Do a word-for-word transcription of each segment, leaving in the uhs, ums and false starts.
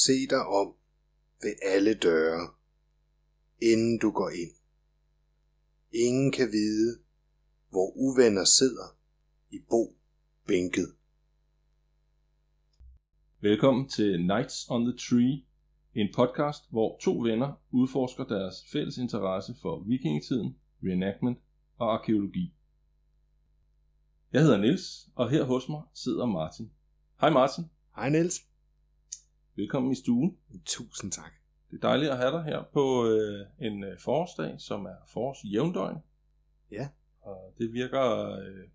Se dig om ved alle døre, inden du går ind. Ingen kan vide, hvor uvenner sidder i bo bænket. Velkommen til Nights on the Tree, en podcast, hvor to venner udforsker deres fælles interesse for vikingetiden, reenactment og arkæologi. Jeg hedder Niels, og her hos mig sidder Martin. Hej Martin. Hej Niels. Velkommen i stuen. Tusind tak. Det er dejligt at have dig her på øh, en øh, forårsdag, som er forårsjævndøgn. Ja. Og det virker øh,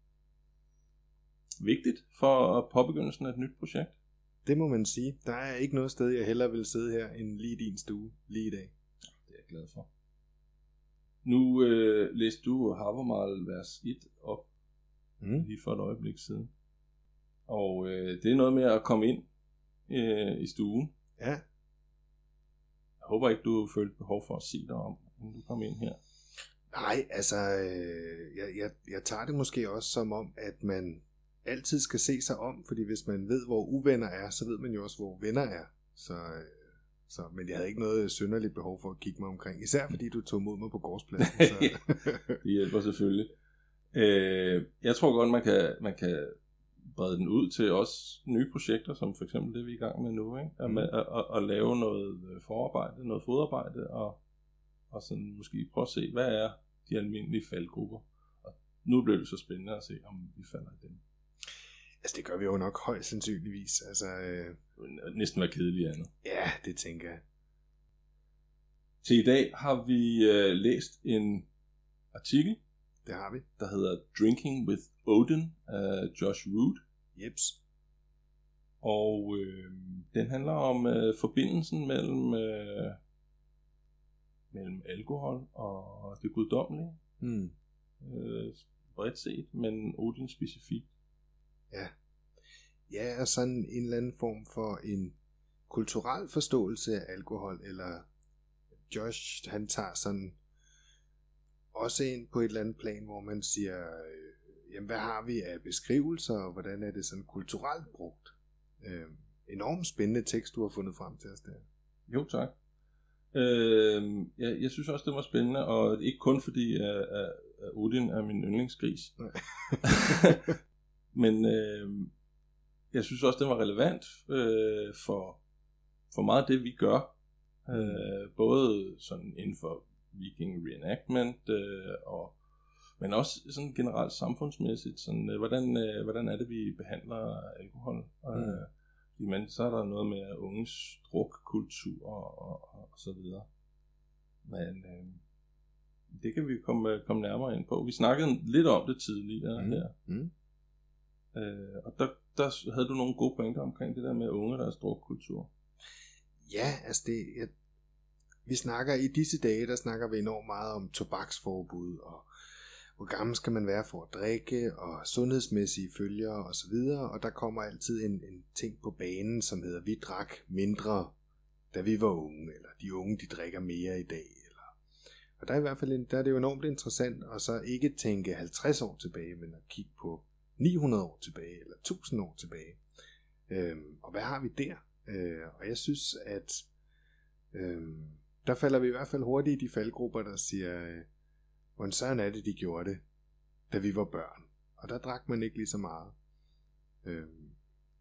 vigtigt for påbegyndelsen af et nyt projekt. Det må man sige. Der er ikke noget sted, jeg hellere vil sidde her, end lige i din stue, lige i dag. Det er jeg glad for. Nu øh, læste du Havamal vers et op mm. lige for et øjeblik siden. Og øh, det er noget med at komme ind øh, i stuen. Ja. Jeg håber ikke, du følte behov for at sige dig om, inden du kom ind her. Nej, altså, øh, jeg, jeg, jeg tager det måske også som om, at man altid skal se sig om, fordi hvis man ved, hvor uvenner er, så ved man jo også, hvor venner er. Så, øh, så, men jeg havde ikke noget synderligt behov for at kigge mig omkring, især fordi du tog mod mig på gårdspladsen. Så. Det hjælper selvfølgelig. Øh, jeg tror godt, man kan, man kan brede den ud til også nye projekter, som for eksempel det, vi er i gang med nu. Ikke? At, mm. at, at, at lave noget forarbejde, noget fodarbejde, og, og sådan måske prøve at se, hvad er de almindelige faldgrupper. Og nu bliver det så spændende at se, om vi falder i dem. Altså det gør vi jo nok højst sandsynligvis. Altså, øh... næsten være kedeligt andet. Ja, det tænker jeg. Til i dag har vi øh, læst en artikel. Det har vi. Der hedder Drinking with Odin af Josh Root. Jeps. Og øh, den handler om øh, forbindelsen mellem øh, mellem alkohol og det guddommelige. Hmm. Øh, bredt set, men Odin specifikt. Ja. Ja, og sådan en eller anden form for en kulturel forståelse af alkohol, eller Josh, han tager sådan også ind på et eller andet plan, hvor man siger, øh, jamen hvad har vi af beskrivelser, og hvordan er det sådan kulturelt brugt? Øh, enormt spændende tekst, du har fundet frem til os der. Jo, tak. Øh, jeg, jeg synes også, det var spændende, og ikke kun fordi, at, at Odin er min yndlingsgris. Men øh, jeg synes også, det var relevant øh, for, for meget af det, vi gør. Øh, både sådan inden for viking reenactment, øh, og, men også sådan generelt samfundsmæssigt. Sådan, øh, hvordan, øh, hvordan er det, vi behandler alkohol? Mm. Øh, men så er der noget med unges drukkultur og, og, og så videre. Men øh, det kan vi komme, komme nærmere ind på. Vi snakkede lidt om det tidligere mm. her. Mm. Øh, og der, der havde du nogle gode pointer omkring det der med unge, der er drukkultur. Ja, altså det... Jeg, vi snakker i disse dage, der snakker vi enormt meget om tobaksforbud, og hvor gammel skal man være for at drikke, og sundhedsmæssige følger og så videre, og der kommer altid en, en ting på banen, som hedder, vi drak mindre, da vi var unge, eller de unge, de drikker mere i dag. Eller. Og der er i hvert fald en, der er det jo enormt interessant, at så ikke tænke halvtreds år tilbage, men at kigge på ni hundrede år tilbage, eller tusind år tilbage. Øhm, og hvad har vi der? Øh, og jeg synes, at øhm, der falder vi i hvert fald hurtigt i de faldgrupper, der siger, øh, hvordan sådan er det, de gjorde det, da vi var børn. Og der drak man ikke lige så meget. Øhm.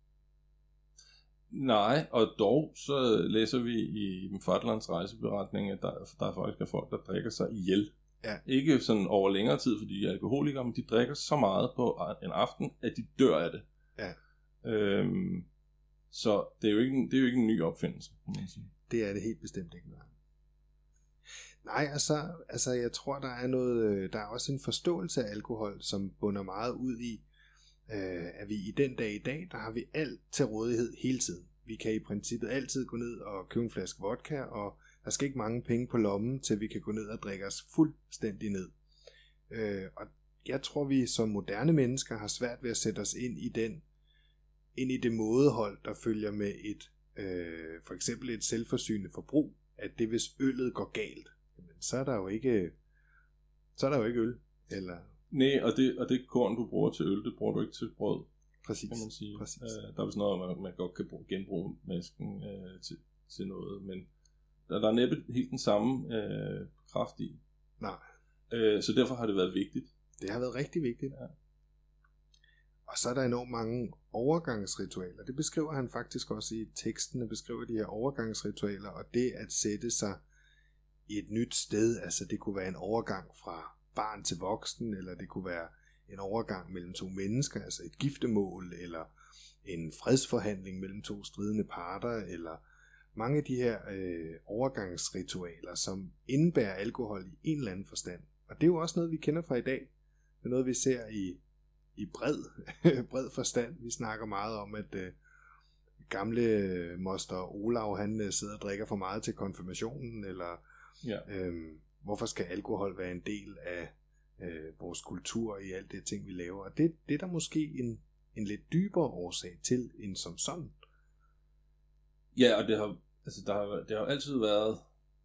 Nej, og dog så læser vi i Fatlands rejseberetning, at der, der faktisk er folk, der drikker sig ihjel. Ja. Ikke sådan over længere tid, fordi de er alkoholikere, men de drikker så meget på en aften, at de dør af det. Ja. Øhm, så det er, jo ikke, det er jo ikke en ny opfindelse, kan man sige. Det er det helt bestemt ikke. Nej, altså, altså jeg tror, der er noget, der er også en forståelse af alkohol, som bunder meget ud i, øh, at vi i den dag i dag, der har vi alt til rådighed hele tiden. Vi kan i princippet altid gå ned og købe en flaske vodka, og der skal ikke mange penge på lommen, til vi kan gå ned og drikke os fuldstændig ned. Øh, og jeg tror, vi som moderne mennesker har svært ved at sætte os ind i den, ind i det mådehold, der følger med et, øh, for eksempel et selvforsynende forbrug, at det hvis øllet går galt, så er der jo ikke, så er der jo ikke øl. Eller... Nej, og det, og det korn, du bruger til øl, det bruger du ikke til brød. præcis, kan man sige. præcis. Øh, der er vist noget, man, man godt kan bruge, genbruge masken øh, til, til noget, men der, der er næppe helt den samme øh, kraft i. Nej. Øh, så derfor har det været vigtigt. Det har været rigtig vigtigt. Ja. Og så er der enormt mange overgangsritualer. Det beskriver han faktisk også i teksten, beskriver de her overgangsritualer, og det at sætte sig i et nyt sted, altså det kunne være en overgang fra barn til voksen, eller det kunne være en overgang mellem to mennesker, altså et giftemål, eller en fredsforhandling mellem to stridende parter, eller mange af de her øh, overgangsritualer, som indebærer alkohol i en eller anden forstand. Og det er jo også noget, vi kender fra i dag. Det er noget, vi ser i, i bred, bred forstand. Vi snakker meget om, at øh, gamle øh, moster Olav, han øh, sidder og drikker for meget til konfirmationen, eller ja. øh, hvorfor skal alkohol være en del af øh, vores kultur i alt det ting, vi laver. Og det, det er der måske en, en lidt dybere årsag til, end som sådan. Ja, og det har, altså der har, det har altid været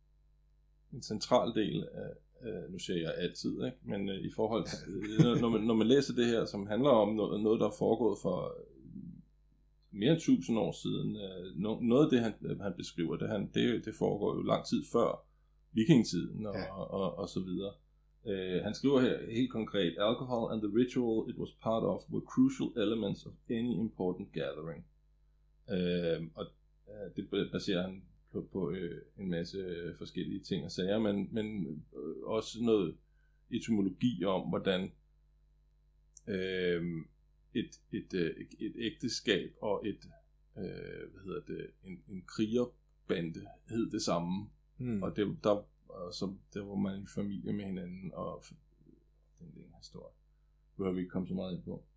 en central del af, øh, nu siger jeg altid, ikke? Men øh, i forhold til, øh, når, man, når man læser det her, som handler om noget, noget der er foregået for mere end tusind år siden, øh, no, noget af det, han, han beskriver, det, han, det, det foregår jo lang tid før vikingetiden og, ja. og, og, og så videre. Øh, han skriver her helt konkret, alcohol and the ritual it was part of were crucial elements of any important gathering. Øh, og det baserer han på, på øh, en masse forskellige ting og sager, men, men øh, også noget etymologi om, hvordan øh, et, et, et, et ægteskab og et, øh, hvad hedder det, en, en krigerbande hed det samme. Mm. Og det, der, altså, der var man i familie med hinanden, og den der historie behøver vi ikke komme så meget ind på.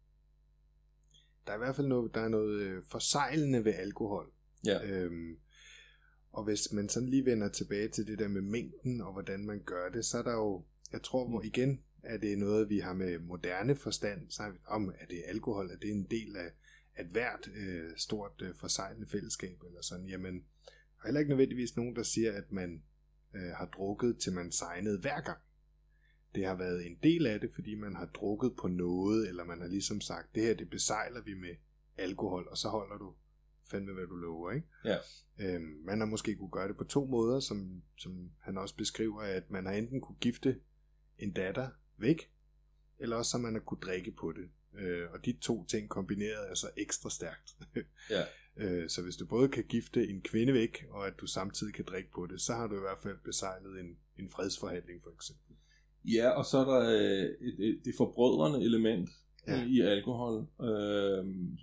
Der er i hvert fald noget, der er noget forsejlende ved alkohol. Ja. Øhm, og hvis man sådan lige vender tilbage til det der med mængden og hvordan man gør det, så er der jo, jeg tror hvor igen, er det noget vi har med moderne forstand, så om er det alkohol, er det en del af et hvert øh, stort øh, forsejlende fællesskab eller sådan, jamen der er heller ikke nødvendigvis nogen, der siger, at man øh, har drukket til man sejnede hver gang. Det har været en del af det, fordi man har drukket på noget, eller man har ligesom sagt, det her det besejler vi med alkohol, og så holder du fandme hvad du lover, ikke? Ja. Øhm, man har måske kunne gøre det på to måder, som, som han også beskriver, at man har enten kunne gifte en datter væk, eller også så man har kunne drikke på det. Øh, og de to ting kombineret er så ekstra stærkt. Ja. øh, så hvis du både kan gifte en kvinde væk, og at du samtidig kan drikke på det, så har du i hvert fald besejlet en, en fredsforhandling for eksempel. Ja, og så er der øh, et, et, det forbrødrende element ja. i alkohol, øh,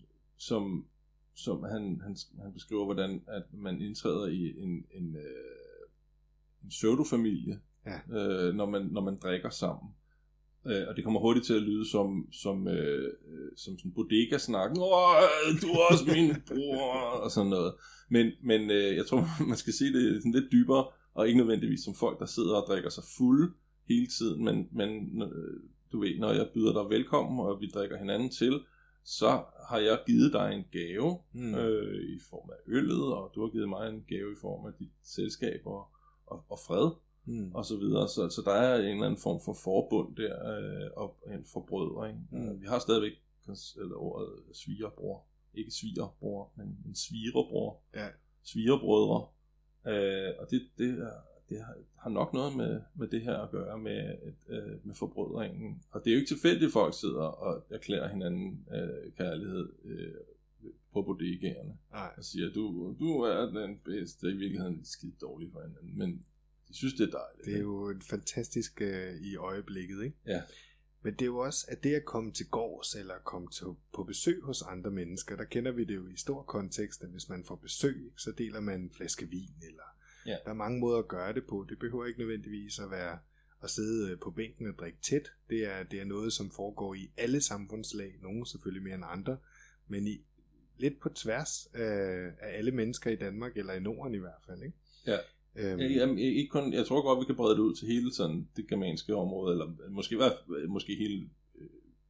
som som han, han, han beskriver, hvordan at man indtræder i en, en, øh, en pseudofamilie, ja. øh, når, man, når man drikker sammen. Øh, og det kommer hurtigt til at lyde som, som, øh, som sådan bodega-snakken. Åh, du er også min bror, og sådan noget. Men, men øh, jeg tror, man skal se det sådan lidt dybere, og ikke nødvendigvis som folk, der sidder og drikker sig fulde hele tiden, men, men du ved, når jeg byder dig velkommen, og vi drikker hinanden til, så har jeg givet dig en gave mm. øh, i form af øllet, og du har givet mig en gave i form af dit selskab og, og, og fred, mm. og så videre. Så, så der er en eller anden form for forbund der, øh, og en forbrødring. Mm. Vi har stadigvæk eller ordet svigerbror. Ikke svigerbror, men en svigerbror. Ja. Svigerbrødre. Øh, og det, det, er, det har, har nok noget med, med det her at gøre med, et, øh, med forbrødringen. Og det er jo ikke tilfældigt, at folk sidder og erklærer hinanden øh, kærlighed øh, på bodegaerne. Nej. Og siger, du, du er den bedste. I virkeligheden er de skide dårlige for hinanden, men de synes, det er dejligt. Det er jo en fantastisk øh, i øjeblikket, ikke? Ja. Men det er jo også, at det at komme til gårds, eller komme til, på besøg hos andre mennesker, der kender vi det jo i stor kontekst, at hvis man får besøg, så deler man en flaske vin, eller ja. Der er mange måder at gøre det på. Det behøver ikke nødvendigvis at være at sidde på bænken og drikke tæt. Det er, det er noget, som foregår i alle samfundslag, nogle selvfølgelig mere end andre, men i, lidt på tværs af, af alle mennesker i Danmark, eller i Norden i hvert fald, ikke? Ja. Øhm. Jamen, ikke kun, jeg tror godt, vi kan brede det ud til hele sådan det germanske område, eller måske, måske hele øh,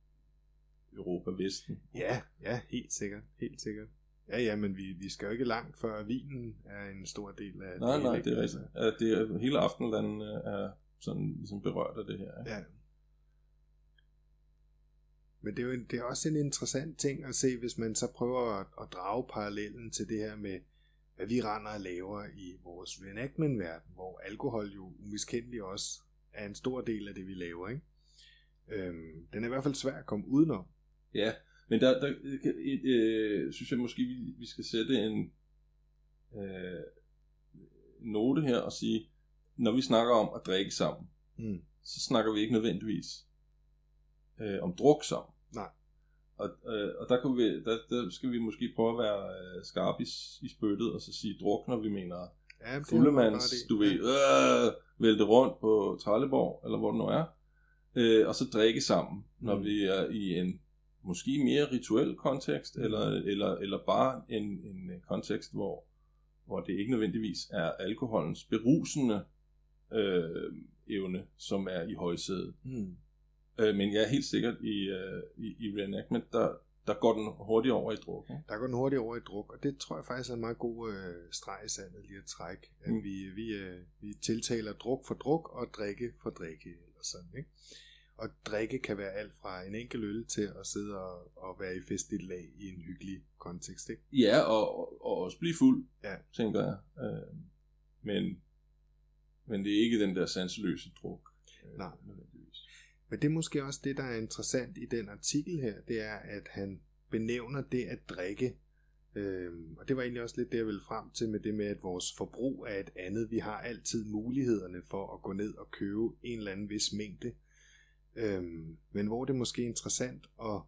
Europa, Vesten. Ja, ja, helt sikkert, helt sikkert. Ja, ja, men vi, vi skal jo ikke langt, før vinen er en stor del af nej, det. Nej, det er rigtigt. Ja, det er, hele aftenlandet er sådan ligesom berørt af det her. Ikke? Ja. Men det er jo en, det er også en interessant ting at se, hvis man så prøver at, at drage parallellen til det her med, hvad vi render og laver i vores reenactment-verden, hvor alkohol jo umiskendeligt også er en stor del af det, vi laver, ikke? Øhm, den er i hvert fald svær at komme udenom. Ja, men der, der øh, synes jeg måske, vi, vi skal sætte en øh, note her og sige, når vi snakker om at drikke sammen, mm. så snakker vi ikke nødvendigvis øh, om druk sammen. Nej. Og, øh, og der, kan vi, der, der skal vi måske prøve at være øh, skarpe i, i spyttet, og så sige druk, når vi mener ja, fuldemands, du ved, øh, vælte rundt på Trelleborg, eller hvor det nu er, øh, og så drikke sammen, når mm. vi er i en måske mere rituel kontekst, mm. eller, eller, eller bare en, en kontekst, hvor, hvor det ikke nødvendigvis er alkoholens berusende øh, evne, som er i højsædet. Mm. Øh, men jeg er helt sikkert i, øh, i, i reenactment, der, der går den hurtigt over i druk. Ikke? Der går den hurtigt over i druk, og det tror jeg faktisk er en meget god øh, streg i sandet lige at trække, at mm. vi, vi, øh, vi tiltaler druk for druk og drikke for drikke, eller sådan, ikke? Og drikke kan være alt fra en enkelt øl til at sidde og, og være i festligt lag i en hyggelig kontekst, ikke? Ja, og, og også blive fuld, ja. tænker jeg. Øh, men, men det er ikke den der sanseløse druk. Øh, Nej. Men det er måske også det, der er interessant i den artikel her, det er, at han benævner det at drikke. Øhm, og det var egentlig også lidt det, jeg ville frem til med det med, at vores forbrug er et andet. Vi har altid mulighederne for at gå ned og købe en eller anden vis mængde. Øhm, men hvor det er måske interessant, og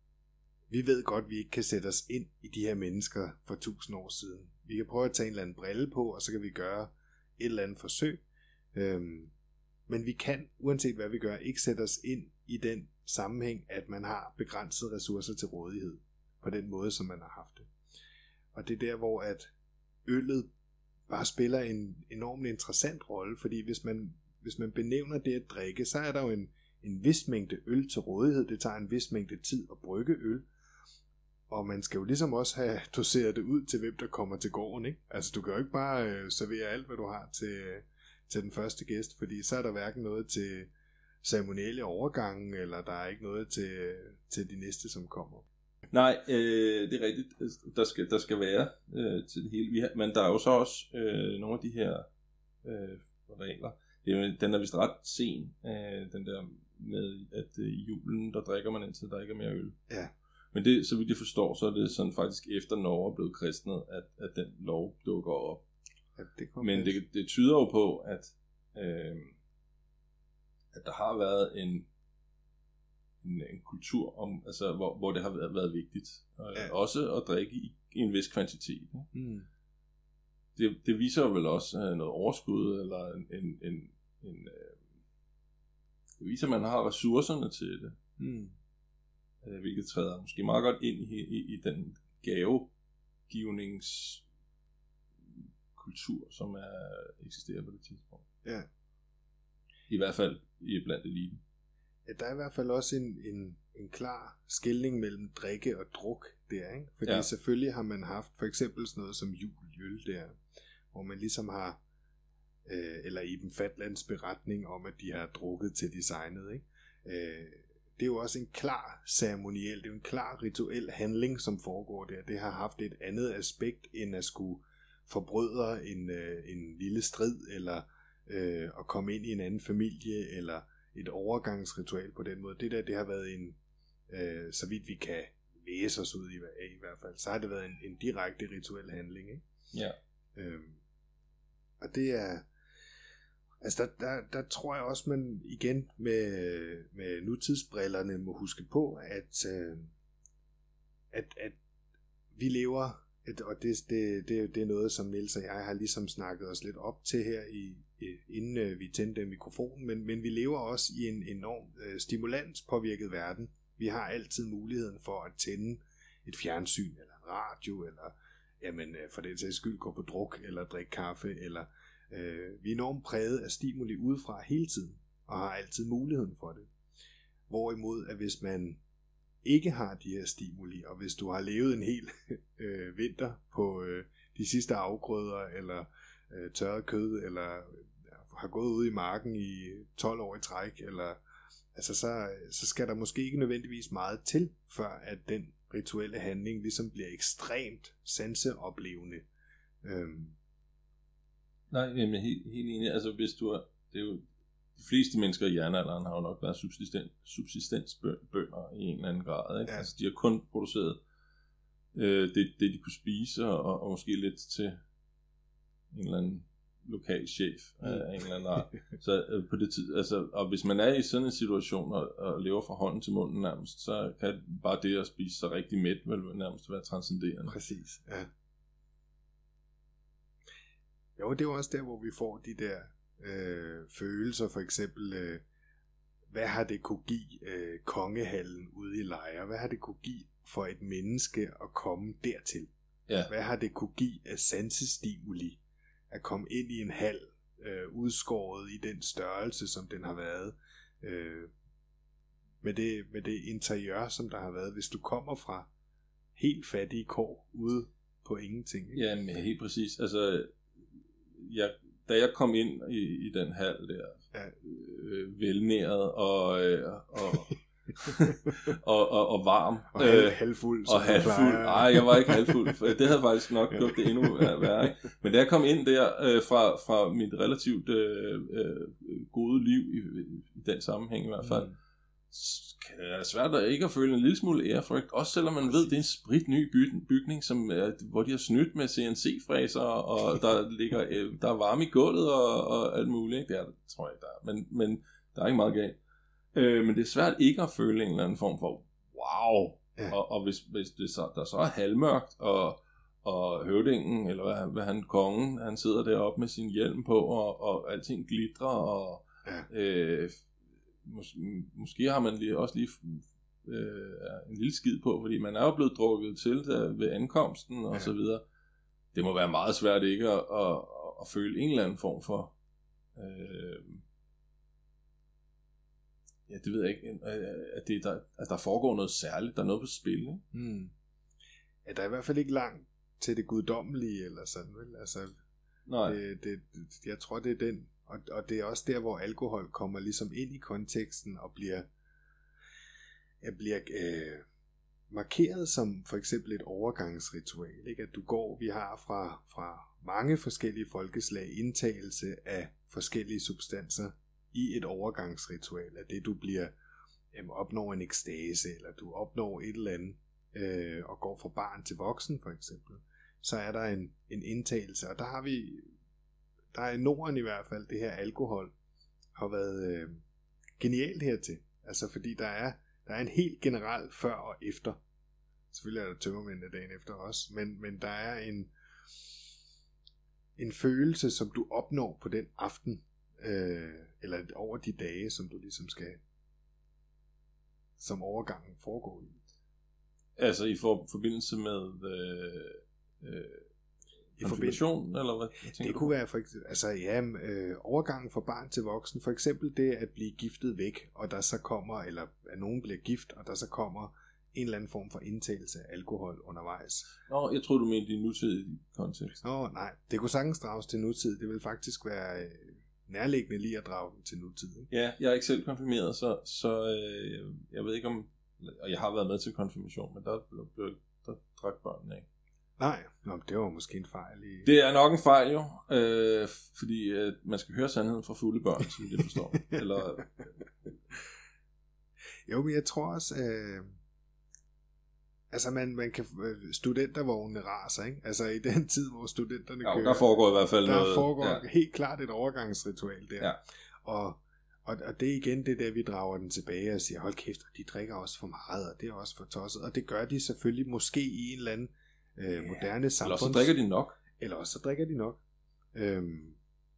vi ved godt, at vi ikke kan sætte os ind i de her mennesker for tusind år siden. Vi kan prøve at tage en eller anden brille på, og så kan vi gøre et eller andet forsøg. Øhm, men vi kan, uanset hvad vi gør, ikke sætte os ind i den sammenhæng, at man har begrænsede ressourcer til rådighed på den måde, som man har haft det. Og det er der, hvor at øllet bare spiller en enormt interessant rolle, fordi hvis man, hvis man benævner det at drikke, så er der jo en en vis mængde øl til rådighed. Det tager en vis mængde tid at brygge øl. Og man skal jo ligesom også have doseret det ud til, hvem der kommer til gården, ikke? Altså, du kan jo ikke bare øh, servere alt, hvad du har til, til den første gæst, fordi så er der hverken noget til ceremonielle overgangen, eller der er ikke noget til, til de næste, som kommer. Nej, øh, det er rigtigt. Der skal, der skal være øh, til det hele. Vi har, men der er jo så også øh, nogle af de her øh, regler. Det er jo, den er vist ret sen, øh, den der med, at øh, i julen, der drikker man indtil der ikke er mere øl. Ja. Men det, så vidt jeg forstår, så er det sådan faktisk efter Norge er blevet kristnet, at, at den lov dukker op. Ja, det Men det, det tyder jo på, at, øh, at der har været en, en, en kultur, om, altså, hvor, hvor det har været, været vigtigt. Øh, ja. Også at drikke i, i en vis kvantitet. Mm. Det, det viser jo vel også øh, noget overskud, eller en... en, en, en øh, det viser, at man har ressourcerne til det. Mm. Øh, hvilket træder måske meget godt ind i, i, i den gavegivningskultur, som er, eksisterer på det tidspunkt. Ja. I hvert fald i blandt eliten. Ja, der er i hvert fald også en, en, en klar skelning mellem drikke og druk der, ikke? Fordi ja. Selvfølgelig har man haft for eksempel sådan noget som juleøl der, hvor man ligesom har øh, eller Iben Fatlands beretning om, at de har drukket til designet, ikke? Øh, det er jo også en klar ceremoniel, det er jo en klar rituel handling, som foregår der. Det har haft et andet aspekt, end at skulle forbrødre en, øh, en lille strid, eller øh, at komme ind i en anden familie, eller et overgangsritual på den måde. Det der, det har været en, øh, så vidt vi kan læse os ud i, i hvert fald, så har det været en, en direkte rituel handling, ikke? Ja. Øhm, og det er, altså der, der, der tror jeg også, man igen med, med nutidsbrillerne må huske på, at, øh, at, at vi lever, et, og det, det, det, det er noget, som Niels og jeg har ligesom snakket os lidt op til her, i, i, inden vi tændte mikrofonen, men, men vi lever også i en enorm øh, stimulans-påvirket verden. Vi har altid muligheden for at tænde et fjernsyn, eller en radio, eller jamen, for den sags skyld gå på druk, eller drikke kaffe, eller øh, vi er enormt præget af stimuli udefra hele tiden, og har altid muligheden for det. Hvorimod, at hvis man ikke har de her stimuli, og hvis du har levet en hel øh, vinter på øh, de sidste afgrøder, eller øh, tørret kød, eller øh, har gået ud i marken i tolv år i træk, eller altså så, så skal der måske ikke nødvendigvis meget til, før at den rituelle handling ligesom bliver ekstremt sanseoplevende. Øhm. Nej, jeg er helt, helt enig. Altså hvis du er, det er jo, de fleste mennesker i jernalderen har jo nok været subsistens, subsistensbønder i en eller anden grad. Ikke? Ja. Altså de har kun produceret øh, det, det, de kunne spise, og, og måske lidt til en eller anden lokal chef af mm. en eller anden art. Så øh, på det tid, altså, og hvis man er i sådan en situation og, og lever fra hånden til munden nærmest, så kan bare det at spise sig rigtig mæt vel nærmest være transcenderende. Præcis, ja. Jo, det er jo også der, hvor vi får de der øh, følelser, for eksempel, øh, hvad har det kunne give øh, kongehallen ude i Lejre? Hvad har det kunne give for et menneske at komme dertil? Ja. Hvad har det kunne give af sansestimuli at komme ind i en hal, øh, udskåret i den størrelse, som den har været, øh, med, det, med det interiør, som der har været, hvis du kommer fra helt fattige kår ude på ingenting. Ikke? Ja, men helt præcis. Altså, jeg, da jeg kom ind i, i den hal der, ja. øh, velnæret og, øh, og, og, og, og varm. Og halv, halvfuld. Og halvfuld. Nej, jeg var ikke halvfuld. For det havde faktisk nok gjort det endnu værre. Ikke? Men da jeg kom ind der øh, fra, fra mit relativt øh, øh, gode liv, i, i den sammenhæng i hvert fald, mm. kan det være svært at ikke at føle en lille smule ærefrygt. Også selvom man ved, det er en spritny bygning, som, hvor de har snydt med C N C-fræser, og der, ligger, der er varme i gulvet og, og alt muligt. Ikke? Det er det, tror jeg ikke, der er. Men, men der er ikke meget galt. Øh, men det er svært ikke at føle en eller anden form for wow. Ja. Og, og hvis, hvis det så, der så er halvmørkt, og, og høvdingen, eller hvad, hvad han, kongen, han sidder deroppe med sin hjelm på, og, og alting glitrer, og ja. øh, mås- måske har man lige, også lige øh, en lille skid på, fordi man er jo blevet drukket til der, ved ankomsten, og ja. så videre. Det må være meget svært ikke at, at, at, at føle en eller anden form for øh, ja, det ved jeg ikke, at, det, der, at der foregår noget særligt, der er noget på spil, ikke? Hmm. Ja, der er i hvert fald ikke langt til det guddommelige, eller sådan, vel? Altså, nej. Det, det, jeg tror, det er den, og, og det er også der, hvor alkohol kommer ligesom ind i konteksten, og bliver, ja, bliver øh, markeret som for eksempel et overgangsritual, ikke? At du går, vi har fra, fra mange forskellige folkeslag indtagelse af forskellige substanser, i et overgangsritual, at det du bliver jamen, opnår en ekstase, eller du opnår et eller andet, øh, og går fra barn til voksen for eksempel, så er der en, en indtagelse, og der har vi, der er i Norden i hvert fald, det her alkohol har været øh, genialt hertil, altså fordi der er, der er en helt generel før og efter, selvfølgelig er der tømmermændene dagen efter også, men, men der er en en følelse, som du opnår på den aften, Øh, eller over de dage, som du ligesom skal, som overgangen foregår i. Altså i for, forbindelse med øh, øh, i konfirmation, eller hvad? hvad det kunne du? Være for eksempel, altså ja, øh, overgangen fra barn til voksen, for eksempel det at blive giftet væk, og der så kommer, eller at nogen bliver gift, og der så kommer en eller anden form for indtagelse af alkohol undervejs. Nå, jeg tror du mente i nutidig kontekst. Nå, nej, det kunne sagtens drages til nutid. Det vil faktisk være øh, nærliggende lige at drage den til nutid. Ikke? Ja, jeg er ikke selv konfirmeret, så, så øh, jeg ved ikke om, og jeg har været med til konfirmation, men der, der, der drak børnene ikke. Nej, nå, det var måske en fejl i... Det er nok en fejl jo, øh, fordi øh, man skal høre sandheden fra fulde børn, så det forstår. Eller... Jo, men jeg tror også, øh... altså man, man kan, studentervognene raser, ikke? Altså i den tid, hvor studenterne jo, kører, der foregår i hvert fald der noget. Der foregår ja. helt klart et overgangsritual der. Ja. Og, og, og det er igen det der, vi drager den tilbage og siger, hold kæft, de drikker også for meget, og det er også for tosset. Og det gør de selvfølgelig måske i en eller anden øh, moderne ja. samfunds... Eller så drikker de nok. Eller også så drikker de nok. Øhm,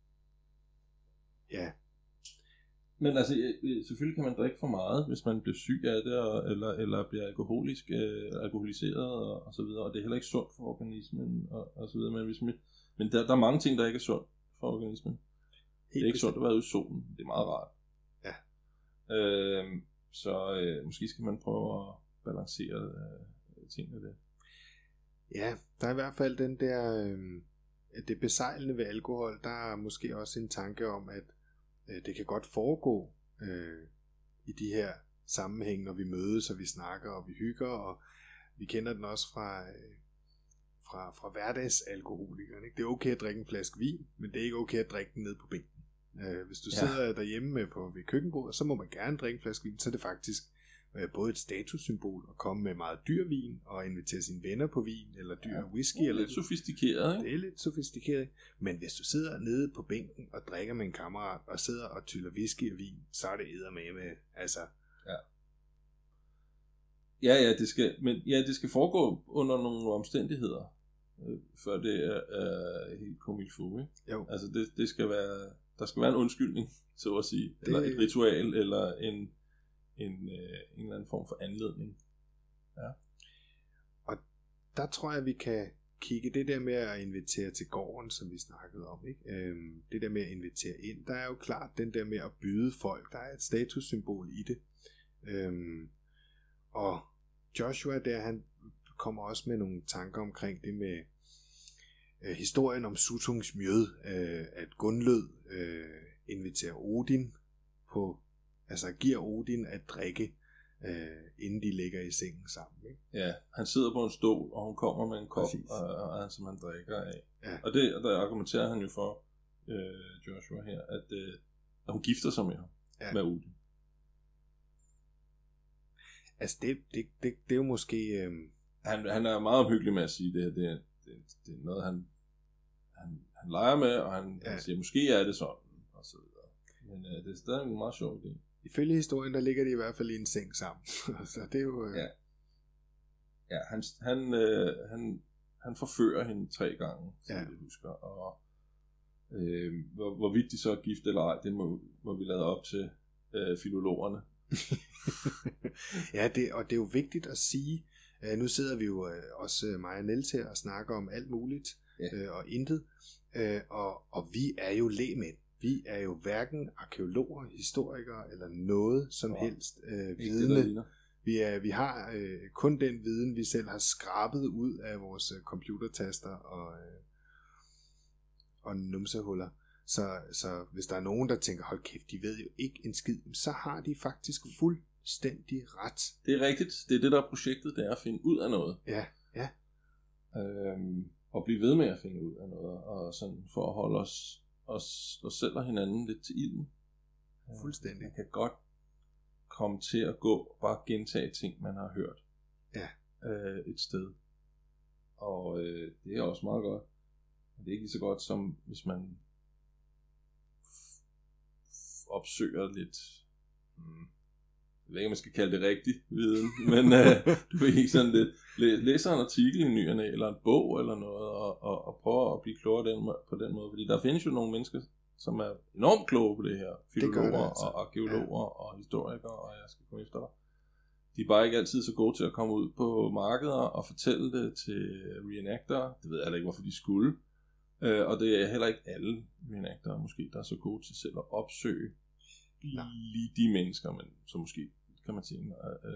ja. Men altså, selvfølgelig kan man drikke for meget, hvis man bliver syg af det, eller, eller bliver alkoholisk, øh, alkoholiseret og, og så videre, og det er heller ikke sundt for organismen, og, og så videre. Men, hvis man, men der, der er mange ting, der ikke er sundt for organismen. Helt det er ikke bestemt. Sundt at være ude i solen, det er meget rart. Ja. Øh, så øh, måske skal man prøve at balancere øh, tingene der. Ja, der er i hvert fald den der, øh, det besejlende ved alkohol, der er måske også en tanke om, at det kan godt foregå øh, i de her sammenhæng, når vi mødes, og vi snakker, og vi hygger, og vi kender den også fra, fra, fra hverdagsalkoholikeren. Ikke? Det er okay at drikke en flaske vin, men det er ikke okay at drikke den ned på bænken. Øh, hvis du ja. sidder derhjemme med på, ved køkkenbordet, så må man gerne drikke en flaske vin, så er det faktisk øh, både et statussymbol at komme med meget dyr vin, og invitere sine venner på vin, eller dyr ja. whisky. Det er eller lidt sofistikeret, ikke? Det er lidt sofistikeret, men hvis du sidder nede på bænken og drikker med en kammerat, og sidder og tyller whisky og vin, så er det eddermame med, altså... Ja. Ja, ja, det skal, men ja, det skal foregå under nogle omstændigheder, øh, før det er, er helt komilfu, ikke? Jo. Altså det, det skal være, der skal være en undskyldning, så at sige, det... eller et ritual, eller en, en, øh, en eller anden form for anledning. Ja. Og der tror jeg, vi kan kigge det der med at invitere til gården, som vi snakkede om, ikke? Øhm, det der med at invitere ind, der er jo klart den der med at byde folk, der er et statussymbol i det. Øhm, og Joshua der, han kommer også med nogle tanker omkring det med øh, historien om Sutungs mjød, øh, at Gunlød øh, inviterer Odin på, altså giver Odin at drikke, øh, inden de ligger i sengen sammen. Ikke? Ja, han sidder på en stol, og hun kommer med en kop, og, og, som han drikker af. Ja. Og det, der argumenterer han jo for, øh, Joshua her, at, øh, at hun gifter sig med ham, ja. med Odin. Altså det, det, det, det er jo måske... Øh... Han, han er meget omhyggelig med at sige det her. Det, det, det er noget, han, han, han leger med, og han, ja. han siger, måske er det sådan, og så videre. Men øh, det er stadig en meget sjov idé. Ifølge historien, der ligger de i hvert fald i en seng sammen. Så det er jo... Øh... Ja, ja han, han, øh, han, han forfører hende tre gange, som ja. jeg husker. Og øh, hvor, hvorvidt de så er gift eller ej, det må, må vi lade op til øh, filologerne. Ja, det, og det er jo vigtigt at sige, uh, nu sidder vi jo uh, også uh, mig og Niels her og snakker om alt muligt, ja. uh, og intet, uh, og, og vi er jo lægmænd. Vi er jo hverken arkeologer, historikere eller noget som ja. helst uh, vidne. Vi, er, vi har uh, kun den viden, vi selv har skrabet ud af vores uh, computertaster og, uh, og numsehuller. Så, så hvis der er nogen, der tænker, hold kæft, de ved jo ikke en skid, så har de faktisk fuldstændig ret. Det er rigtigt. Det er det, der er projektet, det er at finde ud af noget. Ja, ja. Øhm, og blive ved med at finde ud af noget, og sådan for at holde os, os, os selv og hinanden lidt til ilden. Fuldstændig. Man kan godt komme til at gå og bare gentage ting, man har hørt. Ja. Øh, et sted. Og øh, det er også meget godt. Men det er ikke lige så godt, som hvis man opsøger lidt, hmm, jeg ved ikke, om man skal kalde det rigtig viden, men øh, du ved ikke sådan lidt, læ- læser en artikel i nyerne, eller en bog eller noget, og, og, og prøver at blive klogere den, på den måde, fordi der findes jo nogle mennesker, som er enormt kloge på det her, filologer altså. og arkeologer ja. og historikere, og jeg skal komme efter dig. De er bare ikke altid så gode til at komme ud på markeder og fortælle det til reenactere. Det ved jeg heller ikke, hvorfor de skulle. Uh, og det er heller ikke alle reenactere måske, der er så gode til selv at opsøge Nej. lige de mennesker, men så måske kan man se en, uh,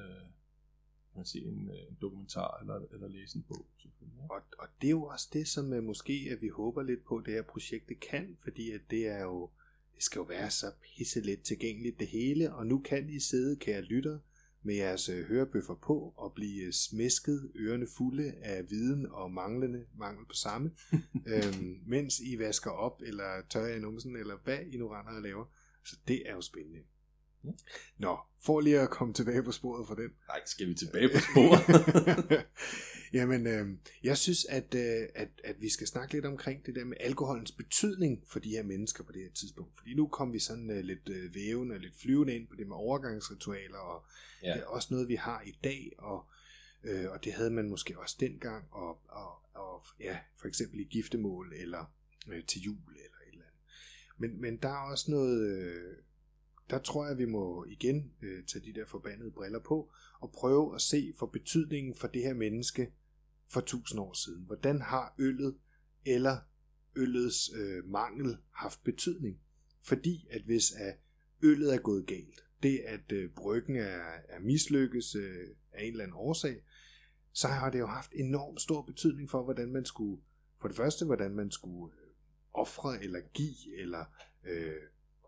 kan man se en, uh, en dokumentar eller, eller læse en bog. Ja. Og, og det er jo også det, som uh, måske at vi håber lidt på, det her projekt det kan, fordi at det er jo, det skal jo være så pisse let tilgængeligt det hele, og nu kan I sidde, kære lytter, med jeres øh, hørebøffer på og blive smæsket, ørerne fulde af viden og manglende mangel på samme, øhm, mens I vasker op, eller tørrer i numsen, eller hvad I nu render og laver. Så det er jo spændende. Mm. Nå, for lige at komme tilbage på sporet for den. Nej, skal vi tilbage på sporet? Jamen, øh, jeg synes, at, øh, at, at vi skal snakke lidt omkring det der med alkoholens betydning for de her mennesker på det her tidspunkt. Fordi nu kom vi sådan øh, lidt øh, vævende og lidt flyvende ind på det med overgangsritualer, og ja. Det er også noget, vi har i dag, og, øh, og det havde man måske også dengang, og, og, og ja, for eksempel i giftemål, eller øh, til jul, eller et eller andet. Men, men der er også noget... Øh, der tror jeg, vi må igen øh, tage de der forbandede briller på, og prøve at se for betydningen for det her menneske for tusind år siden. Hvordan har øllet eller øllets øh, mangel haft betydning? Fordi at hvis at øllet er gået galt, det at øh, bryggen er, er mislykkes øh, af en eller anden årsag, så har det jo haft enormt stor betydning for, hvordan man skulle, for det første, hvordan man skulle øh, ofre eller give, eller øh,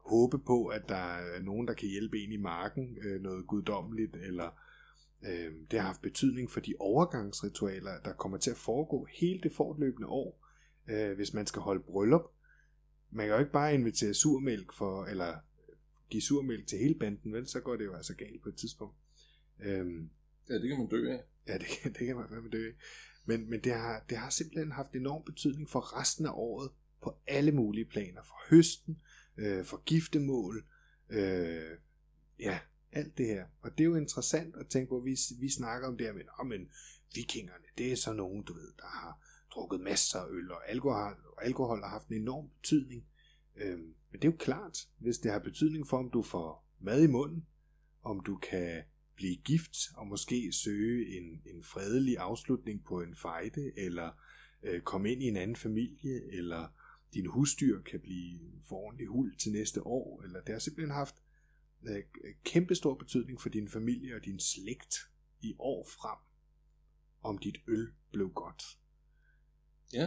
håbe på, at der er nogen, der kan hjælpe en i marken, øh, noget guddommeligt, eller øh, det har haft betydning for de overgangsritualer, der kommer til at foregå hele det fortløbende år, øh, hvis man skal holde bryllup. Man kan jo ikke bare invitere surmælk for, eller give surmælk til hele banden, vel? Så går det jo altså galt på et tidspunkt. Øhm, ja, det kan man dø af. Ja, det, det kan man fandme dø af. Men, men det, har, det har simpelthen haft enorm betydning for resten af året, på alle mulige planer. For høsten, øh, for giftemål, øh, ja, alt det her. Og det er jo interessant at tænke på, at vi, vi snakker om det her med, oh, men vikingerne, det er så nogen, du ved, der har drukket masser af øl, og alkohol, og alkohol har haft en enorm betydning. Øh, men det er jo klart, hvis det har betydning for, om du får mad i munden, om du kan blive gift, og måske søge en, en fredelig afslutning på en fejde, eller øh, komme ind i en anden familie, eller din husdyr kan blive for ordentlig huld til næste år, eller det har simpelthen haft øh, kæmpe stor betydning for din familie og din slægt i år frem, om dit øl blev godt. Ja.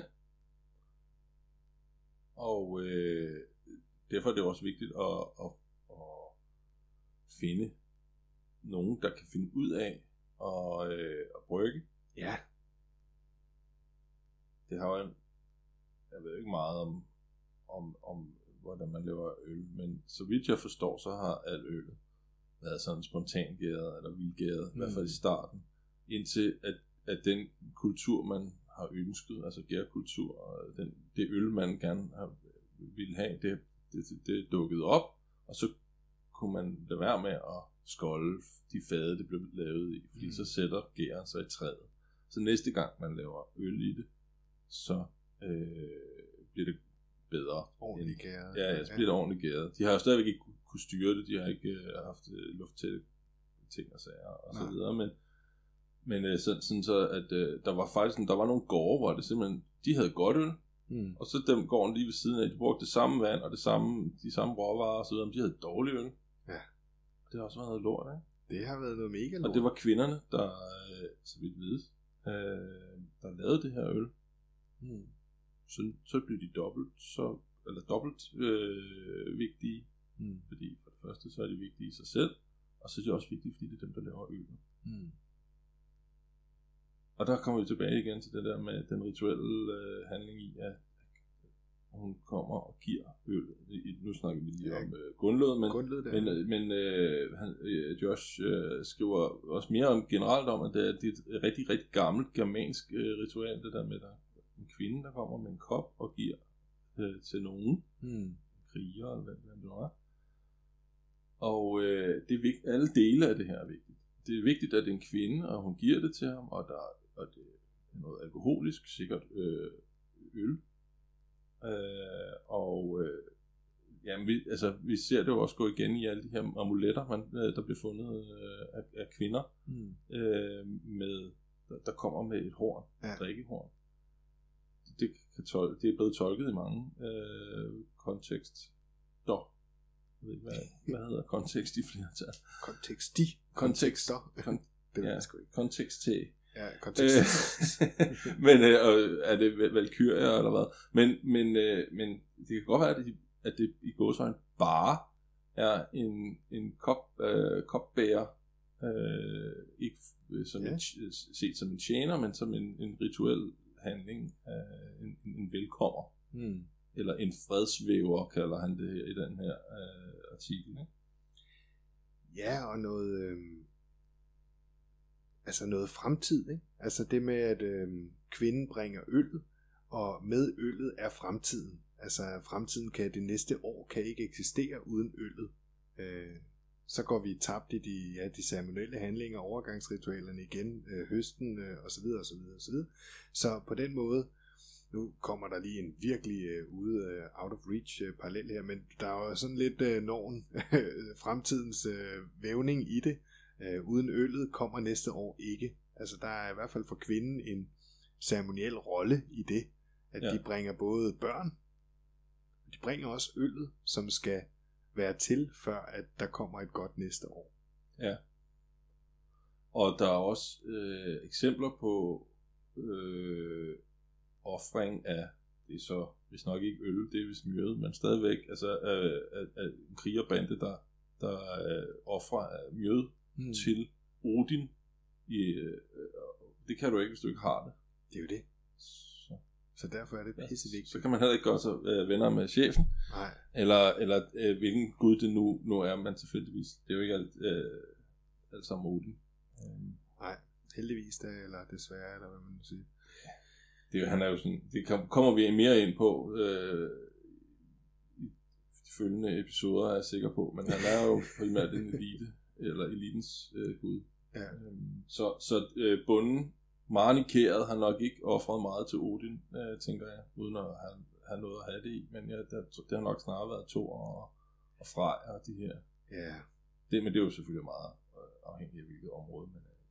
Og øh, derfor er det også vigtigt at, at, at finde nogen, der kan finde ud af at, øh, at brygge. Ja. Det har jo, jeg ved ikke meget om, om, om hvordan man laver øl, men så vidt jeg forstår, så har alt øllet været sådan spontangæret eller vildgæret, mm. i hvert fald i starten, indtil at, at den kultur, man har ønsket, altså gærkultur, og den, det øl, man gerne har, ville have, det, det, det er dukket op, og så kunne man lade være med at skolde de fade, det blev lavet i, fordi mm. så sætter gæren sig i træet. Så næste gang man laver øl i det, så øh, bliver det bedre. Ordentligt gæret. Ja, ja, så bliver det ordentligt gæret. De har jo stadigvæk ikke kunne styre det, de har ikke øh, haft øh, luft til ting og sager og så videre, men, men øh, sådan, sådan så, at øh, der var faktisk der var nogle gårde, hvor det simpelthen, de havde godt øl, mm. og så dem gården lige ved siden af, de brugte det samme vand og det samme, de samme råvarer og så videre, men de havde dårlig øl. Ja. Det har også været noget lort, ikke? Det har været noget mega lort. Og det var kvinderne, der, øh, så vidt vides, øh, der lavede det her øl. Hmm. Så, så blev de dobbelt, så, eller dobbelt øh, vigtige. Hmm. Fordi for det første, så er de vigtige i sig selv, og så er de også vigtige, fordi det er dem, der laver øl. Hmm. Og der kommer vi tilbage igen til det der med den rituelle øh, handling i, at hun kommer og giver øl. Nu snakker vi lige ja, om uh, Gunlød, men, Gunlød, men, men uh, han, uh, Josh uh, skriver også mere om, generelt om, at det er, det er et rigtig, rigtig gammelt germansk uh, ritual, det der med, der en kvinde, der kommer med en kop og giver uh, til nogen, hmm. kriger eller hvad, hvad det er. Og uh, det er vigtigt, alle dele af det her er vigtigt. Det er vigtigt, at det er en kvinde, og hun giver det til ham, og, der, og det er noget alkoholisk, sikkert øh, øl. Øh, og øh, jamen, vi, altså, vi ser det jo også gå igen i alle de her amuletter, man, øh, der bliver fundet øh, af, af kvinder, mm. øh, med, der, der kommer med et horn, ja. Et drikkehorn. Det, kan tol- det er blevet tolket i mange øh, kontekster. Jeg ved ikke, hvad, hvad hedder kontekst i flertal? Konteksti. Kontekster. Kon- det ved ja, jeg sgu ikke. Kontekst til. Ja, kontekst. men øh, er det valkyrier eller hvad? Men, men, øh, men det kan godt være, at det, at det i gåseøjne bare er en, en kop, øh, kopbærer, øh, ikke som ja. en, set som en tjener, men som en, en rituel handling, øh, en, en velkommer. Hmm. Eller en fredsvæver, kalder han det her i den her øh, artikel. Ikke? Ja, og noget... Øh... altså noget fremtid, ikke? Altså det med, at øh, kvinden bringer øllet, og med øllet er fremtiden. Altså fremtiden kan, det næste år kan ikke eksistere uden øllet. Øh, så går vi tabt i de, ja, de ceremonielle handlinger, overgangsritualerne igen, øh, høsten øh, osv. osv. osv. Så på den måde, nu kommer der lige en virkelig øh, ude øh, out of reach øh, parallel her, men der er jo sådan lidt øh, nogen fremtidens øh, vævning i det. Uh, uden øllet kommer næste år ikke. Altså der er i hvert fald for kvinden en ceremoniel rolle i det, at ja. De bringer både børn, de bringer også øllet, som skal være til, før at der kommer et godt næste år. Ja. Og der er også øh, eksempler på øh, offring af det er så hvis nok ikke øl, det er vist mjød, men stadigvæk, altså øh, øh, øh, en krigerbande, der, der øh, offrer mjød mm. til Odin, i, øh, det kan du ikke, hvis du ikke har det. Det er jo det. Så, så derfor er det pissevigtigt. Så kan man heller ikke gøre sig øh, venner med chefen. Nej. Eller, eller øh, hvilken gud det nu, nu er, man tilfældigvis. Det er jo ikke alt, øh, alt sammen Odin. Um, Nej, heldigvis da, eller desværre, eller hvad man siger. Det, er, han er jo sådan, det kommer vi mere ind på øh, i de følgende episoder, er jeg sikker på. Men han er jo primært en elite, eller elitens øh, gud. Ja. Um, så så øh, bunden, Marnikeret, har nok ikke offret meget til Odin, øh, tænker jeg, uden at have, have noget at have det i. Men ja, det, det har nok snarere været Thor og, og Frej og de her. Ja. Det, men det er jo selvfølgelig meget øh, afhængigt af hvilket område man er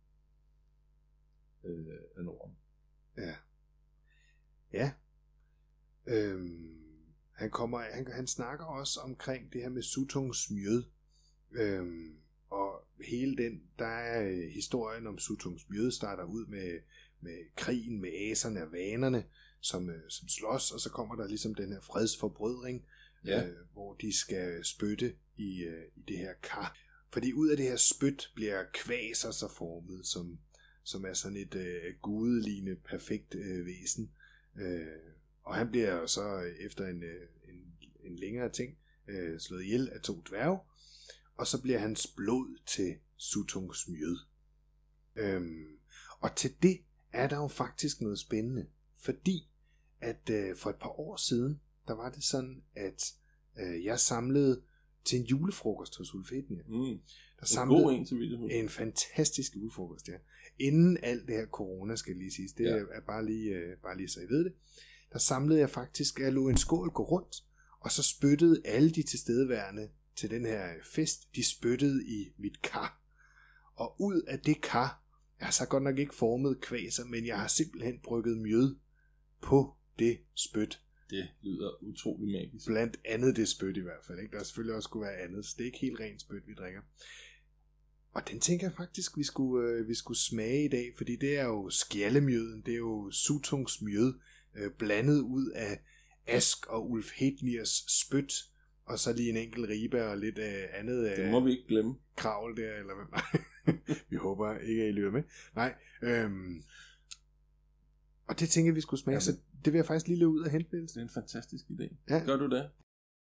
øh, af Norden. Ja. Ja. Øhm, han, kommer, han, han snakker også omkring det her med Sutungs mjød. Øhm, og hele den, der er historien om Sutungs mjød, starter ud med, med krigen med aserne og vanerne, som, som slås, og så kommer der ligesom den her fredsforbrødring, ja. øh, hvor de skal spytte i, øh, i det her kar. Fordi ud af det her spyt bliver kvaser så formet, som, som er sådan et øh, gudelignende perfekt øh, væsen. Øh, og han bliver jo så efter en, øh, en, en længere ting øh, slået ihjel af to dværge, og så bliver hans blod til Sutungs mjød. Øhm, og til det er der jo faktisk noget spændende, fordi at øh, for et par år siden, der var det sådan, at øh, jeg samlede til en julefrokost hos Ulfhednia. Mm. Der samlede en god en til video. En fantastisk julefrokost, ja. Inden alt det her corona, skal lige siges, det ja. er bare lige, øh, bare lige så I ved det, der samlede jeg faktisk, jeg lå en skål gå rundt, og så spyttede alle de tilstedeværende til den her fest, de spyttede i mit kar. Og ud af det kar, jeg har så godt nok ikke formet kvaser, men jeg har simpelthen brygget mjød på det spyt. Det lyder utrolig magisk. Blandt andet det spyt i hvert fald. Ikke? Der selvfølgelig også skulle være andet, så det er ikke helt rent spyt, vi drikker. Og den tænker jeg faktisk, vi skulle, øh, vi skulle smage i dag, fordi det er jo skjallemjøden, det er jo Sutungs mjød, øh, blandet ud af Ask og Ulfhednias spyt, og så lige en enkelt ribe og lidt øh, andet det må øh, vi ikke glemme. Kravl der, eller hvad? Nej, vi håber ikke, at I lytter med. Nej, øhm, og det tænker jeg, vi skulle smage, ja, så det vil jeg faktisk lige løbe ud af hente. Det er en fantastisk idé. Ja. Gør du det?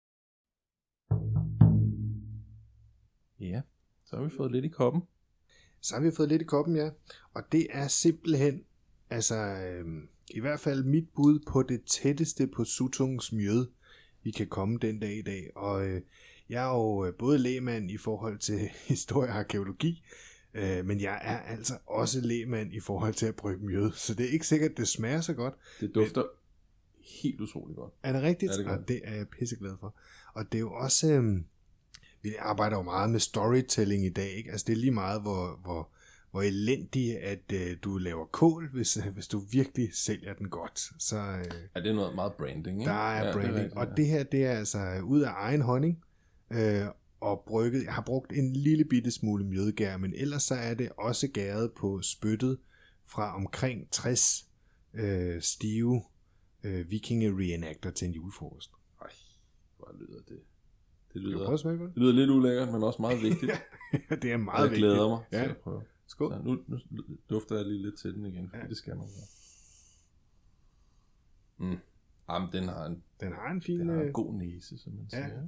Ja, så har vi fået lidt i koppen. Så har vi fået lidt i koppen, ja. Og det er simpelthen, altså øhm, i hvert fald mit bud på det tætteste på Sutungs mjød, vi kan komme den dag i dag. Og øh, jeg er jo både lægmand i forhold til historie og arkæologi, øh, men jeg er altså også lægmand i forhold til at brygge mjød. Så det er ikke sikkert, at det smager så godt. Det dufter men, helt utroligt godt. Er det rigtigt? Ja, det, og det er jeg pisseglad for. Og det er jo også, øh, vi arbejder jo meget med storytelling i dag, ikke? Altså det er lige meget, hvor, hvor, hvor elendig, at øh, du laver kål, hvis, hvis du virkelig sælger den godt. Så, øh, ja, det er noget meget branding, ikke? Der er ja, branding, det er rigtigt, og ja. det her, det er altså ud af egen honning, øh, og brygget, jeg har brugt en lille bitte smule mjødgær, men ellers så er det også gæret på spyttet fra omkring tres øh, stive øh, vikinge-reenactor til en julefrokost. Ej, hvor lyder det. Det lyder, det lyder lidt ulækkert, men også meget vigtigt. Ja, det er meget vigtigt. Jeg glæder mig ja. til at prøve. Skål. Så nu, nu dufter jeg lige lidt til den igen, for ja. Det skal man gøre. Mm. Jamen, den har en, den har en fin, den har en god næse, som man ja. siger.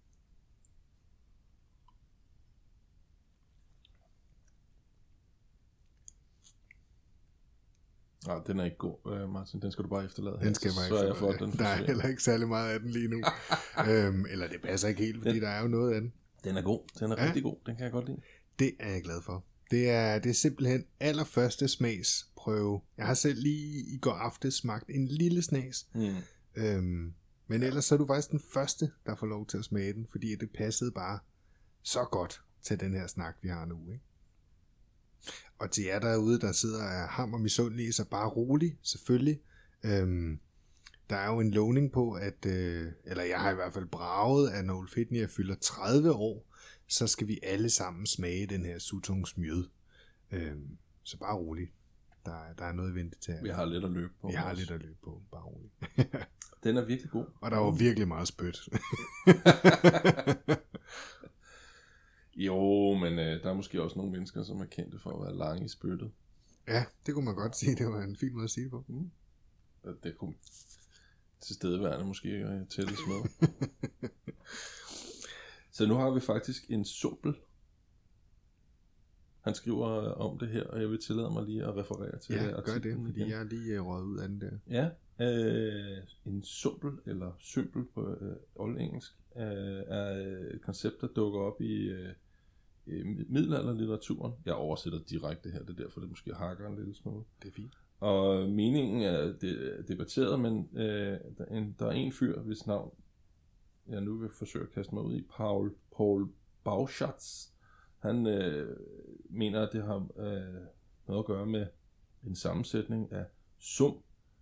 Nej, den er ikke god, uh, Martin. Den skal du bare efterlade. Den skal her, bare så efterlade. For, den der er heller ikke særlig meget af den lige nu. øhm, eller det passer ikke helt, fordi den, der er jo noget af den. Den er god. Den er ja. rigtig god. Den kan jeg godt lide. Det er jeg glad for. Det er, det er simpelthen allerførste smagsprøve. Jeg har selv lige i går aftes smagt en lille snas. Mm. Øhm, men ellers så er du faktisk den første, der får lov til at smage den, fordi det passede bare så godt til den her snak, vi har nu, ikke? Og til jer derude, der sidder og er hammer misundelige, så bare rolig, selvfølgelig. Øhm, der er jo en lovning på, at, øh, eller jeg har i hvert fald braget, at når Ulfhednia fylder tredive år, så skal vi alle sammen smage den her Sutungs mjød. Øhm, så bare rolig. der, er, der er noget i vente til. Vi har lidt at løbe på. Vi har også. lidt at løbe på, bare roligt. Den er virkelig god. Og der var virkelig meget spyt. Jo, men øh, der er måske også nogle mennesker, som er kendte for at være lange i spyttet. Ja, det kunne man godt sige. Det var en fin måde at sige det på. Mm. Det kunne tilstedeværende måske øh, tælles med. Så nu har vi faktisk en Sumpel. Han skriver om det her, og jeg vil tillade mig lige at referere til ja, det. gør det, fordi igen. Jeg er lige røget ud af den der. Ja, øh, en Sumpel, eller Sympel på øh, oldengelsk, øh, er et koncept, der dukker op i, øh, i middelalderlitteraturen. Jeg oversætter direkte her, det er derfor, det måske hakker en lille smule. Det er fint. Og meningen er debatteret, men øh, der, er en, der er en fyr, hvis navn jeg nu vil forsøge at kaste mig ud i, Paul, Paul Bauschatz. Han øh, mener, at det har øh, noget at gøre med en sammensætning af sum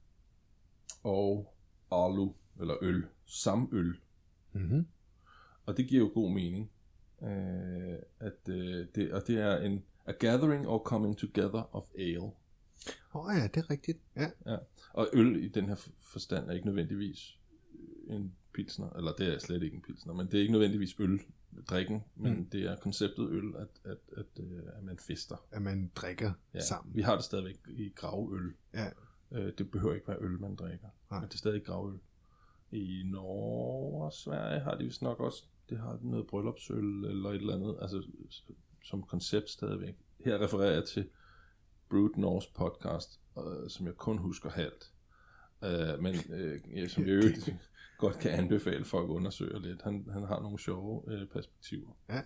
og alu, eller øl, samøl. Mm-hmm. Og det giver jo god mening. Øh, at, øh, det, og det er en a gathering or coming together of ale. Åh oh, ja, det er rigtigt. Ja. Ja. Og øl i den her forstand er ikke nødvendigvis en pilsner, eller det er slet ikke en pilsner, men det er ikke nødvendigvis øl, drikken, men mm. det er konceptet øl, at, at, at, at man fester. At man drikker ja. sammen. Vi har det stadigvæk i gravøl. Ja. Det behøver ikke være øl, man drikker, Nej. men det er stadig gravøl. I Norge og Sverige har de vist nok også, det har noget bryllupsøl eller et eller andet, altså som koncept stadigvæk. Her refererer jeg til Brute Norse podcast, øh, som jeg kun husker halvt. Øh, men øh, ja, som jeg øvrigt godt kan anbefale folk at undersøge lidt. Han, han har nogle sjove øh, perspektiver. Ja.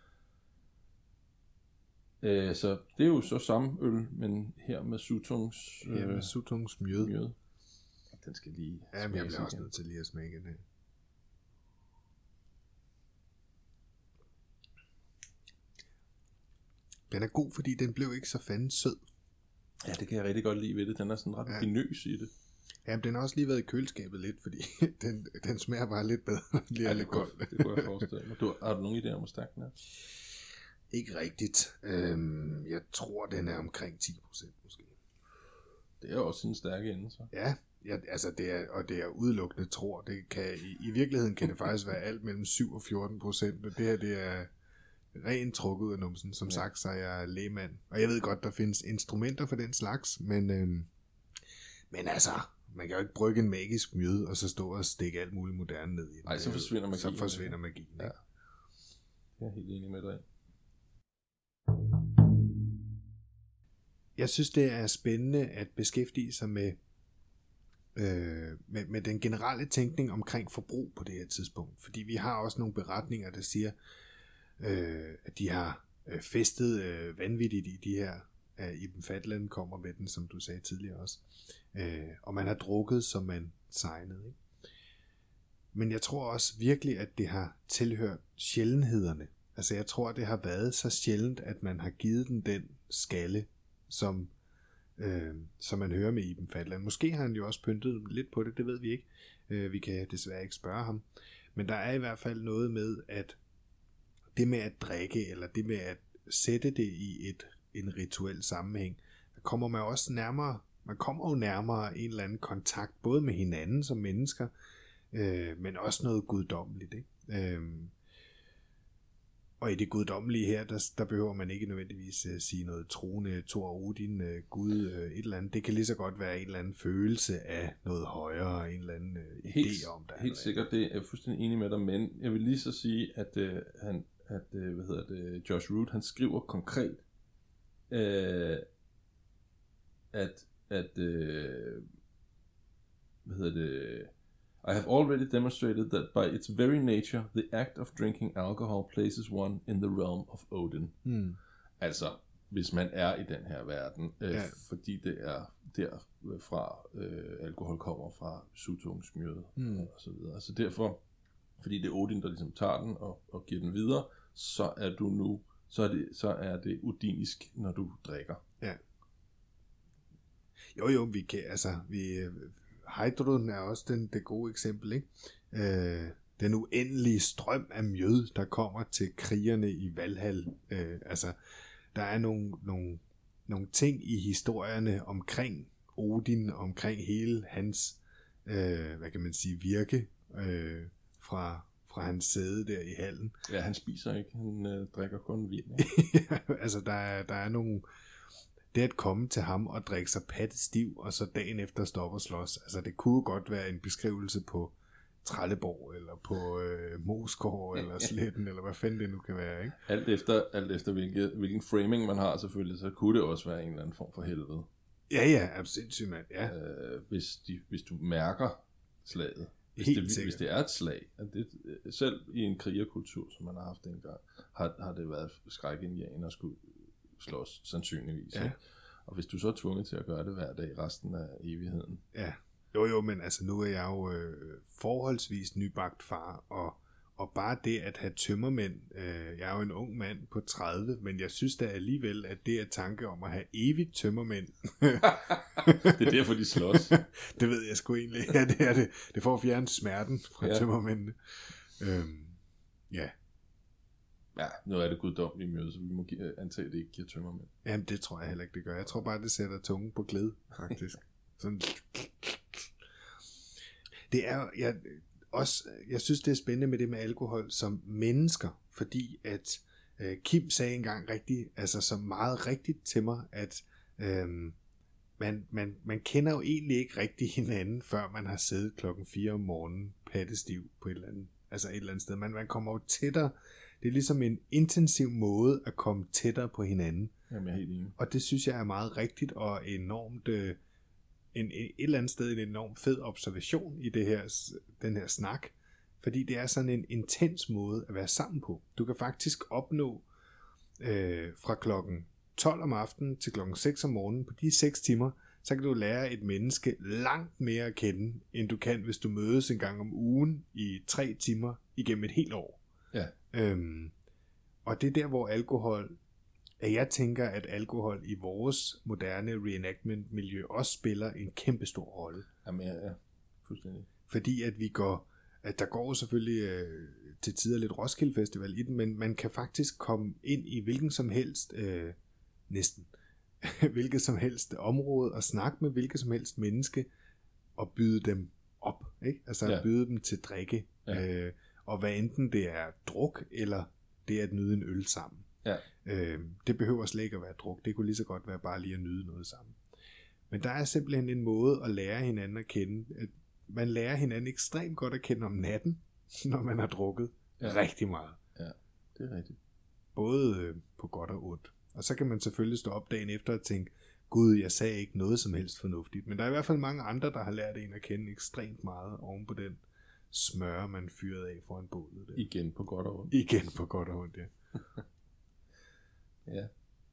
Øh, så det er jo så samme øl, men her med Sutungs... Øh, her med Sutungs mjød. mjød. Den skal lige... Ja, men jeg bliver også nødt til lige at smage den her. Den er god, fordi den blev ikke så fanden sød. Ja, det kan jeg rigtig godt lide ved det. Den er sådan ret ja. finøs i det. Ja, men den har også lige været i køleskabet lidt, fordi den, den smager bare lidt bedre. Lige ja, lidt godt. Det kunne jeg forestille mig. Du, har du nogen idé om, hvor stærk den er? Ikke rigtigt. Øhm, jeg tror, den er omkring ti procent måske. Det er jo også en stærk ende, så. Ja, ja altså det er, og det er udelukkende tror. Det kan, i, I virkeligheden kan det faktisk være alt mellem syv og fjorten procent, og det her, det er rent trukket ud af numsen. Som ja. sagt, så er jeg lægmand. Og jeg ved godt, der findes instrumenter for den slags, men, øhm, men altså, man kan jo ikke brygge en magisk mjød, og så stå og stikke alt muligt moderne ned i den. Nej, så forsvinder magien. Så forsvinder magien, ikke? Ja. Jeg er helt enig med dig. Jeg synes, det er spændende at beskæftige sig med, øh, med, med den generelle tænkning omkring forbrug på det her tidspunkt. Fordi vi har også nogle beretninger, der siger, øh, at de har øh, festet øh, vanvittigt i de her. Øh, Ibn Fadlan kommer med den, som du sagde tidligere også. Øh, og man har drukket, som man sejnede. Ikke? Men jeg tror også virkelig, at det har tilhørt sjældenhederne. Altså jeg tror, det har været så sjældent, at man har givet den den skalle, som, øh, som man hører med Ibn Fadlan. Måske har han jo også pyntet lidt på det, det ved vi ikke. Øh, vi kan desværre ikke spørge ham. Men der er i hvert fald noget med, at det med at drikke, eller det med at sætte det i et, en rituel sammenhæng, der kommer man også nærmere, man kommer jo nærmere en eller anden kontakt, både med hinanden som mennesker, øh, men også noget guddommeligt, ikke? Øh, Og i det guddommelige her, der, der behøver man ikke nødvendigvis uh, sige noget troende, Thor, Odin, uh, Gud, uh, et eller andet. Det kan lige så godt være en eller anden følelse af noget højere, en eller anden uh, helt, idé om det. Helt sikkert, det er jeg fuldstændig enig med dig, men jeg vil lige så sige, at, uh, han, at uh, hvad hedder det, Josh Root, han skriver konkret, uh, at, at uh, hvad hedder det, I have already demonstrated that by its very nature, the act of drinking alcohol places one in the realm of Odin. Hmm. Altså, hvis man er i den her verden, øh, ja. fordi det er derfra, øh, alkohol kommer fra Sutungs mjød, hmm. og så videre. Altså derfor, fordi det er Odin, der ligesom tager den og, og giver den videre, så er du nu, så er det, så er det odinisk, når du drikker. Ja. Jo jo, vi kan, altså, vi... Heidrun er også den, det gode eksempel, ikke? Øh, den uendelige strøm af mjød, der kommer til krigerne i Valhall. Øh, altså, der er nogle, nogle, nogle ting i historierne omkring Odin, omkring hele hans, øh, hvad kan man sige, virke øh, fra, fra hans sæde der i hallen. Ja, han spiser ikke, han øh, drikker kun vin. Altså, der er, der er nogle... Det at komme til ham og drikke sig pattestiv, og så dagen efter stoppe og slås, altså det kunne godt være en beskrivelse på Trelleborg, eller på øh, Moskov, eller Sletten, eller hvad fanden det nu kan være, ikke? Alt efter, alt efter hvilke, hvilken framing man har selvfølgelig, så kunne det også være en eller anden form for helvede. Ja, ja, absolut, mand, ja. Øh, hvis, de, hvis du mærker slaget. Hvis, Helt det, sikkert. hvis det er et slag, at det, selv i en krigerkultur, som man har haft engang, har, har det været skrækindjagende at skulle slås, sandsynligvis. Ja. Og hvis du så er tvunget til at gøre det hver dag resten af evigheden. Ja, jo jo, men altså nu er jeg jo øh, forholdsvis nybagt far, og, og bare det at have tømmermænd, øh, jeg er jo en ung mand på tredive, men jeg synes da alligevel, at det er tanke om at have evigt tømmermænd. Det er derfor, de slås. Det ved jeg sgu egentlig. Ja, det er det. Det får at fjerne smerten fra Ja. tømmermændene. Øhm, ja. Ja, nu er det guddommeligt møde, så vi må give, antage, at det ikke giver tømmermænd. Jamen, det tror jeg heller ikke, det gør. Jeg tror bare, det sætter tungen på glæde, faktisk. Sådan. Det er jeg, også, jeg synes, det er spændende med det med alkohol som mennesker, fordi at øh, Kim sagde engang rigtig, altså så meget rigtigt til mig, at øh, man, man, man kender jo egentlig ikke rigtig hinanden, før man har siddet klokken fire om morgenen pattestiv på et eller andet, altså et eller andet sted. Man, man kommer jo tættere. Det er ligesom en intensiv måde at komme tættere på hinanden. Jamen, jeg er helt enig. Og det synes jeg er meget rigtigt og enormt, øh, en, et eller andet sted en enormt fed observation i det her, den her snak. Fordi det er sådan en intens måde at være sammen på. Du kan faktisk opnå øh, fra klokken tolv om aftenen til klokken seks om morgenen, på de seks timer, så kan du lære et menneske langt mere at kende, end du kan, hvis du mødes en gang om ugen i tre timer igennem et helt år. Ja. Øhm, og det er der, hvor alkohol, at jeg tænker, at alkohol i vores moderne reenactment-miljø også spiller en kæmpe stor rolle. Jamen, ja, ja. Fuldstændig. Fordi at vi går, at der går selvfølgelig øh, til tider lidt Roskilde Festival i den, men man kan faktisk komme ind i hvilken som helst, øh, næsten, hvilket som helst område og snakke med hvilket som helst menneske og byde dem op, ikke? Altså Ja. byde dem til drikke. Ja. Øh, og hvad enten det er druk, eller det er at nyde en øl sammen. Ja. Øh, det behøver slet ikke at være druk. Det kunne lige så godt være bare lige at nyde noget sammen. Men der er simpelthen en måde at lære hinanden at kende. At man lærer hinanden ekstremt godt at kende om natten, når man har drukket Ja. rigtig meget. Ja, det er rigtigt. Både øh, på godt og ondt. Og så kan man selvfølgelig stå op dagen efter og tænke, gud, jeg sagde ikke noget som helst fornuftigt. Men der er i hvert fald mange andre, der har lært en at kende ekstremt meget oven på den smør, man fyrede af foran bålet. Der. Igen på godt og ondt. Igen på godt og ondt, ja. Ja.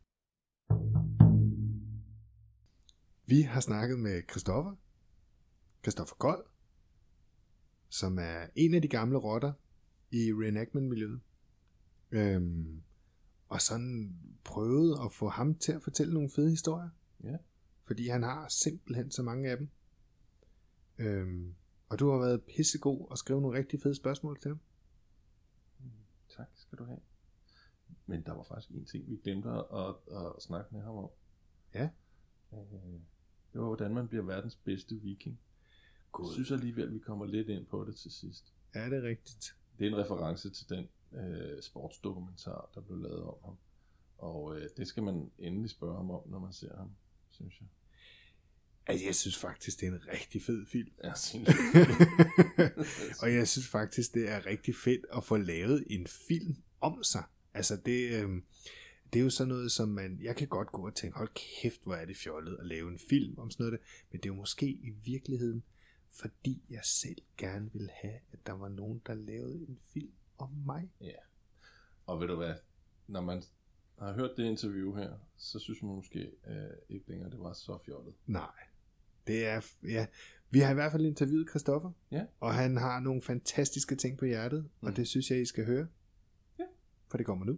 Vi har snakket med Christoffer, Christoffer Kold, som er en af de gamle rotter i reenactment-miljøet. Øhm, og sådan prøvet at få ham til at fortælle nogle fede historier. Ja. Fordi han har simpelthen så mange af dem. Øhm, og du har været pissegod og skrevet nogle rigtig fede spørgsmål til ham. Tak skal du have. Men der var faktisk en ting, vi glemte at, at, at snakke med ham om. Ja. Øh, Det var, hvordan man bliver verdens bedste viking. God. Jeg synes alligevel, vi kommer lidt ind på det til sidst. Ja, det er rigtigt. Det er en reference til den øh, sportsdokumentar, der blev lavet om ham. Og øh, det skal man endelig spørge ham om, når man ser ham, synes jeg. Altså, jeg synes faktisk, det er en rigtig fed film. Ja, synes Og jeg synes faktisk, det er rigtig fedt at få lavet en film om sig. Altså, det, øh, det er jo sådan noget, som man... Jeg kan godt gå og tænke, hold kæft, hvor er det fjollet at lave en film om sådan noget. Der. Men det er jo måske i virkeligheden, fordi jeg selv gerne vil have, at der var nogen, der lavede en film om mig. Ja. Og ved du hvad, når man har hørt det interview her, så synes man måske øh, ikke længere, det var så fjollet. Nej. Det er... Ja. Vi har i hvert fald interviewet Christoffer. Ja. Og han har nogle fantastiske ting på hjertet. Mm. Og det synes jeg, I skal høre. Ja. For det kommer nu.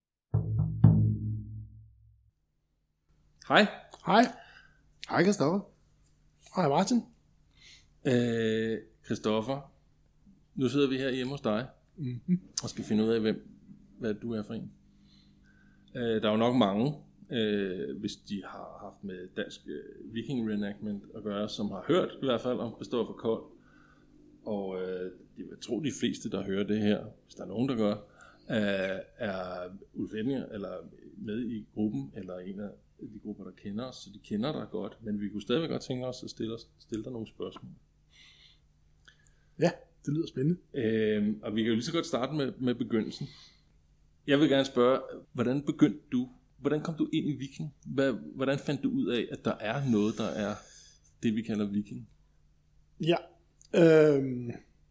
Hej. Hej. Hej Christoffer. Hej Martin. Øh, Christoffer, nu sidder vi her hjemme hos dig, Mm-hmm. og skal finde ud af, hvem, hvad du er for en. Øh, der er jo nok mange øh, hvis de har haft med dansk øh, viking reenactment at gøre, som har hørt i hvert fald om Christoffer Kold. Og øh, jeg tror de fleste, der hører det her, hvis der er nogen, der gør, øh, er Ulf Edninger, eller med i gruppen, eller en af de grupper, der kender os, så de kender dig godt, men vi kunne stadigvæk godt tænke os at stille, os, stille dig nogle spørgsmål. Ja, det lyder spændende. Øh, og vi kan jo lige så godt starte med, med begyndelsen. Jeg vil gerne spørge, hvordan begyndte du, hvordan kom du ind i viking? Hvad, hvordan fandt du ud af, at der er noget, der er det, vi kalder viking? Ja, øh,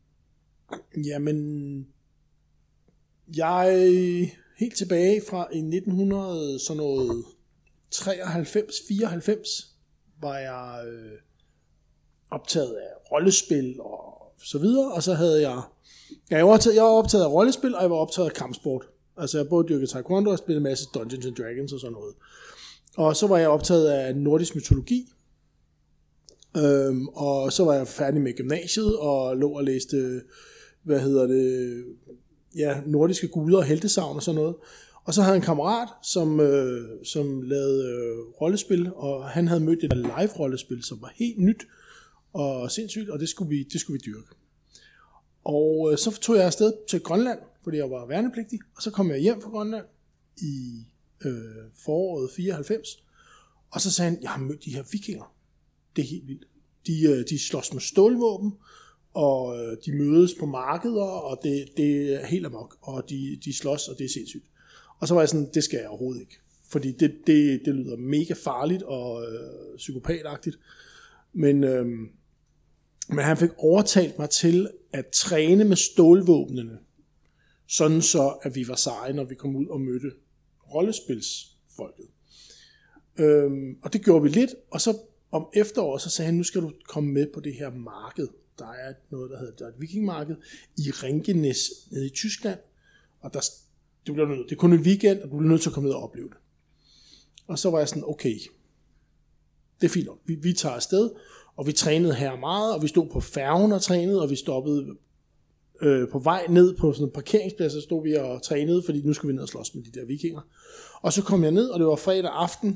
jamen, jeg helt tilbage fra i nitten treoghalvfems fireoghalvfems var jeg øh, optaget af rollespil og så videre, og så havde jeg, jeg var, optaget, jeg var optaget af rollespil, og jeg var optaget af kampsport. Altså jeg både dyrkede taekwondo og spillede en masse Dungeons and Dragons og sådan noget. Og så var jeg optaget af nordisk mytologi, øhm, og så var jeg færdig med gymnasiet og lå og læste, hvad hedder det, ja, nordiske guder og heltesagn og sådan noget. Og så havde jeg en kammerat, som, øh, som lavede øh, rollespil, og han havde mødt et live-rollespil, som var helt nyt og sindssygt, og det skulle vi, det skulle vi dyrke. Og øh, så tog jeg afsted til Grønland, fordi jeg var værnepligtig, og så kom jeg hjem fra Grønland i øh, foråret fireoghalvfems, og så sagde han, jeg har mødt de her vikinger. Det er helt vildt. De, øh, de slås med stålvåben, og øh, de mødes på markeder, og det, det er helt amok, og de, de slås, og det er sindssygt. Og så var jeg sådan, det skal jeg overhovedet ikke. Fordi det, det, det lyder mega farligt og øh, psykopatagtigt. Men, øh, men han fik overtalt mig til at træne med stålvåbnene. Sådan så, at vi var seje, når vi kom ud og mødte rollespilsfolket. Øh, og det gjorde vi lidt. Og så om efteråret, så sagde han, nu skal du komme med på det her marked. Der er noget, der hedder der er et vikingmarked i Ringenæs nede i Tyskland. Og der Det, bliver nødt. det er kun en weekend, og du bliver nødt til at komme ned og opleve det. Og så var jeg sådan, okay, det er fint nok. Vi, vi tager afsted, og vi trænede her meget, og vi stod på færgen og trænede, og vi stoppede øh, på vej ned på sådan en parkeringsplads, så stod vi og trænede, fordi nu skulle vi ned og slås med de der vikinger. Og så kom jeg ned, og det var fredag aften,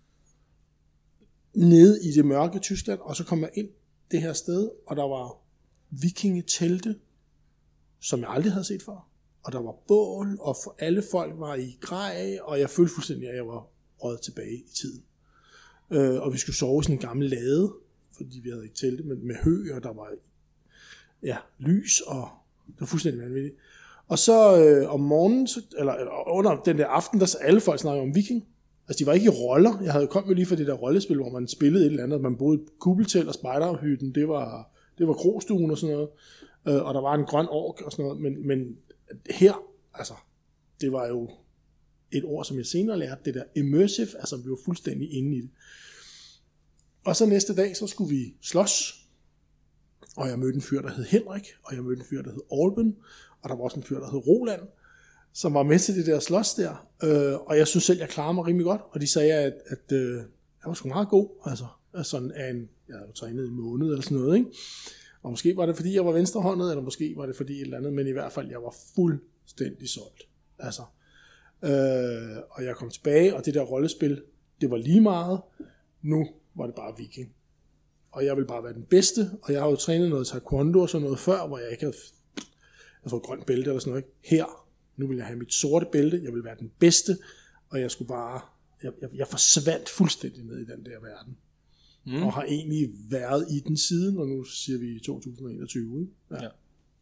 nede i det mørke Tyskland, og så kom jeg ind det her sted, og der var vikingetelte, som jeg aldrig havde set før. Og der var bål, og for alle folk var i grej, og jeg følte fuldstændig, at jeg var røget tilbage i tiden. Øh, og vi skulle sove i sådan en gammel lade, fordi vi havde ikke telte, men med hø, og der var ja, lys, og det var fuldstændig vanvittigt. Og så øh, om morgenen, så, eller, eller under den der aften, der så alle folk snakkede om viking. Altså de var ikke i roller. Jeg havde kommet jo lige fra det der rollespil, hvor man spillede et eller andet, man boede i kuppeltelt og spejderhytten, det var, det var krogstuen og sådan noget. Øh, og der var en grøn ork og sådan noget, men, men her, altså, det var jo et ord, som jeg senere lærte, det der immersive, altså vi var fuldstændig inde i det. Og så næste dag, så skulle vi slås, og jeg mødte en fyr, der hed Henrik, og jeg mødte en fyr, der hed Alben, og der var også en fyr, der hed Roland, som var med til det der slås der, øh, og jeg synes selv, jeg klarede mig rimelig godt, og de sagde, at, at øh, jeg var sgu meget god, altså, sådan af en, jeg havde jo trænet en måned eller sådan noget, ikke? Og måske var det, fordi jeg var venstrehåndet, eller måske var det, fordi et eller andet, men i hvert fald, jeg var fuldstændig solgt. Altså, øh, og jeg kom tilbage, og det der rollespil, det var lige meget. Nu var det bare viking. Og jeg ville bare være den bedste, og jeg har jo trænet noget taekwondo og sådan noget før, hvor jeg ikke havde, havde fået grønt bælte eller sådan noget. Ikke? Her, nu vil jeg have mit sorte bælte, jeg vil være den bedste, og jeg skulle bare, jeg, jeg, jeg forsvandt fuldstændig ned i den der verden. Mm. Og har egentlig været i den siden, og nu siger vi to tusind og enogtyve. Ikke? Ja. Ja.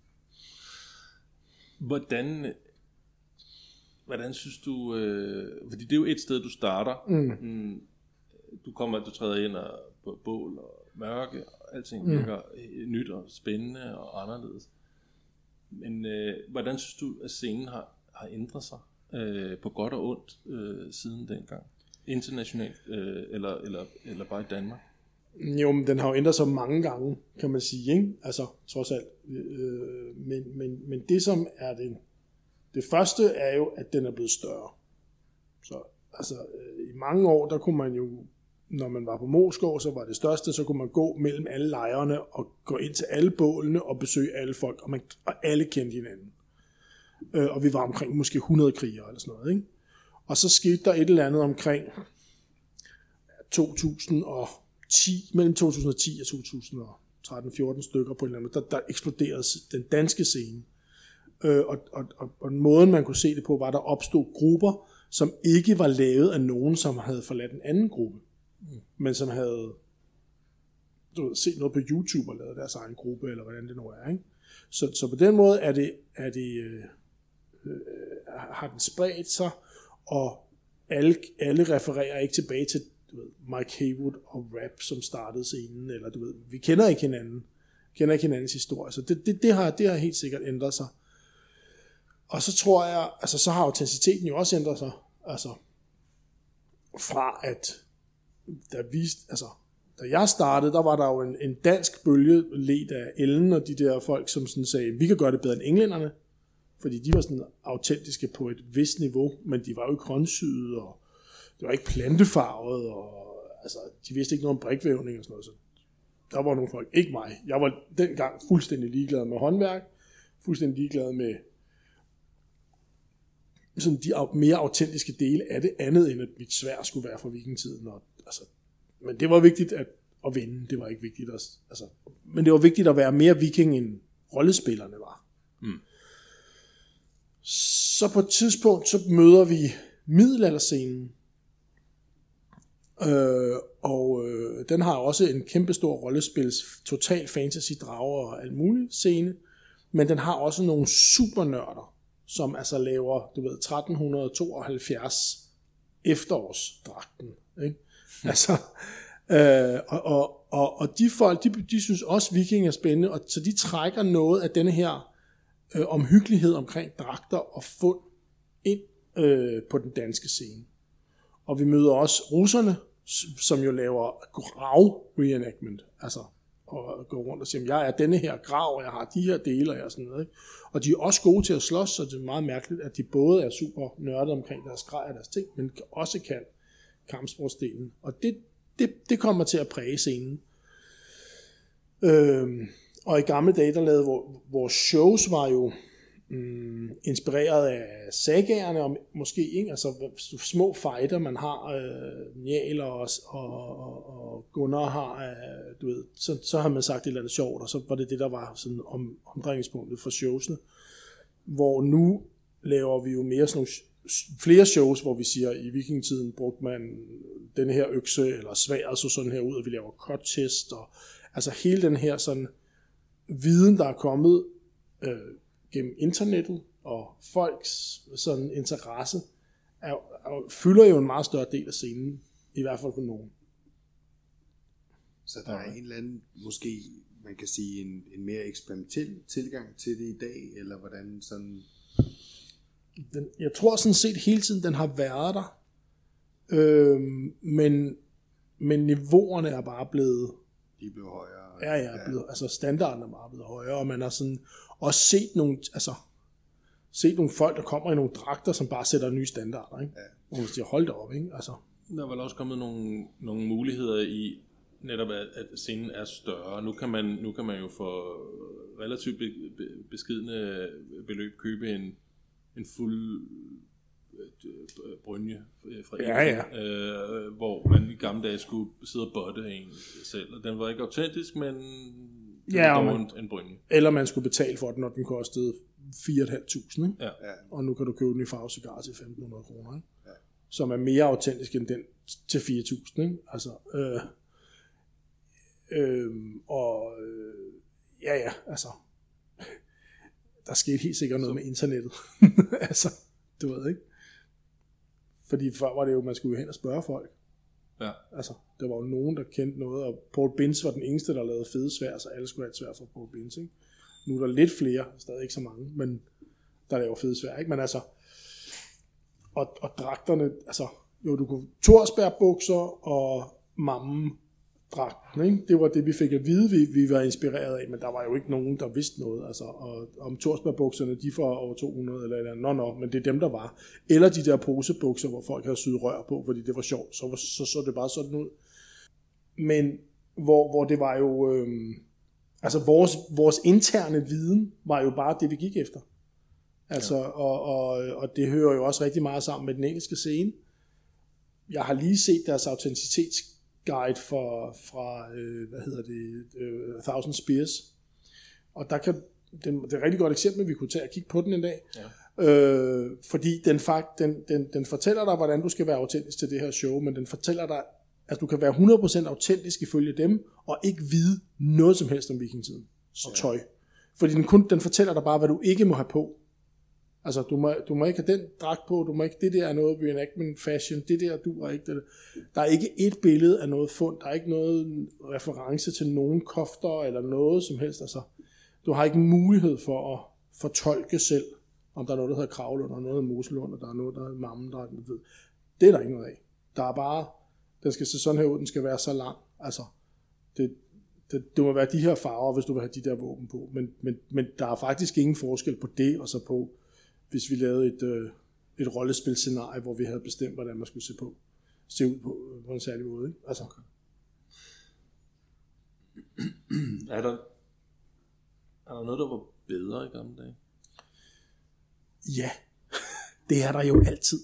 Hvordan, hvordan synes du, øh, fordi det er jo et sted, du starter. Mm. Mm, du kommer, du træder ind og, på bål og mørke, og alting virker mm. nyt og spændende og anderledes. Men øh, hvordan synes du, at scenen har, har ændret sig øh, på godt og ondt øh, siden dengang? Internationalt, øh, eller, eller, eller bare i Danmark? Jo, men den har jo ændret sig mange gange, kan man sige, ikke? Altså, trods alt. Øh, men, men, men det, som er det, det første, er jo, at den er blevet større. Så, altså, øh, i mange år, der kunne man jo, når man var på Moskov, så var det største, så kunne man gå mellem alle lejrene, og gå ind til alle bålene, og besøge alle folk, og, man, og alle kendte hinanden. Øh, og vi var omkring måske hundrede krigere, eller sådan noget, ikke? Og så skete der et eller andet omkring to tusind og ti, mellem to tusind og ti og to tusind og tretten fjorten stykker på en eller anden, der, der eksploderede den danske scene. Øh, og, og, og, og måden man kunne se det på, var, at der opstod grupper, som ikke var lavet af nogen, som havde forladt en anden gruppe, mm. men som havde du ved, set noget på YouTube og lavet deres egen gruppe, eller hvordan det nu er. Ikke? Så, så på den måde er det, er det, øh, øh, har den spredt sig, og alle, alle refererer ikke tilbage til du ved, Mike Haywood og rap, som startede scenen, eller du ved, vi kender ikke hinanden, kender ikke hinandens historie, så det, det, det, har, det har helt sikkert ændret sig. Og så tror jeg, altså så har autentiteten jo også ændret sig, altså fra at der viste, altså da jeg startede, der var der jo en, en dansk bølge ledt af Ellen og de der folk, som sådan sagde, vi kan gøre det bedre end englænderne, fordi de var sådan autentiske på et vist niveau, men de var jo ikke håndsyede, og det var ikke plantefarvet, og altså, de vidste ikke noget om brikvævning og sådan noget, så der var nogle folk, ikke mig. Jeg var dengang fuldstændig ligeglad med håndværk, fuldstændig ligeglad med sådan de mere autentiske dele af det, andet end at mit sværd skulle være fra vikingetiden. Og, altså, men det var vigtigt at, at vinde, det var ikke vigtigt at, altså, men det var vigtigt at være mere viking, end rollespillerne var. Mm. Så på et tidspunkt, så møder vi middelalderscenen, øh, og øh, den har også en kæmpestor rollespils, total fantasy, drager og alt muligt scene, men den har også nogle supernørder, som altså laver, du ved, tretten tooghalvfjerds efterårsdragten, ikke? Mm. Altså, øh, og, og, og, og de folk, de, de synes også, viking er spændende, og så de trækker noget af denne her øh, omhyggelighed omkring dragter og fund ind øh, på den danske scene. Og vi møder også russerne, som jo laver grav-reenactment, altså og gå rundt og sige, jeg er denne her grav, og jeg har de her dele, og jeg er sådan noget. Ikke? Og de er også gode til at slås, så det er meget mærkeligt, at de både er super nørdet omkring deres grej og deres ting, men også kan kampsportsdelen. Og det, det, det kommer til at præge scenen. Øhm, og i gamle dage, der lavede vores shows var jo mm, inspireret af sagaerne, og måske ikke, altså små fighter, man har, øh, Njal og, og, og, og Gunnar har, øh, du ved, så, så har man sagt et eller andet sjovt, og så var det det, der var sådan om, omdrejningspunktet for showsene. Hvor nu laver vi jo mere sådan nogle, flere shows, hvor vi siger, i vikingetiden brugte man den her økse, eller sværd så sådan her ud, og vi laver cut-test, og altså hele den her sådan viden, der er kommet øh, gennem internettet, og folks sådan interesse, er, er, fylder jo en meget større del af scenen, i hvert fald på nogen. Så der er en eller anden, måske man kan sige, en, en mere eksperimentel tilgang til det i dag, eller hvordan sådan... Den, jeg tror sådan set hele tiden, den har været der, øhm, men, men niveauerne er bare blevet... De er blevet højere. Ja, ja, blevet, altså standarden er bare blevet højere, og man har sådan også set nogle, altså, set nogle folk, der kommer i nogle dragter, som bare sætter nye standarder, ikke? Ja. Og man siger, hold da op, ikke? Altså. Der er vel også kommet nogle, nogle muligheder i, netop at, at scenen er større. Nu kan man, nu kan man jo for relativt be, be, beskidende beløb købe en, en fuld brynje fra ja, ja. øh, hvor man i gamle dage skulle sidde og botte en selv, og den var ikke autentisk, men ja, var man, en, en brynje. Eller man skulle betale for den, når den kostede fire tusind fem hundrede, ikke? Ja. Og nu kan du købe den i farvecigar til femten hundrede kroner, ikke? Ja. Som er mere autentisk end den til fire tusind, ikke? Altså, øh, øh, og øh, ja, ja, altså der skete helt sikkert noget Så. med internettet. Altså, du ved ikke. Fordi før var det jo, man skulle jo hen og spørge folk. Ja. Altså, der var jo nogen, der kendte noget, og Paul Binz var den eneste, der lavede fede svær, så alle skulle have et svær fra Paul Binz, ikke? Nu er der lidt flere, stadig ikke så mange, men der laver fede svær, ikke? Men altså, og, og dragterne, altså, jo, du kunne Torsberg bukser og mammen dragten, ikke? Det var det, vi fik at vide, vi, vi var inspireret af, men der var jo ikke nogen, der vidste noget, altså, og om Torsberg-bukserne, de får over to hundrede, eller eller nå, nå, men det er dem, der var. Eller de der posebukser, hvor folk havde syet rør på, fordi det var sjovt, så så, så det bare sådan ud. Men hvor, hvor det var jo, øhm, altså vores, vores interne viden var jo bare det, vi gik efter. Altså, ja. og, og, og det hører jo også rigtig meget sammen med den engelske scene. Jeg har lige set deres autenticitetsguide fra, fra øh, hvad hedder det, øh, Thousand Spears. Og der kan, det, det er et rigtig godt eksempel, vi kunne tage og kigge på den en dag. Ja. Øh, fordi den, fakt, den, den, den fortæller dig, hvordan du skal være autentisk til det her show, men den fortæller dig, at du kan være hundrede procent autentisk ifølge dem, og ikke vide noget som helst om vikingetiden og tøj. Fordi den, kun, den fortæller dig bare, hvad du ikke må have på. Altså, du må, du må ikke have den dragt på, du må ikke, det der er noget reenactment fashion, det der du er ikke det. Der er ikke et billede af noget fund, der er ikke noget reference til nogen kofter, eller noget som helst. Altså, du har ikke mulighed for at fortolke selv, om der er noget, der hedder Kravlund, og noget af Moselund, og der er noget, der hedder Mammen, der er noget. Det er der ikke noget af. Der er bare, den skal se sådan her ud, den skal være så lang. Altså, det, det, det må være de her farver, hvis du vil have de der våben på. Men, men, men der er faktisk ingen forskel på det, og så på, hvis vi lavede et, øh, et rollespilscenarie, hvor vi havde bestemt, hvordan man skulle se på, se ud på, på en særlig måde. Ikke? Altså. Er der, er der noget, der var bedre i gamle dage? Ja, det er der jo altid.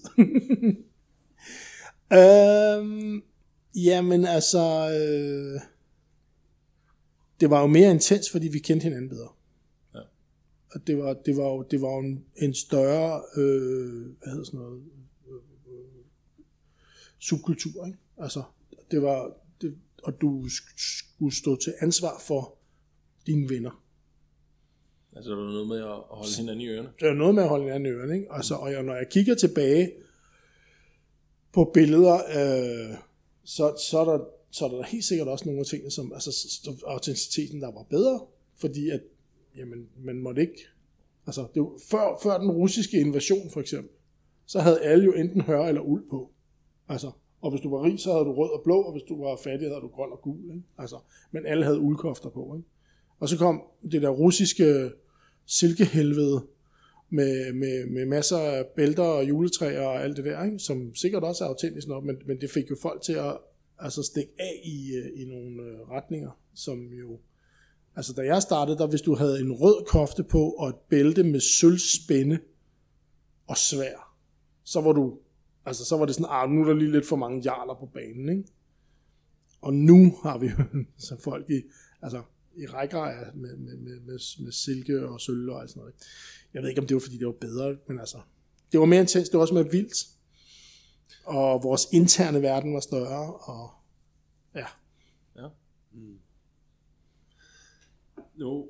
øhm, jamen altså, øh, det var jo mere intens, fordi vi kendte hinanden bedre. Og det var, det var jo, det var jo en, en større, øh, hvad hedder sådan noget, øh, øh, subkultur, ikke? Altså, det var, det, og du skulle stå til ansvar for dine venner. Altså, der var noget med at holde hinanden i ørerne? Det var noget med at holde hinanden i ørerne, ikke? Altså, og jeg, når jeg kigger tilbage på billeder, øh, så, så, er der, så er der helt sikkert også nogle af tingene, som, altså, autenticiteten, der var bedre, fordi at jamen, man måtte ikke, altså, det var før, før den russiske invasion for eksempel, så havde alle jo enten hør eller uld på, altså, og hvis du var rig, så havde du rød og blå, og hvis du var fattig, havde du grøn og gul, ikke? Altså, men alle havde uldkofter på, ikke? Og så kom det der russiske silkehelvede, med, med, med masser af bælter og juletræer og alt det der, ikke? Som sikkert også er autentisk nok, men, men det fik jo folk til at altså, stikke af i, i nogle retninger, som jo. Altså, da jeg startede, der hvis du havde en rød kofte på, og et bælte med sølvspænde og svær, så var du, altså, så var det sådan, ah, nu er der lige lidt for mange jarler på banen, ikke? Og nu har vi jo så folk i, altså, i rækker med, med, med, med, med silke og sølv og alt sådan noget. Jeg ved ikke, om det var, fordi det var bedre, men altså, det var mere intens, det var også mere vildt. Og vores interne verden var større, og ja. Ja. Mm. Nu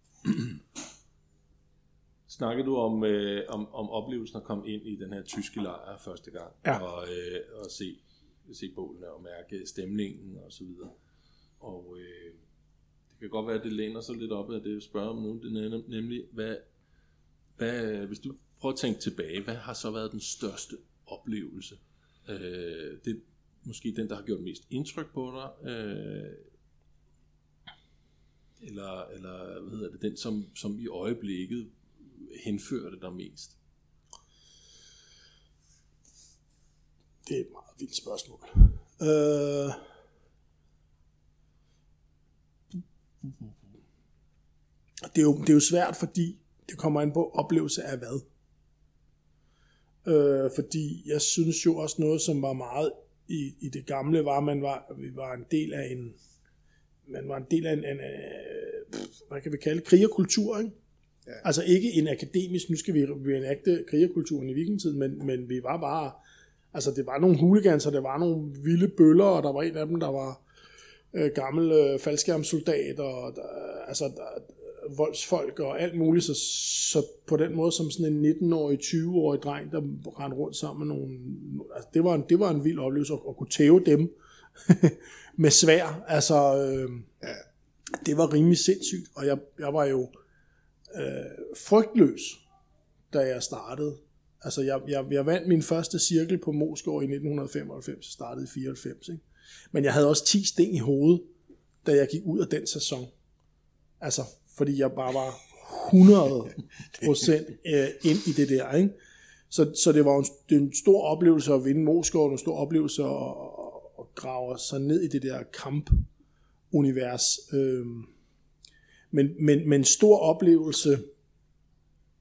snakkede du om, øh, om, om oplevelsen at komme ind i den her tyske lejr første gang, ja. og, øh, og se, se bålene og mærke stemningen og så videre. Og øh, det kan godt være, at det læner sig lidt op af det, jeg spørger om nu, det er nemlig, hvad, hvad, hvis du prøver at tænke tilbage, hvad har så været den største oplevelse? Øh, det er måske den, der har gjort mest indtryk på dig, øh, Eller, eller hvad hedder det, den, som, som i øjeblikket henførte dig mest? Det er et meget vildt spørgsmål. Øh... Det, er jo, det er jo svært, fordi det kommer an på oplevelse af hvad. Øh, fordi jeg synes jo også noget, som var meget i, i det gamle, var, at man var, vi var en del af en man var en del af en, en hvad kan vi kalde krigerkultur, ikke? Ja. Altså ikke en akademisk, nu skal vi reenacte krigerkulturen i vikingetiden, men, men vi var bare, altså det var nogle hooligans, og det var nogle vilde bøller, og der var en af dem, der var øh, gammel øh, faldskærmssoldat, og der, altså der, voldsfolk og alt muligt, så, så på den måde som sådan en nitten-årig, tyve-årig dreng, der rendte rundt sammen med nogle, altså det var en, det var en vild oplevelse at, at kunne tæve dem med svær, altså øh, ja. Det var rimelig sindssygt, og jeg, jeg var jo øh, frygtløs, da jeg startede. Altså jeg, jeg, jeg vandt min første cirkel på Moesgaard i nitten femoghalvfems, jeg startede i fireoghalvfems, ikke? Men jeg havde også ti sten i hovedet, da jeg gik ud af den sæson. Altså, fordi jeg bare var hundrede procent ind i det der, ikke? Så, så det var en, det en stor oplevelse at vinde Moesgaard, en stor oplevelse at, at grave sig ned i det der kampunivers. Øhm, men, men, men en stor oplevelse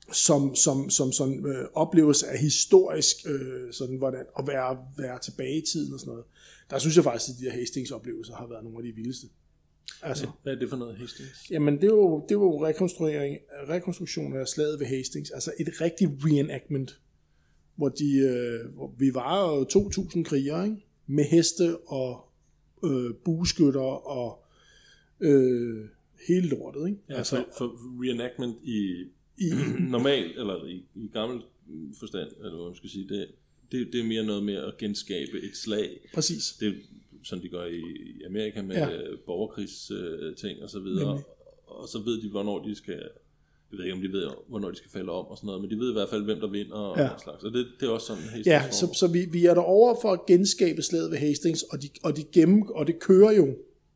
som, som, som sådan, øh, oplevelse af historisk, øh, sådan, hvordan, at være, være tilbage i tiden og sådan noget. Der synes jeg faktisk, at de her Hastings-oplevelser har været nogle af de vildeste. Altså, hvad er det for noget, Hastings? Jamen, det er jo, det var jo rekonstruering, rekonstruktion af slaget ved Hastings. Altså et rigtigt reenactment, hvor, de, øh, hvor vi var jo to tusind krigere, ikke? Med heste og øh, bueskytter og øh, hele lortet. Ikke? Ja, altså, for, for reenactment i, i normal, eller i, i gammel forstand, eller hvad man skal sige, det, det, det er mere noget med at genskabe et slag. Præcis. Det er sådan de gør i, i Amerika med ja. borgerkrigsting øh, og så videre. Nemlig. Og så ved de, hvornår de skal, jeg ved ikke om de ved, hvornår de skal falde om og sådan noget, men de ved i hvert fald, hvem der vinder og ja. slags. Så det, det er også sådan Hastings. Ja, så, så vi, vi er derovre for at genskabe slaget ved Hastings, og, de, og, de gennem, og det kører jo,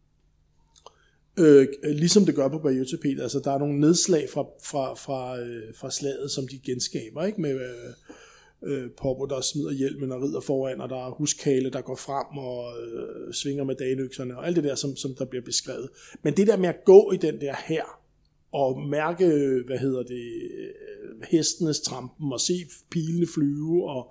øh, ligesom det gør på Bayeux-Tapet. Altså der er nogle nedslag fra, fra, fra, øh, fra slaget, som de genskaber, ikke? Med øh, øh, Poppo, der smider hjelmen og rider foran, og der er huskale, der går frem og øh, svinger med dagenøkserne, og alt det der, som, som der bliver beskrevet. Men det der med at gå i den der her, og mærke, hvad hedder det, hestenes trampen, og se pilene flyve, og,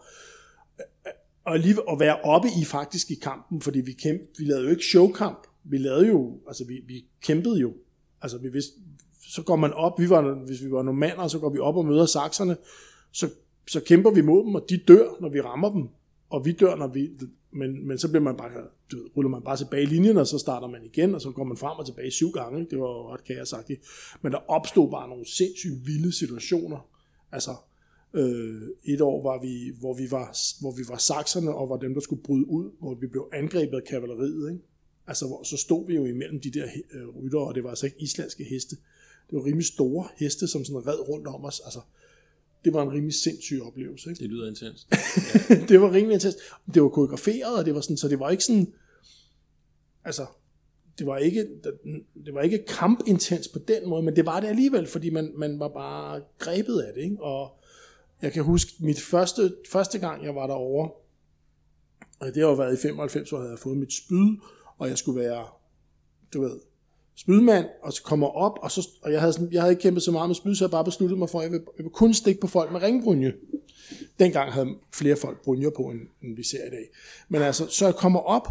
og, lige, og være oppe i faktisk i kampen, fordi vi kæmpede, vi lavede jo ikke showkamp, vi lavede jo, altså vi, vi kæmpede jo, altså vi vidste, så går man op, vi var, hvis vi var nogle mander, så går vi op og møder sakserne, så, så kæmper vi mod dem, og de dør, når vi rammer dem, og vi dør, når vi, men, men så bliver man bare, du ved, ruller man bare tilbage i linjen, og så starter man igen, og så går man frem og tilbage syv gange, ikke? Det var jo ret kaosagtigt, men der opstod bare nogle sindssygt vilde situationer, altså øh, et år var vi, hvor vi var, hvor vi var sakserne, og var dem, der skulle bryde ud, hvor vi blev angrebet af kavaleriet, ikke? Altså, hvor, så stod vi jo imellem de der øh, rytter, og det var altså ikke islandske heste, det var rimelig store heste, som sådan red rundt om os, altså, det var en rimelig sindssyg oplevelse, ikke? Det lyder intenst. Det var rimelig intenst. Det var koreograferet, og det var sådan, så det var ikke sådan, altså, det var ikke, det var ikke kampintens på den måde, men det var det alligevel, fordi man, man var bare grebet af det, ikke? Og jeg kan huske, mit første, første gang, jeg var derovre, og det har jo været i femoghalvfems, hvor jeg havde fået mit spyd, og jeg skulle være, du ved, spydmand, og så kommer op, og, så, og jeg, havde sådan, jeg havde ikke kæmpet så meget med spyd, så jeg bare besluttet mig for, at jeg vil, jeg vil kun stikke på folk med ringbrynje. Dengang havde flere folk brynjer på, end, end vi ser i dag. Men altså, så jeg kommer op,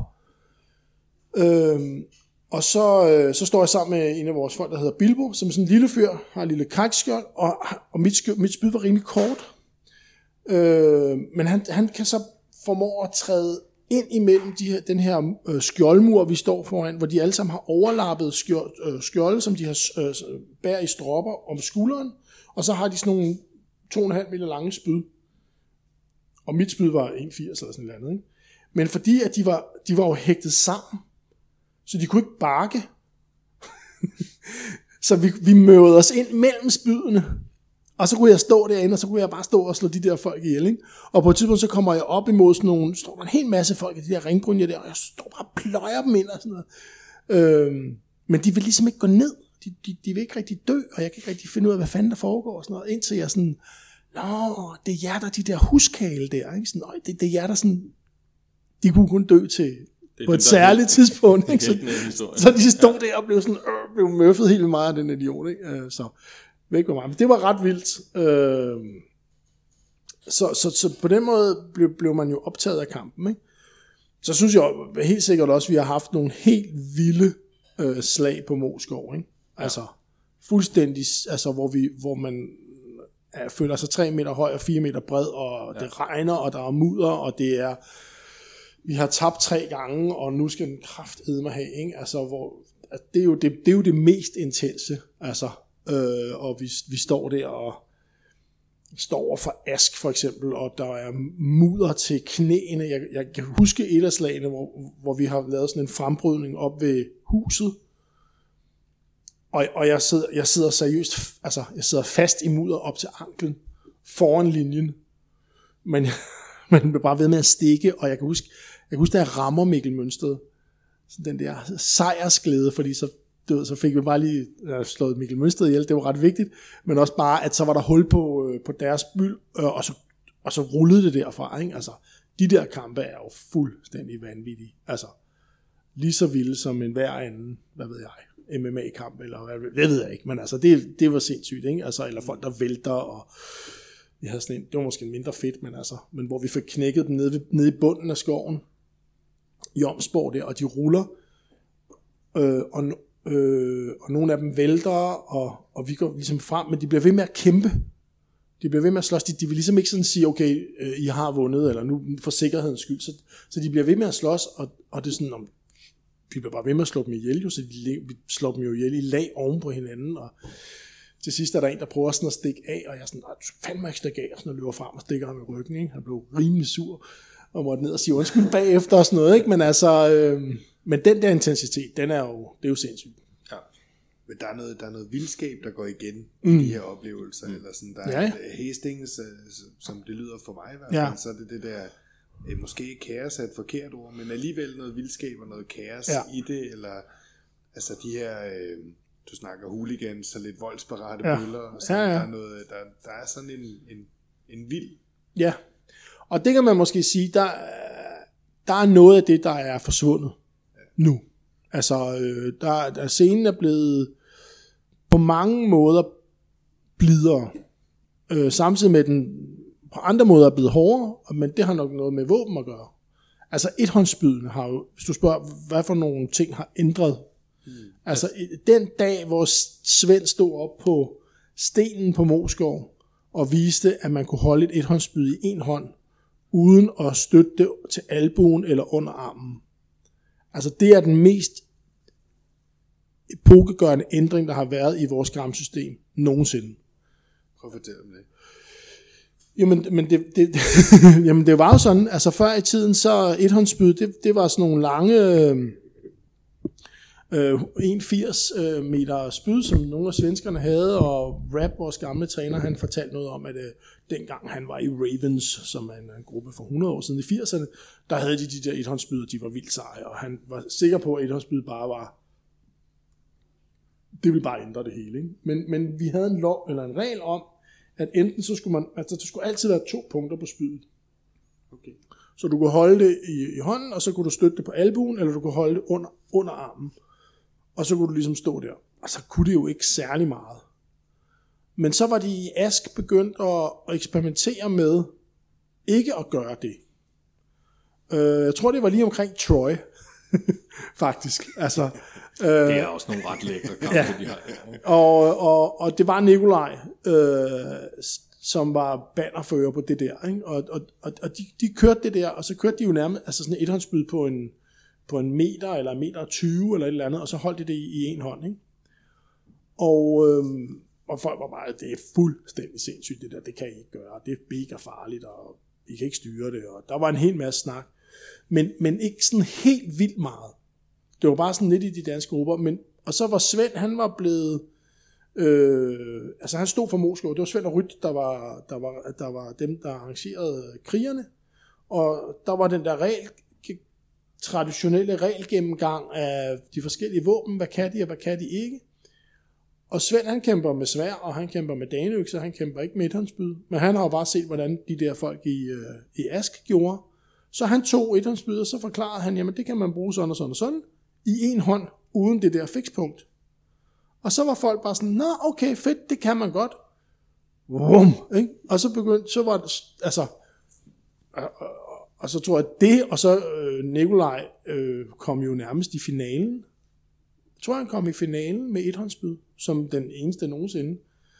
øh, og så, øh, så står jeg sammen med en af vores folk, der hedder Bilbo, som er sådan en lille fyr, har en lille kajskjold, og, og mit, skjold, mit spyd var rimelig kort. Øh, men han, han kan så formå at træde ind imellem de her, den her øh, skjoldmur, vi står foran, hvor de alle sammen har overlappet skjold, øh, skjolde, som de har øh, bærer i stropper om skulderen, og så har de sådan nogle to komma fem meter lange spyd. Og mit spyd var en komma firs eller sådan noget, ikke? Men fordi at de var, de var jo hægtet sammen, så de kunne ikke barke. Så vi, vi mødede os ind mellem spydene, og så kunne jeg stå derinde, og så kunne jeg bare stå og slå de der folk ihjel, ikke? Og på et tidspunkt, så kommer jeg op imod sådan nogle, står der en hel masse folk i de der ringbrynjer der, og jeg står bare og pløjer dem ind og sådan noget. Øhm, men de vil ligesom ikke gå ned. De, de, de vil ikke rigtig dø, og jeg kan ikke rigtig finde ud af, hvad fanden der foregår og sådan noget, indtil jeg sådan, nå, det er jer, der de der huskale der, ikke? Sådan, nøj, det, det er jer, der sådan, de kunne kun dø til på et særligt tidspunkt, ikke? Så, så de stod der og blev sådan, øh, blev møffet helt meget af den idiot, ikke? Øh, så væk med mig. Men det var ret vildt. Øh, så, så, så på den måde blev, blev man jo optaget af kampen, ikke? Så synes jeg helt sikkert også, at vi har haft nogle helt vilde øh, slag på Moskov, ikke? Altså fuldstændig, altså hvor, vi, hvor man ja, føler sig tre meter høj og fire meter bred, og ja. Det regner, og der er mudder, og det er, vi har tabt tre gange, og nu skal den kraftedme have, ikke? Altså, hvor, altså, det, er jo det, det er jo det mest intense, altså, øh, og vi, vi står der og står over for ask for eksempel, og der er mudder til knæene. Jeg, jeg kan huske et af slagene, hvor, hvor vi har lavet sådan en frembrydning op ved huset, og, og jeg, sidder, jeg sidder seriøst, altså jeg sidder fast i mudder op til anklen, foran linjen, men man bliver bare ved med at stikke, og jeg kan huske, jeg kan huske, da jeg rammer Mikkel Mønsted, så den der sejrsglæde, fordi så, du ved, så fik vi bare lige uh, slået Mikkel Mønsted ihjel, det var ret vigtigt, men også bare, at så var der hul på, uh, på deres byld, uh, og, så, og så rullede det derfra, ikke? Altså, de der kampe er jo fuldstændig vanvittige, altså, lige så vilde som en hver anden, hvad ved jeg. M M A-kamp, eller hvad, det ved jeg ikke, men altså, det, det var sindssygt, ikke? Altså, eller folk, der vælter, og vi havde sådan en, det var måske mindre fedt, men altså, men hvor vi fik knækket dem nede, nede i bunden af skoven, i Omsborg der, og de ruller, øh, og, øh, og nogle af dem vælter, og, og vi går ligesom frem, men de bliver ved med at kæmpe. De bliver ved med at slås. De, de vil ligesom ikke sådan sige, okay, øh, I har vundet, eller nu for sikkerhedens skyld. Så, så de bliver ved med at slås, og, og det er sådan, om, vi bliver bare ved med at slå dem ihjel, jo, så de, vi slår dem jo ihjel i lag oven på hinanden, og til sidst er der en, der prøver sådan at stikke af, og jeg er sådan, du skal fandme ikke stikke af, og sådan og løber frem og stikker ham i ryggen, ikke? Han blev rimelig sur, og måtte ned og sige undskyld bagefter og sådan noget, ikke? Men altså, øh, men den der intensitet, den er jo, det er jo sindssygt. Ja. Men der er noget, der er noget vildskab, der går igen mm. i de her oplevelser, eller sådan, der ja. er Hastings, som det lyder for mig i hvert fald, ja. Så er det det der, måske kaos er et forkert ord, men alligevel noget vildskab og noget kaos ja. i det, eller altså de her, øh, du snakker hooligans og lidt voldsparate ja. bøller, og sådan, ja, ja. Der, er noget, der, der er sådan en, en, en vild. Ja, og det kan man måske sige, der, der er noget af det, der er forsvundet ja. nu. Altså, øh, der, der scenen er blevet på mange måder blidere, øh, samtidig med den på andre måder er blevet hårdere, men det har nok noget med våben at gøre. Altså ethåndsspydene har jo, hvis du spørger, hvad for nogle ting har ændret. Mm. Altså den dag, hvor Svend stod op på stenen på Moskov og viste, at man kunne holde et ethåndsspyd i en hånd, uden at støtte det til albuen eller under armen. Altså det er den mest epokegørende ændring, der har været i vores kampsystem nogensinde. Prøv at fortælle om det. Jamen, men det, det, jamen det var jo sådan, altså før i tiden, så ethåndsspyd, det, det var sådan nogle lange øh, en komma firs øh, meter spyd, som nogle af svenskerne havde, og Rap, vores gamle træner, han fortalte noget om, at øh, dengang han var i Ravens, som er en, en gruppe for hundrede år siden i firserne, der havde de de der ethåndsspyd, og de var vildt seje, og han var sikker på, at ethåndsspyd bare var, det ville bare ændre det hele, ikke? Men, men vi havde en lov, eller en regel om, at enten så skulle man, altså der skulle altid være to punkter på spydet. Okay. Så du kunne holde det i, i hånden, og så kunne du støtte det på albuen, eller du kunne holde det under, under armen. Og så kunne du ligesom stå der. Og så kunne det jo ikke særlig meget. Men så var de i Ask begyndt at, at eksperimentere med ikke at gøre det. Uh, jeg tror, det var lige omkring Troy, faktisk. Altså, uh, det er også nogle ret lækre kampe, ja. de har. Og, og, og det var Nikolaj, øh, som var bannerfører på det der, ikke? Og, og, og de, de kørte det der, og så kørte de jo nærmest altså sådan et ethåndsspyd på en, på en meter, eller en meter og tyve, eller et eller andet, og så holdt de det i, i en hånd, ikke? Og, øh, og folk var bare, det er fuldstændig sindssygt det der, det kan I ikke gøre, det er mega farligt, og I kan ikke styre det, og der var en hel masse snak, men, men ikke sådan helt vildt meget. Det var bare sådan lidt i de danske grupper, men og så var Svend, han var blevet, øh, altså han stod for Moskov, det var Svend og Ryt, der var, der var, der var dem, der arrangerede krigerne, og der var den der regel, traditionelle regelgennemgang af de forskellige våben, hvad kan de og hvad kan de ikke. Og Svend, han kæmper med svær, og han kæmper med daneøkser, han kæmper ikke med ethåndsspyd, men han har jo bare set, hvordan de der folk i, øh, i Ask gjorde. Så han tog ethåndsspyd, og så forklarede han, jamen det kan man bruge sådan og sådan og sådan, i en hånd, uden det der fikspunkt. Og så var folk bare sådan, nå okay, fedt, det kan man godt. Vum, ikke? Og så begyndte, så var det, altså, og, og, og så tror jeg det, og så øh, Nikolaj øh, kom jo nærmest i finalen. Jeg tror, han kom i finalen med ethåndsspyd, som den eneste nogensinde.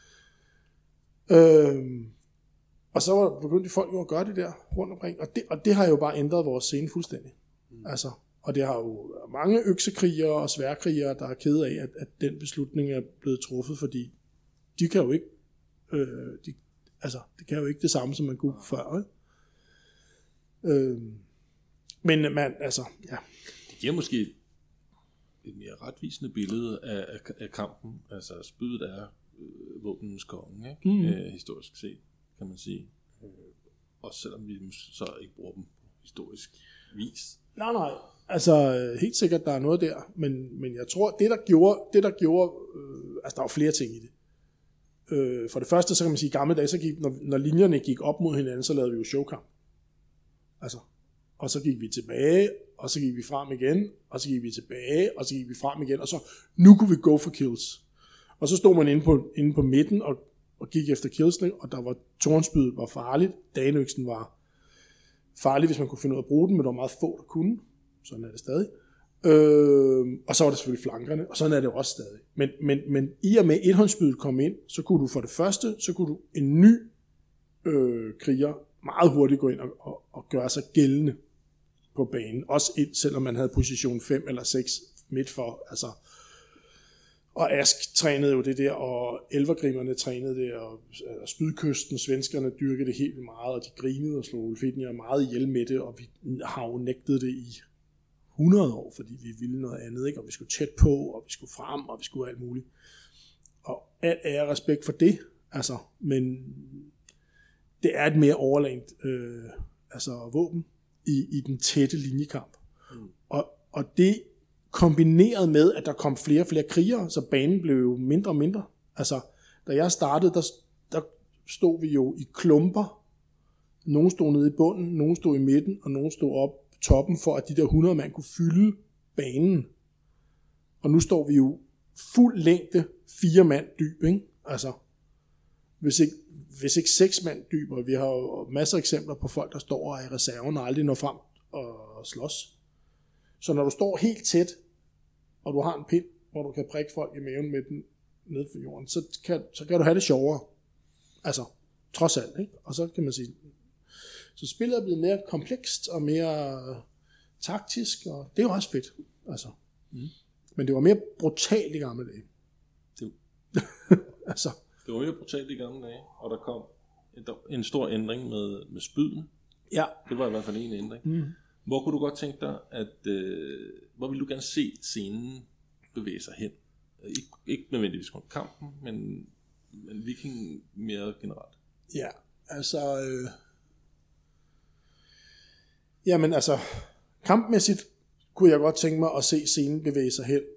Øh, og så var begyndte folk jo at gøre det der rundt omkring, og det, og det har jo bare ændret vores scene fuldstændig. Mm. Altså, og det har jo mange øksekrigere og sværkrigere, der er kede af, at, at den beslutning er blevet truffet, fordi de kan jo ikke, øh, de, altså, det kan jo ikke det samme, som man kunne før. Ikke? Øh, men man, altså, ja. Det giver måske et mere retvisende billede af, af, af kampen. Altså, spydet er øh, våbenens konge, ikke? Mm. Øh, historisk set, kan man sige. Øh, også selvom vi så ikke bruger dem på historisk vis. Nej, nej. Altså, helt sikkert, der er noget der, men, men jeg tror, det der gjorde, det der gjorde, øh, altså der var flere ting i det. Øh, for det første, så kan man sige, i gamle dage, så gik, når, når linjerne gik op mod hinanden, så lavede vi jo showkamp. Altså, og så gik vi tilbage, og så gik vi frem igen, og så gik vi tilbage, og så gik vi frem igen, og så nu kunne vi go for kills. Og så stod man inde på, inde på midten og, og gik efter killsene, og der var tornspydet var farligt, dagenøksen var farlig, hvis man kunne finde ud af at bruge den, men der var meget få, der kunne. Sådan er det stadig. Øh, og så var det selvfølgelig flankerne, og sådan er det også stadig. Men, men, men i og med etåndsspydet kom ind, så kunne du for det første, så kunne du en ny øh, kriger meget hurtigt gå ind og, og, og gøre sig gældende på banen. Også ind, selvom man havde position fem eller seks midt for. Altså. Og Ask trænede jo det der, og elvergrimerne trænede det, og spydkysten, svenskerne dyrkede det helt meget, og de grinede og slog Ulfitnir meget ihjel med det, og vi har jo nægtet det i hundrede år, fordi vi ville noget andet, ikke? Og vi skulle tæt på, og vi skulle frem, og vi skulle alt muligt. Og alt er respekt for det, altså, men det er et mere overlegent øh, altså våben i, i den tætte linjekamp. Mm. Og, og det kombineret med, at der kom flere og flere krigere, så banen blev jo mindre og mindre. Altså, da jeg startede, der, der stod vi jo i klumper. Nogle stod nede i bunden, nogle stod i midten, og nogle stod op på toppen, for at de der hundrede mand kunne fylde banen. Og nu står vi jo fuld længde, fire mand dyb, ikke? Altså, hvis ikke, hvis ikke seks mand dyb, og vi har jo masser af eksempler på folk, der står i reserven og aldrig når frem og slås. Så når du står helt tæt, og du har en pind, hvor du kan prikke folk i maven med den ned for jorden, så kan, så kan du have det sjovere. Altså, trods alt, ikke? Og så kan man sige, så spillet er blevet mere komplekst og mere taktisk, og det er jo også fedt. Altså. Mm. Men det var mere brutalt i gamle dage. Det, altså. det var mere brutalt i gamle dage, og der kom en, en stor ændring med, med spyden. Ja. Det var i hvert fald en ændring. Mm. Hvor kunne du godt tænke dig, at øh, hvor ville du gerne se scenen bevæge sig hen? Ik- ikke nødvendigvis kun kampen, men, men viking mere generelt. Ja, altså... Øh... Jamen altså, kampmæssigt kunne jeg godt tænke mig at se scenen bevæge sig hen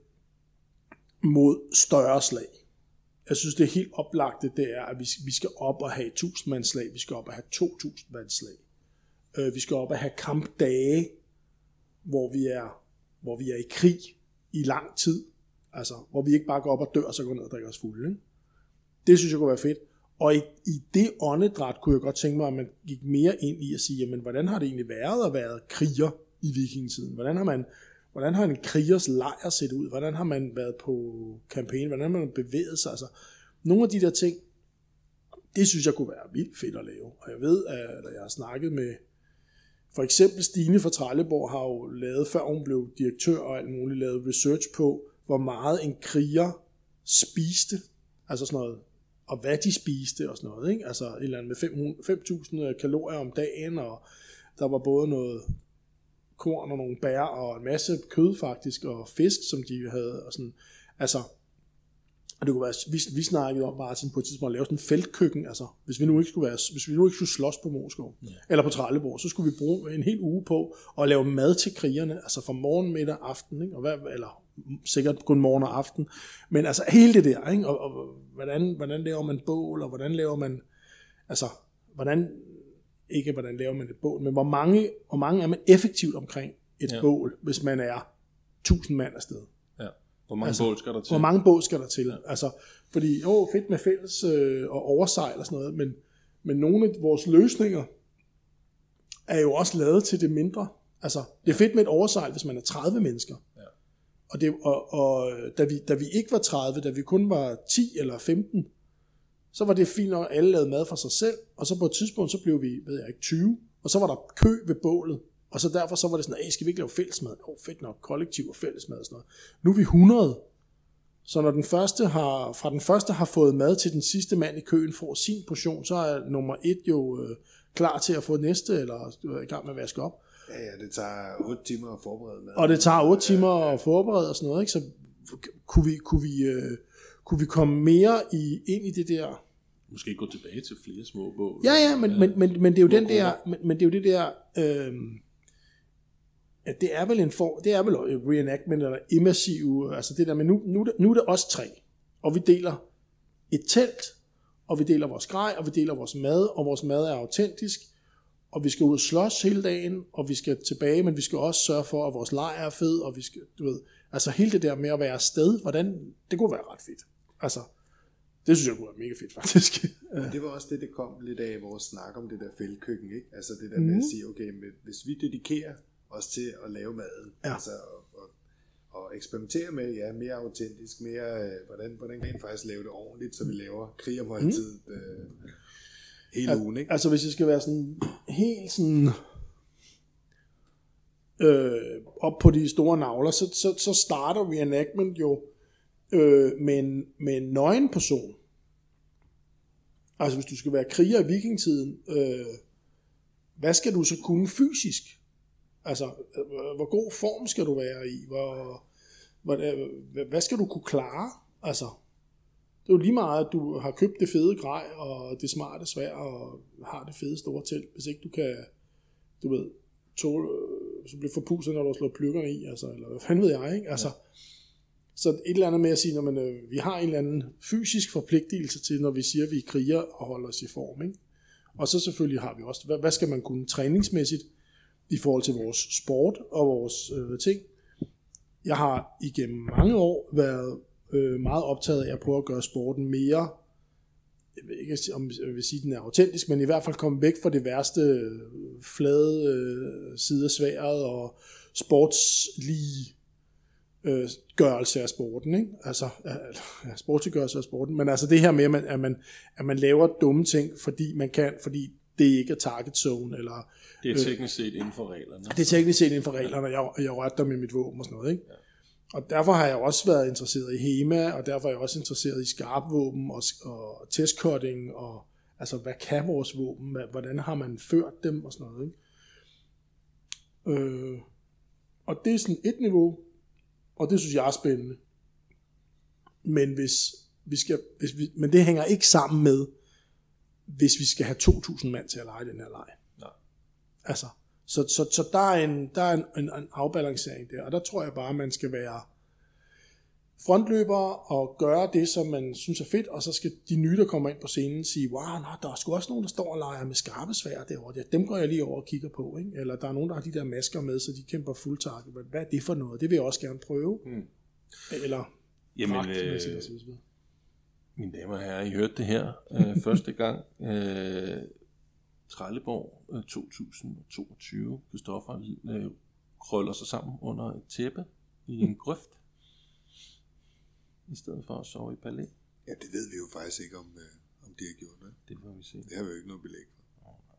mod større slag. Jeg synes, det er helt oplagt, det er, at vi, vi skal op og have tusind mands slag, vi skal op og have to tusind mands slag. Vi skal op og have kampdage, hvor vi er, hvor vi er i krig i lang tid. Altså, hvor vi ikke bare går op og dør, og så går ned og drikker os fulde. Ikke? Det synes jeg kunne være fedt. Og i, i det åndedræt kunne jeg godt tænke mig, at man gik mere ind i at sige, jamen, hvordan har det egentlig været at være kriger i vikingetiden? Hvordan har man, hvordan har en krigers lejr set ud? Hvordan har man været på kampagne? Hvordan har man bevæget sig? Altså, nogle af de der ting, det synes jeg kunne være vildt fedt at lave. Og jeg ved, at jeg har snakket med for eksempel Stine fra Trelleborg har jo lavet, før hun blev direktør og alt muligt, lavet research på, hvor meget en kriger spiste, altså sådan noget, og hvad de spiste og sådan noget, ikke? Altså et eller andet med fem tusind kalorier om dagen, og der var både noget korn og nogle bær og en masse kød faktisk, og fisk, som de havde, og sådan, altså, og det kunne være, vi, vi snakkede om bare sådan på et tidspunkt at lave sådan en feltkøkken, altså hvis vi nu ikke skulle være, hvis vi nu ikke skulle slås på Moskov, ja. Eller på Trelleborg, så skulle vi bruge en hel uge på at lave mad til krigerne, altså fra morgen, middag, aften, ikke? Og hvad, eller sikkert kun morgen og aften, men altså hele det der, ikke? Og, og hvordan, hvordan laver man bål, og hvordan laver man, altså hvordan, ikke hvordan laver man et bål, men hvor mange, hvor mange er man effektivt omkring et ja. bål, hvis man er tusind mand afsted. Hvor mange altså, bål skal der til? Hvor mange bål skal der til? Ja. Altså, fordi, jo, fedt med fælles øh, og oversejl og sådan noget, men, men nogle af vores løsninger er jo også lavet til det mindre. Altså, det er fedt med et oversejl, hvis man er tredive mennesker. Ja. Og, det, og, og da, vi, da vi ikke var tredive, da vi kun var ti eller femten, så var det fint, når alle lavede mad for sig selv, og så på et tidspunkt, så blev vi, ved jeg ikke, tyve, og så var der kø ved bålet. Og så derfor så var det sådan, at skal vi ikke lave fællesmad? Åh, oh, fedt nok, kollektiv og fællesmad og sådan noget. Nu er vi hundrede. Så når den første har, fra den første har fået mad til den sidste mand i køen får sin portion, så er nummer et jo øh, klar til at få næste, eller er i gang med at vaske op. Ja, ja, det tager otte timer at forberede mad. Og det tager otte timer at forberede og sådan noget, ikke? Så kunne vi, kunne vi, øh, kunne vi komme mere i, ind i det der... Måske gå tilbage til flere små bål. Ja, ja, men, men, men, men det er jo den der... Men, men det er jo det der... Øh, Ja, det er vel en form, det er vel reenactment eller immersiv, altså det der, men nu, nu, nu er det os tre, og vi deler et telt, og vi deler vores grej, og vi deler vores mad, og vores mad er autentisk, og vi skal ud og slås hele dagen, og vi skal tilbage, men vi skal også sørge for, at vores lejr er fed, og vi skal, du ved, altså hele det der med at være afsted, hvordan, det kunne være ret fedt. Altså, det synes jeg kunne være mega fedt, faktisk. Men det var også det, det kom lidt af vores snak om det der fældkøkken, ikke? Altså det der med mm. at sige, okay, men hvis vi dedikerer os til at lave maden, ja. altså og, og, og eksperimentere med, ja, mere autentisk, mere, øh, hvordan, hvordan kan vi faktisk lave det ordentligt, så vi laver krigermåltid mm. øh, hele Al- ugen, ikke? Altså hvis jeg skal være sådan helt sådan øh, op på de store navler, så, så, så starter reenactment jo øh, med, en, med en nøgen person. Altså hvis du skal være kriger i vikingetiden, øh, hvad skal du så kunne fysisk? Altså, hvor god form skal du være i? Hvor, hvor, hvad skal du kunne klare? Altså, det er jo lige meget, at du har købt det fede grej, og det smarte sværd, og har det fede store telt, hvis ikke du kan, du ved, tåle, så bliver forpustet, når du slår pløkkerne i, altså, eller hvad fanden ved jeg, ikke? Altså, ja. Så et eller andet med at sige, når man, øh, vi har en eller anden fysisk forpligtelse til, når vi siger, at vi er kriger og holder os i form, ikke? Og så selvfølgelig har vi også, hvad, hvad skal man kunne træningsmæssigt i forhold til vores sport og vores øh, ting. Jeg har igennem mange år været øh, meget optaget af at prøve at gøre sporten mere, jeg ved ikke om jeg vil sige, at den er autentisk, men i hvert fald komme væk fra det værste øh, flade øh, side af sværet og sportslige øh, gørelse af sporten, ikke? Altså ja, sportsgørelse af sporten, men altså det her med, at man, at man, at man laver dumme ting, fordi man kan, fordi det ikke er target zone, eller det er teknisk set inden for reglerne. Det er teknisk set inden for reglerne, og jeg, jeg rørte dem med mit våben og sådan noget, ikke? Ja. Og derfor har jeg også været interesseret i HEMA, og derfor er jeg også interesseret i skarpvåben og, og testcutting, og altså, hvad kan vores våben, hvordan har man ført dem og sådan noget, ikke? Øh, og det er sådan et niveau, og det synes jeg er spændende. Men hvis vi skal, hvis vi, men det hænger ikke sammen med, hvis vi skal have to tusind mand til at lege den her leg. Nej. Altså, så, så, så der er, en, der er en, en, en afbalancering der, og der tror jeg bare, at man skal være frontløber og gøre det, som man synes er fedt, og så skal de nye, der kommer ind på scenen, sige, wow, nå, der er sgu også nogen, der står og leger med skarpe sværd derovre. Ja, dem går jeg lige over og kigger på, ikke? Eller der er nogen, der har de der masker med, så de kæmper full target. Hvad er det for noget? Det vil jeg også gerne prøve. Mm. Eller Jamen, pragtmæssigt øh, og så videre. Mine damer og herrer, I hørte det her øh, første gang. Øh, Trelleborg øh, to tusind toogtyve. Kristoffer øh, krøller sig sammen under et tæppe i en grøft, i stedet for at sove i palæ. Ja, det ved vi jo faktisk ikke, om, øh, om de har gjort det. Det må vi se. Det har vi jo ikke noget belæg for. Oh,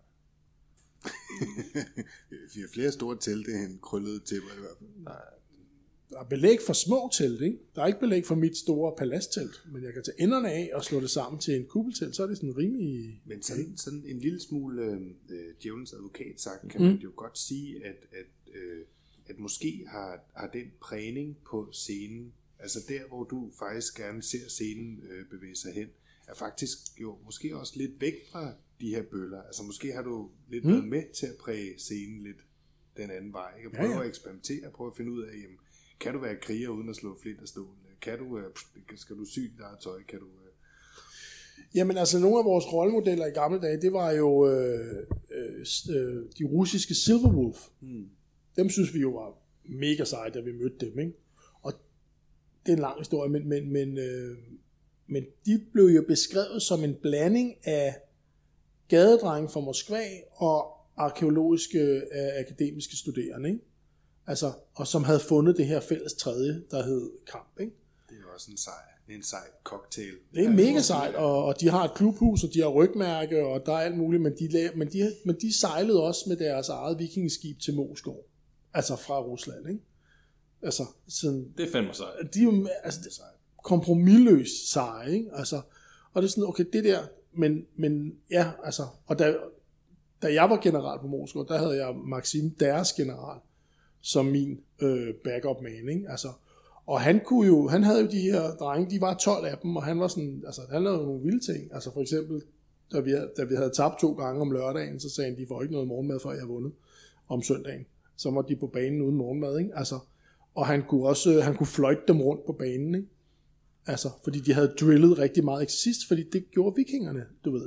nej. Vi har flere store telte end krøllede tæpper i hvert fald. Nej. Der er belæg for små telt, ikke? Der er ikke belæg for mit store palastelt, men jeg kan tage enderne af og slå det sammen til en kuppeltelt, så er det sådan rimelig... Men sådan, sådan en lille smule øh, djævelens advokat sagt, kan mm. man jo godt sige, at, at, øh, at måske har, har den prægning på scenen, altså der, hvor du faktisk gerne ser scenen øh, bevæge sig hen, er faktisk jo måske også lidt væk fra de her bøller. Altså måske har du lidt mm. været med til at præge scenen lidt den anden vej, ikke? Og prøve ja, ja. at eksperimentere, prøve at finde ud af, jamen, kan du være kriger uden at slå flint af stolen? Kan du, skal du sy dit eget tøj? Kan du... Jamen altså, nogle af vores rollemodeller i gamle dage, det var jo øh, øh, de russiske Silverwolf. Hmm. Dem synes vi jo var mega seje, da vi mødte dem, ikke? Og det er en lang historie, men, men, men, øh, men de blev jo beskrevet som en blanding af gadedrenge fra Moskva og arkeologiske øh, akademiske studerende, ikke? Altså, og som havde fundet det her fælles tredje, der hed kamp, ikke? Det er jo også en sej, det er en sej cocktail. Det er mega sejt, og, og de har et klubhus, og de har rygmærke, og der er alt muligt, men de, men de, men de sejlede også med deres eget vikingeskib til Moskov, altså fra Rusland, ikke? Altså, sådan, det er fandme sejt. De er jo altså, det er kompromisløst seje, ikke? Altså, og det er sådan, okay, det der, men, men ja, altså, og da, da jeg var general på Moskov, der havde jeg Maxim, deres general, som min øh, backup man, ikke? Altså, og han kunne jo, han havde jo de her drenge, de var tolv af dem, og han var sådan, altså han lavede nogle vilde ting, altså for eksempel, da vi, da vi havde tabt to gange om lørdagen, så sagde han, de får ikke noget morgenmad, før jeg har vundet om søndagen, så var de på banen uden morgenmad, ikke? Altså, og han kunne også, han kunne fløjte dem rundt på banen, ikke? Altså, fordi de havde drillet rigtig meget exist, fordi det gjorde vikingerne, du ved, ikke?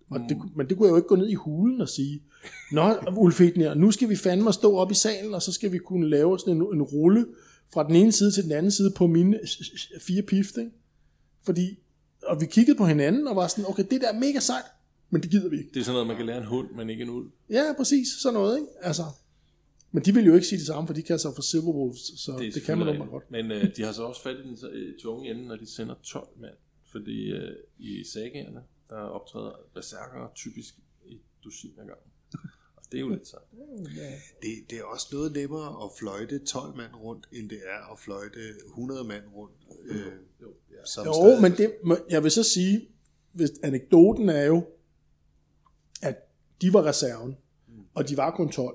Og det, men det kunne jeg jo ikke gå ned i hulen og sige, nå, Ulf Hedner, nu skal vi fandme stå op i salen, og så skal vi kunne lave sådan en, en rulle fra den ene side til den anden side på mine fire pift, ikke? Fordi, og vi kiggede på hinanden og var sådan, okay, det der er mega sejt, men det gider vi ikke. Det er sådan noget, man kan lære en hund, men ikke en ulv. Ja, præcis, sådan noget, ikke? Altså, men de vil jo ikke sige det samme, for de kan så for Silverwolves, så det, det kan man nok godt. Men øh, de har så også fat i den øh, tunge ende, når de sender tolv mand, fordi øh, i sagaerne, der optræder berserkere typisk i dusin af gangen. Og det er jo lidt sejt. Det, det er også noget nemmere at fløjte tolv mand rundt, end det er at fløjte hundrede mand rundt. Øh, jo, ja. Som jo stadig... men det, jeg vil så sige, hvis anekdoten er jo, at de var reserven, mm. og de var kun tolv.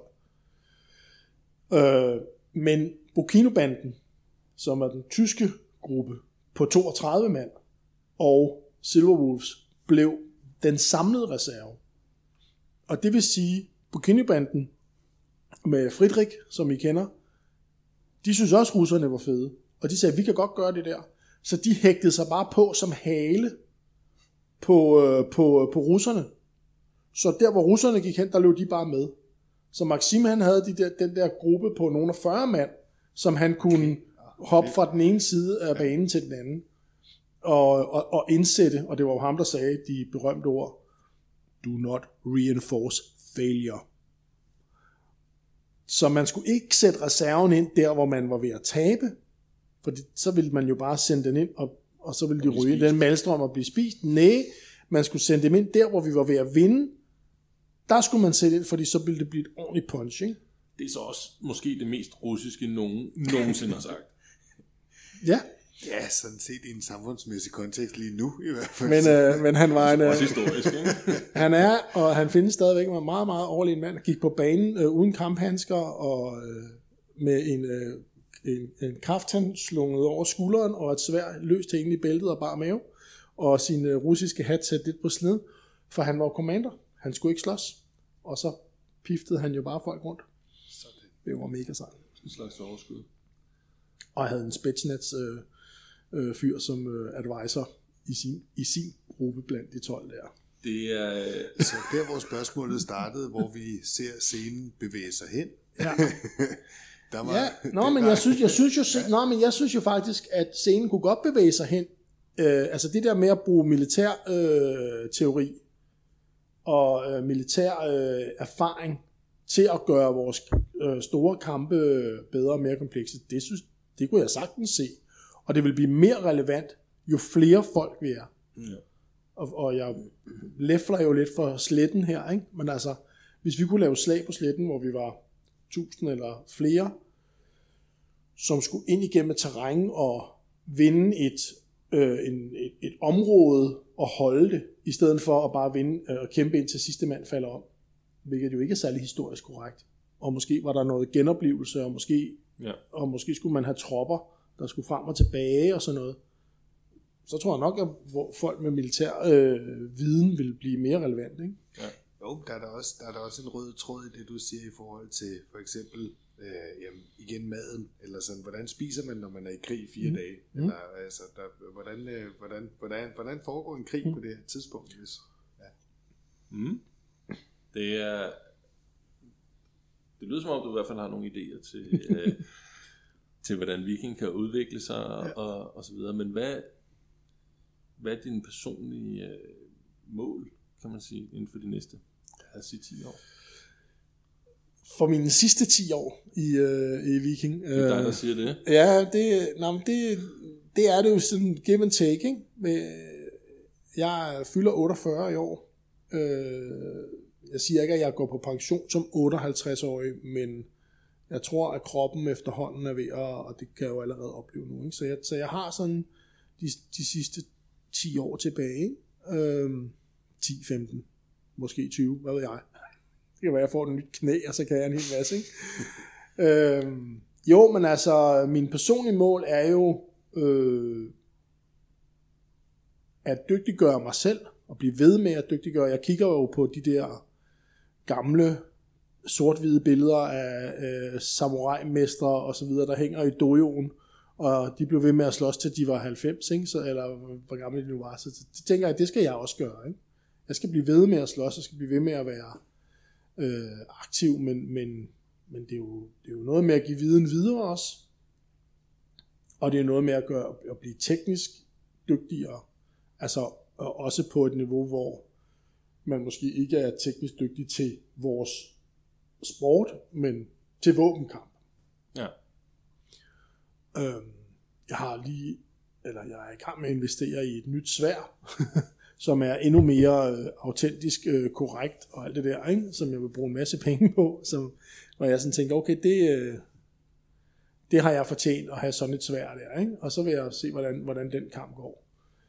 Øh, men Burkino-banden, som er den tyske gruppe på toogtredive mand, og Silverwolves blev den samlede reserve. Og det vil sige, Burkino-banden med Friedrich, som I kender, de synes også, russerne var fede. Og de sagde, vi kan godt gøre det der. Så de hægtede sig bare på som hale på, øh, på, på russerne. Så der, hvor russerne gik hen, der løb de bare med. Så Maxim, han havde de der, den der gruppe på nogle af fyrre mand, som han kunne hoppe fra den ene side af banen til den anden. Og, og, og indsætte, og det var jo ham, der sagde de berømte ord, do not reinforce failure. Så man skulle ikke sætte reserven ind der, hvor man var ved at tabe, for det, så ville man jo bare sende den ind, og, og så ville de ryge den malstrøm og blive spist. Nej, man skulle sende dem ind der, hvor vi var ved at vinde. Der skulle man sætte ind, fordi så ville det blive et ordentligt punch, ikke? Det er så også måske det mest russiske, nogen nogensinde har sagt. Ja. Ja, sådan set i en samfundsmæssig kontekst lige nu i hvert fald. Men, øh, men han var en... Også historisk, ikke? Han er, og han findes stadigvæk med meget, meget overlegen mand. Han gik på banen øh, uden kamphandsker og øh, med en, øh, en, en kaftan slunget over skulderen og et sværd løst hængende i bæltet og bar mave. Og sin øh, russiske hat sat lidt på sned, for han var commander. Han skulle ikke slås. Og så piftede han jo bare folk rundt. Det var mega sejt. En slags overskud. Og havde en Spetsnaz øh, øh, fyr som øh, advisor i sin, i sin gruppe blandt de tolv der. Det er... Så der hvor spørgsmålet startede, hvor vi ser scenen bevæge sig hen. Ja. der var, ja. Nå, men jeg synes, jeg synes jo, ja. Nå, men jeg synes jo faktisk, at scenen kunne godt bevæge sig hen. Øh, altså det der med at bruge militær øh, teori og øh, militær øh, erfaring til at gøre vores øh, store kampe bedre og mere komplekse, det, synes, det kunne jeg sagtens se. Og det vil blive mere relevant, jo flere folk vi er. Ja. Og, og jeg læfler jo lidt for sletten her, ikke? Men altså, hvis vi kunne lave slag på sletten, hvor vi var tusind eller flere, som skulle ind igennem et terræn og vinde et, øh, en, et, et område og holde det, i stedet for at bare vinde øh, og kæmpe ind til sidste mand falder om. Hvilket jo ikke er særlig historisk korrekt. Og måske var der noget genoplevelse, og måske, ja. og måske skulle man have tropper, der skulle frem og tilbage og sådan noget. Så tror jeg nok, at folk med militær øh, viden vil blive mere relevant, ikke? Ja. Jo, der er der, også, der er der også en rød tråd i det, du siger i forhold til for eksempel øh, jamen, igen maden, eller sådan, hvordan spiser man, når man er i krig i fire mm. dage? Mm. Eller altså, der, hvordan, øh, hvordan, hvordan, hvordan foregår en krig mm. på det her tidspunkt? Hvis, ja. mm. Det er... Det lyder som om, du i hvert fald har nogle idéer til, øh, til hvordan viking kan udvikle sig og, ja. og, og så videre. Men hvad, hvad er dine personlige øh, mål, kan man sige, inden for de næste lad os sige, ti år? For mine sidste ti år i, øh, i viking. Det er dig, der siger det. Ja, det, nej, det, det er det jo sådan give and take, ikke? Jeg fylder otteogfyrre i år. Jeg siger ikke, at jeg går på pension som otteoghalvtreds-årig, men jeg tror, at kroppen efterhånden er ved at, og det kan jeg jo allerede opleve nu, ikke? Så, jeg, så jeg har sådan de, de sidste ti år tilbage, ikke? Øhm, ti femten, måske tyve, hvad ved jeg. Det kan være, at jeg får et nyt knæ, og så kan jeg en hel masse, ikke? øhm, jo, men altså, min personlige mål er jo øh, at dygtiggøre mig selv, og blive ved med at dygtiggøre. Jeg kigger jo på de der gamle sort-hvide billeder af øh, samurai-mestre og så videre, der hænger i dojoen, og de blev ved med at slås til de var halvfems, ikke? Så, eller hvor gamle de nu var. Så det tænker jeg, det skal jeg også gøre, ikke? jeg skal blive ved med at slås, jeg skal blive ved med at være øh, aktiv, men, men, men det, er jo, det er jo noget med at give viden videre også, og det er noget med at, gøre, at blive teknisk dygtigere, altså også på et niveau, hvor man måske ikke er teknisk dygtig til vores sport, men til våbenkamp. Ja. Øhm, jeg har lige, eller jeg er i gang med at investere i et nyt sværd, som er endnu mere øh, autentisk, øh, korrekt og alt det der, ikke? Som jeg vil bruge en masse penge på, som, hvor jeg sådan tænker, okay, det, øh, det har jeg fortjent at have sådan et sværd der, ikke? Og så vil jeg se, hvordan, hvordan den kamp går.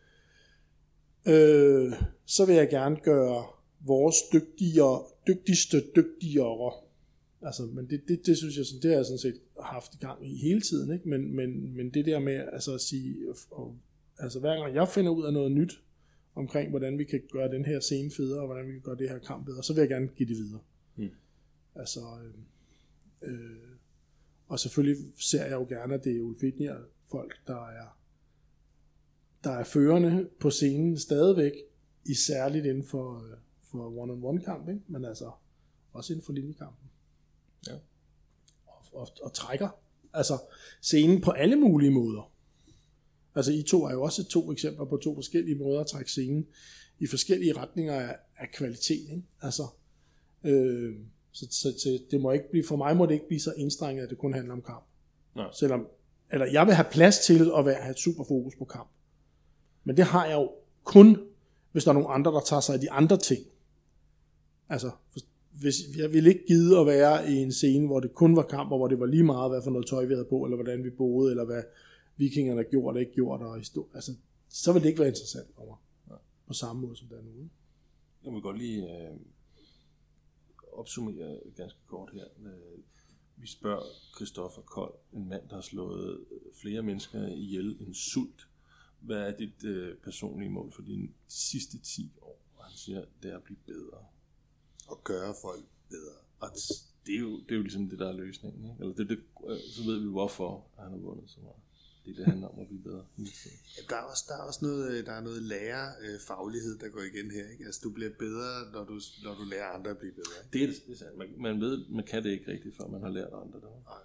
Øh, så vil jeg gerne gøre vores dygtigere, dygtigste dygtigere. Altså, men det, det, det synes jeg, sådan, det har jeg sådan set haft i gang i hele tiden, ikke? Men, men, men det der med altså at sige, og, altså hver gang jeg finder ud af noget nyt omkring, hvordan vi kan gøre den her scene federe, og hvordan vi kan gøre det her kamp bedre, så vil jeg gerne give det videre. Mm. Altså, øh, øh, og selvfølgelig ser jeg jo gerne, at det er Ulfitnir folk, der er der er førende på scenen stadigvæk, i særligt inden for, for one-on-one kamp, ikke? Men altså også inden for linjekampen. Ja. Og, og, og trækker altså scenen på alle mulige måder. Altså I to er jo også to eksempler på to forskellige måder at trække scenen i forskellige retninger af, af kvalitet, ikke? Altså, øh, så, så, så det må ikke blive, for mig må det ikke blive så indstrenget, at det kun handler om kamp. Nej. Selvom, eller jeg vil have plads til at være, have et super fokus på kamp. Men det har jeg jo kun, hvis der er nogle andre, der tager sig af de andre ting. Altså, hvis jeg ville ikke gide at være i en scene, hvor det kun var kamp, og hvor det var lige meget, hvad for noget tøj vi havde på, eller hvordan vi boede, eller hvad vikingerne gjorde og ikke gjorde, og altså, så ville det ikke være interessant for mig. Ja. På samme måde som det er nu. Jeg vil godt lige øh, opsummere ganske kort her. Vi spørger Christoffer Kold, en mand, der har slået flere mennesker ihjel end sult. Hvad er dit øh, personlige mål for de sidste ti år? Og han siger, det er at blive bedre. Og gøre folk bedre. Og det er jo, det er jo ligesom det, der er løsningen. Ikke? Eller det, det, så ved vi, hvorfor han har vundet så meget. Det er det, handler om at blive bedre. Ja, der, er også, der er også noget, der er noget lærerfaglighed, der går igen her. Ikke? Altså, du bliver bedre, når du, når du lærer andre at blive bedre. Ikke? Det er det, det er sandt. Man, man ved, man kan det ikke rigtigt, før man har lært andre det. Nej.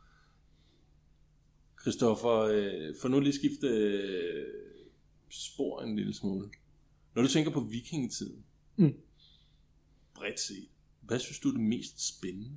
Christoffer, øh, for nu lige skifte øh, spor en lille smule. Når du tænker på vikingetiden, mm. bredt set, hvad synes du er det mest spændende?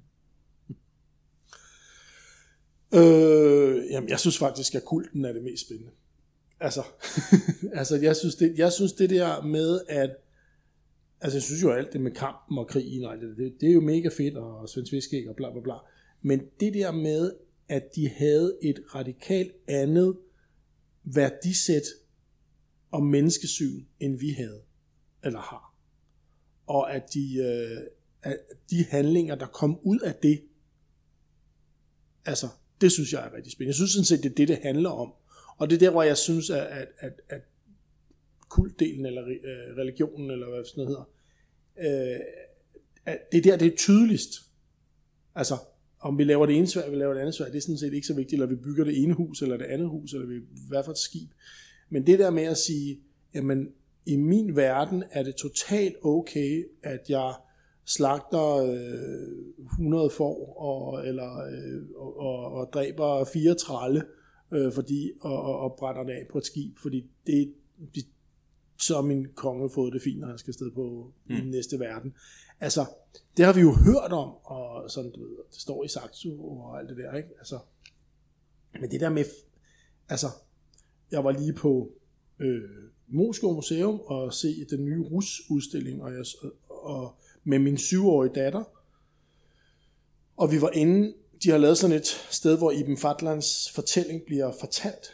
Øh, jamen, jeg synes faktisk, at kulten er det mest spændende. Altså, altså jeg, synes det, jeg synes det der med, at altså jeg synes jo alt det med kampen og krigen og alt det, det, det er jo mega fedt, og Svend Sviskæg og bla bla bla. Men det der med, at de havde et radikalt andet værdisæt og menneskesyn, end vi havde, eller har. Og at de, øh, at de handlinger, der kom ud af det, altså, det synes jeg er rigtig spændende. Jeg synes sådan set, det er det, det handler om. Og det er der, hvor jeg synes, at, at, at, at kultdelen, eller øh, religionen, eller hvad sådan noget hedder, øh, at det er der, det er tydeligst. Altså, om vi laver det ene sværd, vi laver det andet sværd, det er sådan set ikke så vigtigt, eller vi bygger det ene hus, eller det andet hus, eller vi, hvad for et skib. Men det der med at sige, jamen, i min verden er det totalt okay, at jeg slagter øh, hundrede får, og, eller, øh, og, og, og dræber fire trælle, øh, fordi, og, og, og brænder det af på et skib, fordi det, det så har min konge fået det fint, når han skal sted på mm. i den næste verden. Altså, det har vi jo hørt om, og sådan, du ved, det står i Saxo og alt det der, ikke? Altså, men det der med, altså, jeg var lige på øh, Moskov Museum og se den nye Rus-udstilling, og, jeg, og med min syvårige datter, og vi var inde, de har lavet sådan et sted, hvor Ibn Fadlans fortælling bliver fortalt.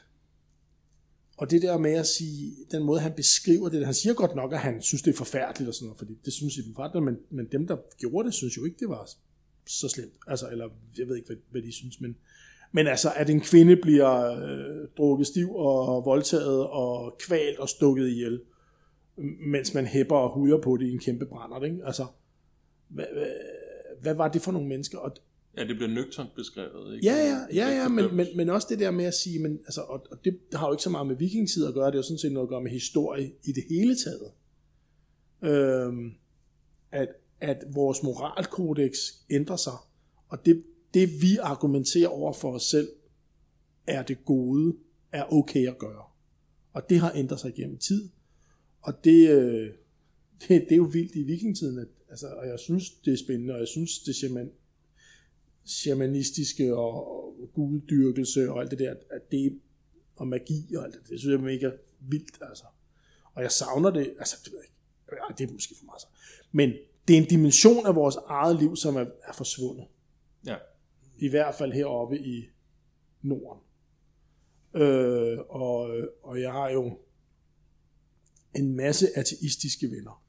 Og det der med at sige, den måde han beskriver det, han siger godt nok, at han synes det er forfærdeligt og sådan noget, fordi det synes Ibn Fadlan, men, men dem der gjorde det, synes jo ikke det var så slemt. Altså, eller jeg ved ikke, hvad, hvad de synes, men, men altså, at en kvinde bliver øh, drukket stiv og voldtaget og kvalt og stukket ihjel, mens man hæpper og hujer på det i en kæmpe brænder, ikke? Altså, hvad, hvad, hvad var det for nogle mennesker? Og, ja, det bliver nøgternt beskrevet, ikke? Ja, ja, ja, ja men, men, men også det der med at sige, men, altså, og, og det har jo ikke så meget med vikingtid at gøre, det er jo sådan set noget at gøre med historie i det hele taget. øhm, at, at vores moralkodex ændrer sig, og det, det vi argumenterer over for os selv, er det gode, er okay at gøre. Og det har ændret sig gennem tid, og det, øh, det, det er jo vildt i vikingetiden, at, altså, og jeg synes, det er spændende, og jeg synes, det shaman, shamanistiske og, og guddyrkelse og alt det der, at det og magi og alt det, det synes jeg er mega vildt, altså. Og jeg savner det, altså, det ved jeg ikke, ja, det er måske for meget så. Men det er en dimension af vores eget liv, som er, er forsvundet. Ja. I hvert fald heroppe i Norden. Øh, og, og jeg har jo en masse ateistiske venner.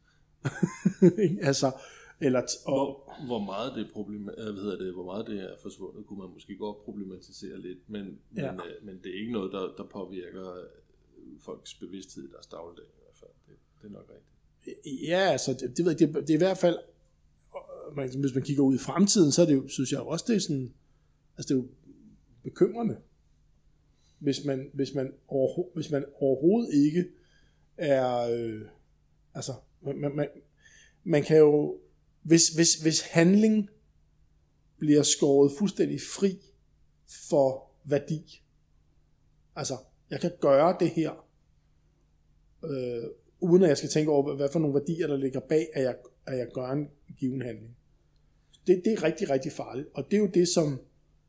altså, eller t- og, hvor, hvor meget det problem, hvad hedder det, hvor meget det er forsvundet, kunne man måske godt problematisere lidt, men, ja. men, øh, men det er ikke noget, der, der påvirker folks bevidsthed i deres dagligdag i hvert fald. Det, det er nok rigtigt. Ja, altså, det, det, ved jeg, det, det er i hvert fald, man, hvis man kigger ud i fremtiden, så er det jo, synes jeg også, det er sådan, altså det er jo bekymrende, hvis man, hvis man, overho- hvis man overhovedet ikke er, øh, altså, man, man, man kan jo, hvis, hvis, hvis handling bliver skåret fuldstændig fri for værdi, altså, jeg kan gøre det her, øh, uden at jeg skal tænke over, hvad for nogle værdier, der ligger bag, at jeg, at jeg gør en given handling. Det, det er rigtig, rigtig farligt, og det er jo det, som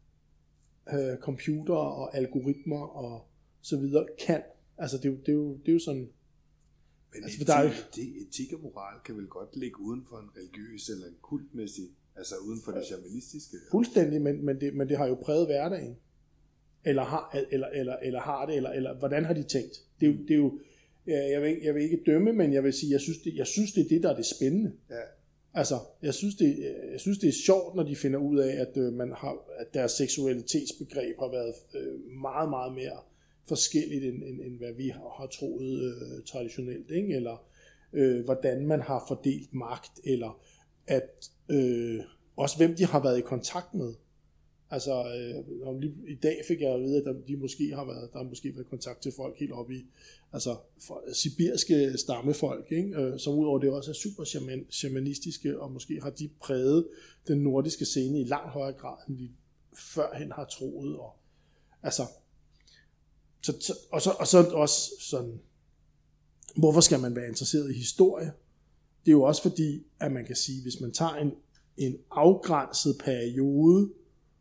øh, computer og algoritmer og så videre kan. Altså, det er jo, det er jo, det er jo sådan. Men altså, etik, der er jo... etik og moral kan vel godt ligge uden for en religiøs eller en kultmæssig, altså uden for det shamanistiske. Fuldstændig, men, men, det, men det har jo præget hverdagen. Eller har, eller, eller, eller har det, eller, eller hvordan har de tænkt? Det er jo, det er jo jeg, vil, jeg vil ikke dømme, men jeg vil sige, jeg synes, det, jeg synes, det er det, der er det spændende. Ja. Altså, jeg synes, det, jeg synes, det er sjovt, når de finder ud af, at, øh, man har, at deres seksualitetsbegreb har været øh, meget, meget mere forskelligt, end, end, end hvad vi har, har troet øh, traditionelt, ikke? Eller øh, hvordan man har fordelt magt, eller at øh, også hvem de har været i kontakt med. Altså, øh, lige, i dag fik jeg at vide, at der, de måske har været, der har måske været kontakt til folk helt oppe i, altså for, sibirske stammefolk, ikke? Øh, som udover det også er super shaman, shamanistiske, og måske har de præget den nordiske scene i langt højere grad, end vi førhen har troet. Og, altså, så, så, og, så, og så også sådan, hvorfor skal man være interesseret i historie? Det er jo også fordi, at man kan sige, hvis man tager en, en afgrænset periode,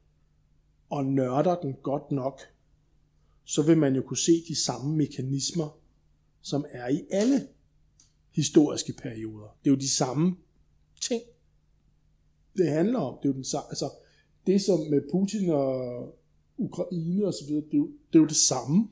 og nørder den godt nok, så vil man jo kunne se de samme mekanismer, som er i alle historiske perioder. Det er jo de samme ting, det handler om. Det er jo den samme, altså det som med Putin og Ukraine og så videre, det er jo det, er jo det samme,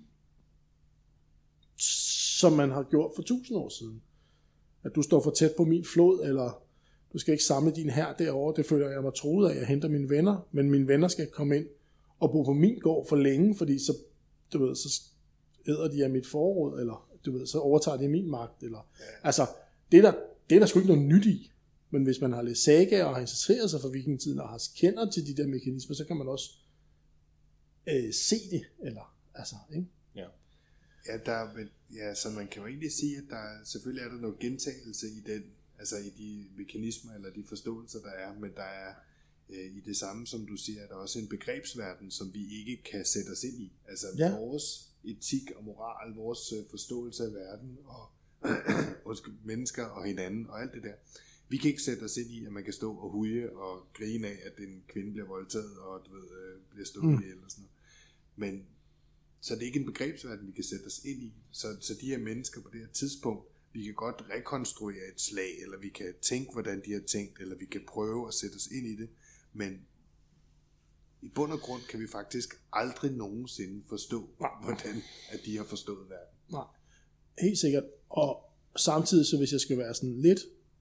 som man har gjort for tusind år siden. At du står for tæt på min flod, eller du skal ikke samle din hær derovre, det føler jeg mig troet af, at jeg henter mine venner, men mine venner skal komme ind og bo på min gård for længe, fordi så, du ved, så æder de af mit forråd, eller du ved, så overtager de min magt, eller, ja. Altså, det er, der, det er der sgu ikke noget nyt i, men hvis man har læst sagaer og har interesseret sig for vikingetiden, og har kender til de der mekanismer, så kan man også øh, se det, eller, altså, ikke? Ja. Ja, der, ja, så man kan jo egentlig sige, at der selvfølgelig er der noget gentagelse i den, altså i de mekanismer, eller de forståelser, der er, men der er i det samme, som du siger, er der også en begrebsverden, som vi ikke kan sætte os ind i. Altså ja. Vores etik og moral, vores forståelse af verden, og mennesker og hinanden, og alt det der. Vi kan ikke sætte os ind i, at man kan stå og huge og grine af, at en kvinde bliver voldtaget, og du ved, bliver stået ihjel, eller sådan noget. Men så er det ikke en begrebsverden, vi kan sætte os ind i. Så, så de her mennesker på det her tidspunkt, vi kan godt rekonstruere et slag, eller vi kan tænke, hvordan de har tænkt, eller vi kan prøve at sætte os ind i det. Men i bund og grund kan vi faktisk aldrig nogensinde forstå, hvordan at de har forstået verden. Nej, helt sikkert. Og samtidig, så hvis jeg skal være sådan lidt,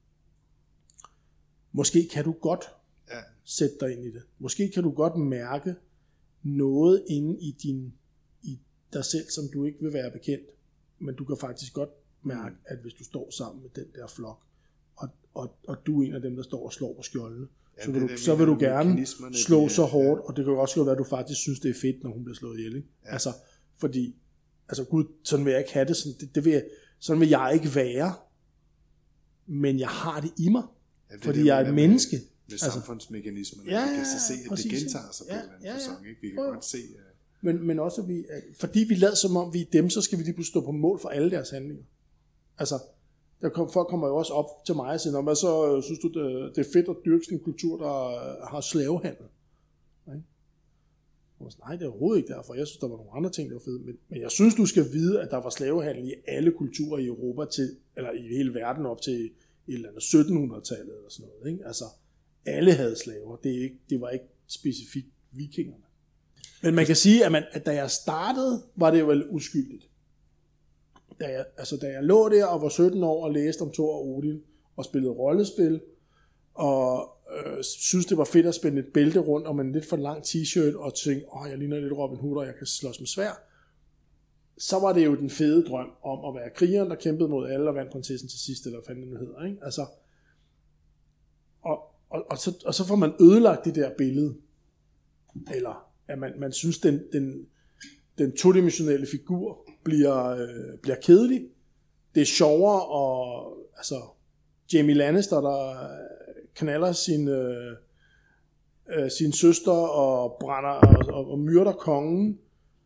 måske kan du godt ja. sætte dig ind i det. Måske kan du godt mærke noget inde i, din, i dig selv, som du ikke vil være bekendt. Men du kan faktisk godt mærke, mm. at hvis du står sammen med den der flok, og, og, og du er en af dem, der står og slår på skjoldene, ja, så vil du, så vil du gerne slå så hårdt, ja. Og det kan jo også være, at du faktisk synes, det er fedt, når hun bliver slået ihjel. Ikke? Ja. Altså, fordi, altså gud, sådan vil jeg ikke have det, sådan, det, det vil jeg, sådan vil jeg ikke være. men jeg har det i mig, Ja, det fordi det, jeg er et menneske. Med, med altså, samfundsmekanismerne, ja, ja, vi kan så se, at præcis, det gentager sig ja, på en eller anden ja, ja. facon, ikke? Vi kan Jo, jo. godt se... Uh... Men, men også, at vi, at fordi vi lader som om, vi er dem, så skal vi lige pludselig stå på mål for alle deres handlinger. Altså, der kom, folk kommer jo også op til mig og siger, hvad så synes du, det, det er fedt at dyrke sådan en kultur, der har slavehandel? Okay? Nej, det er overhovedet ikke derfor. Jeg synes, der var nogle andre ting, der var fede. Men, men jeg synes, du skal vide, at der var slavehandel i alle kulturer i Europa, til, eller i hele verden op til et eller andet syttenhundredetallet eller sådan noget. Ikke? Altså, alle havde slaver. Det, er ikke, det var ikke specifikt vikingerne. Men man kan sige, at, man, at da jeg startede, var det jo vel uskyldigt. Da jeg, altså, da jeg lå der og var sytten år og læste om Thor og Odin og spillede rollespil, og øh, synes det var fedt at spænde et bælte rundt om en lidt for lang t-shirt og tænke, åh, jeg ligner lidt Robin Hood, og jeg kan slås med sværd, så var det jo den fede drøm om at være krigeren, der kæmpede mod alle og vandt prinsessen til sidst, eller hvad fanden det hedder, ikke? Altså, og, og, og, så, og så får man ødelagt det der billede, eller at man, man synes, den, den, den todimensionelle figur bliver, øh, bliver kedelig. Det er sjovere, og altså, Jamie Lannister, der knaller sin, øh, øh, sin søster og brænder og, og, og myrder kongen.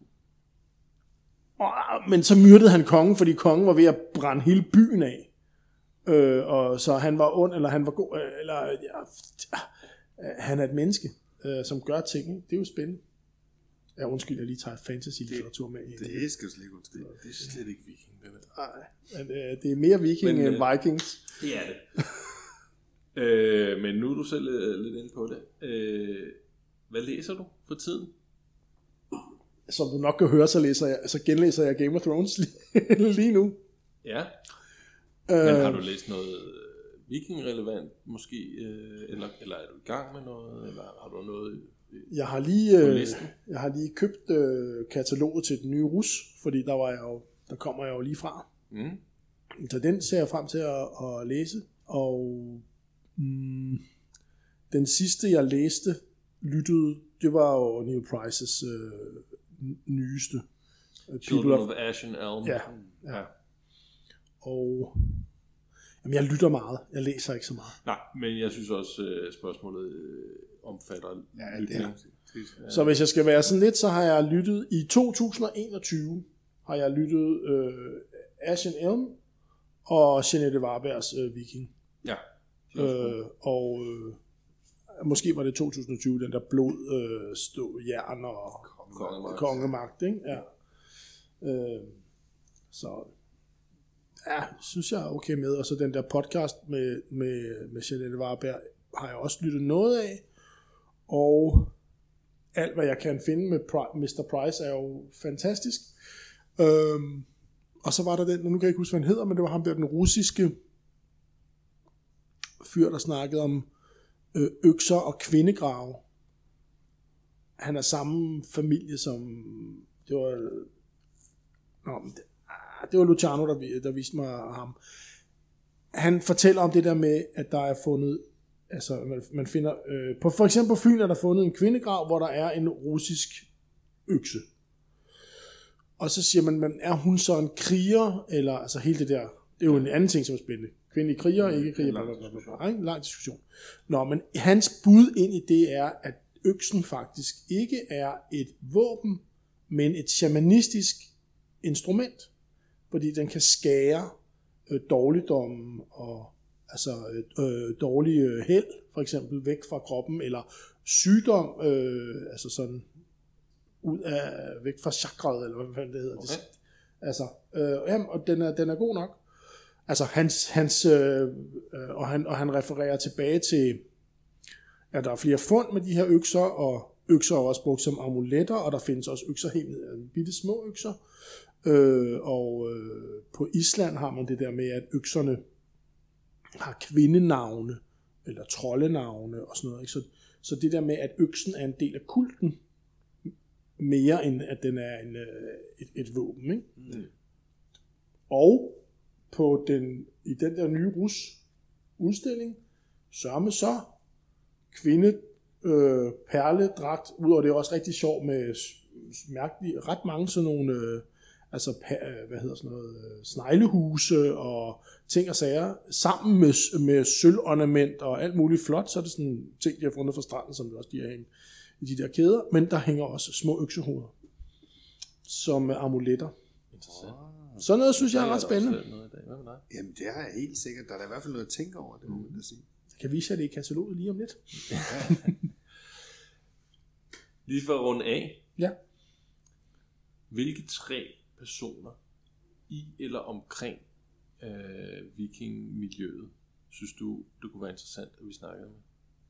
Og, men så myrdede han kongen, fordi kongen var ved at brænde hele byen af. Øh, og så han var ond, eller han var god, eller ja, han er et menneske, øh, som gør ting. Ikke? Det er jo spændende. Ja, undskyld, jeg lige tager fantasy-litteratur med. Det, det skal du slet ikke undskylde. Det er slet ikke viking. Nej, men øh, det er mere viking men, end øh, vikings. Det er det. øh, men nu er du selv øh, lidt inde på det. Øh, hvad læser du for tiden? Som du nok kan høre, så, læser jeg, så genlæser jeg Game of Thrones lige, lige nu. Ja. Øh, men har du læst noget viking-relevant måske? Øh, eller, eller er du i gang med noget? Eller har du noget... Jeg har lige, øh, jeg har lige købt øh, kataloget til den nye Rus, fordi der var jeg jo, der kommer jeg jo lige fra. Mm. Så den ser jeg frem til at, at læse. Og mm, den sidste jeg læste, lyttede, det var jo Neil Prices øh, nyeste. Children of, of Ashen Elm. Ja, ja. ja. Og jamen, jeg lytter meget. Jeg læser ikke så meget. Nej, men jeg synes også, at spørgsmålet øh, omfatter ja, lytning. det er, så hvis jeg skal være sådan lidt, så har jeg lyttet i to tusind og enogtyve har jeg lyttet øh, Ashen Elm og Jeanette Varbergs øh, Viking. Ja. Øh, og øh, måske var det to tusind og tyve, den der blod, øh, stå, jern og kongemagt, kongemagt ikke? Ja. Øh, så ja, synes jeg er okay med. Og så den der podcast med, med, med Jeanette Varberg har jeg også lyttet noget af. Og alt, hvad jeg kan finde med mister Price, er jo fantastisk. Øhm, og så var der den, nu kan jeg ikke huske, hvad han hedder, men det var ham der, den russiske fyr, der snakkede om øh, økser og kvindegrave. Han er samme familie som, det var, nå, men det, det var Luciano, der, der viste mig ham. Han fortæller om det der med, at der er fundet, altså man, man finder, øh, på, for eksempel på Fyn er der fundet en kvindegrav, hvor der er en russisk økse. Og så siger man, man, er hun så en kriger, eller altså hele det der, det er jo en anden ting, som er spændende. Kvindelige kriger, ikke kriger, lang diskussion. Ikke? Lang diskussion. Nå, men hans bud ind i det er, at øksen faktisk ikke er et våben, men et shamanistisk instrument, fordi den kan skære øh, dårligdom og altså øh, dårlig øh, held, for eksempel, væk fra kroppen, eller sygdom, øh, altså sådan ud af, væk fra chakret, eller hvad fanden det hedder. Okay. Altså, øh, jamen, og den er, den er god nok. Altså, hans, hans øh, og, han, og han refererer tilbage til, at der er flere fund med de her økser, og økser er også brugt som amuletter, og der findes også økser helt ned, bitte små økser. Øh, og øh, på Island har man det der med, at økserne har kvindenavne, eller troldenavne, og sådan noget. Ikke? Så, så det der med, at øksen er en del af kulten, mere end at den er en, et, et våben. Ikke? Mm. Og på den, i den der nye Rus udstilling, sørme så kvinde øh, perledragt, udover det er også rigtig sjovt med mærkeligt, ret mange sådan nogle øh, altså hvad hedder sådan noget, sneglehuse og ting og sager, sammen med, med sølvornament og alt muligt flot, så er det sådan ting, de har fundet fra stranden, som også de har hængt i de der kæder, men der hænger også små øksehoveder, som amuletter. Interessant. Sådan noget synes jeg er ret spændende. Jamen det er helt sikkert, der er der i hvert fald noget at tænke over, det må man da sige. Jeg kan vise jer det i kataloget lige om lidt. Lige for at runde af. Ja. Hvilke tre personer i eller omkring øh, vikingmiljøet synes du, det kunne være interessant, at vi snakkede med?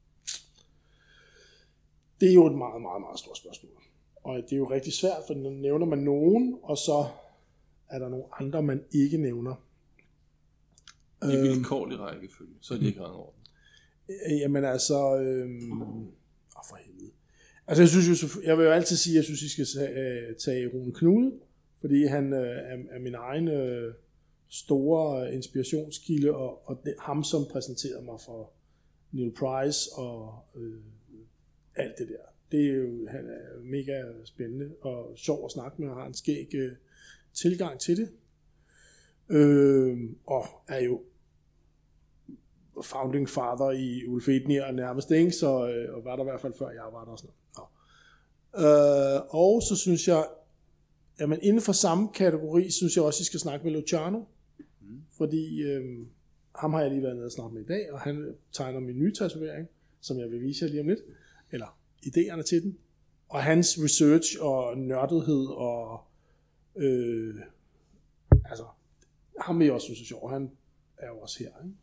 Det er jo et meget, meget, meget stort spørgsmål. Og det er jo rigtig svært, for nu nævner man nogen, og så er der nogle andre, man ikke nævner. I vilkårlig rækkefølge, så er det ikke rangorden. Jamen altså, øhm, åh for helvede. Altså jeg synes jo, jeg vil jo altid sige, at jeg synes, I skal tage, tage Rune Knude, fordi han øh, er, er min egen øh, store inspirationskilde, og, og det, ham som præsenterede mig for Neil Price og øh, alt det der. Det er jo, han er mega spændende og sjov at snakke med, og har en skæg øh, tilgang til det. Øh, og er jo founding father i Ulf Ednir nærmest, ikke? Så, øh, og var der i hvert fald før jeg var der. Sådan øh, og så synes jeg, jamen inden for samme kategori, synes jeg også, I skal snakke med Luciano. Mm. Fordi øh, ham har jeg lige været nede og snakke med i dag, og han tegner min nye tatovering, som jeg vil vise jer lige om lidt. Eller idéerne til den. Og hans research og nørdethed og øh, altså, ham vil jeg også synes er sjov. Han er jo også her, ikke?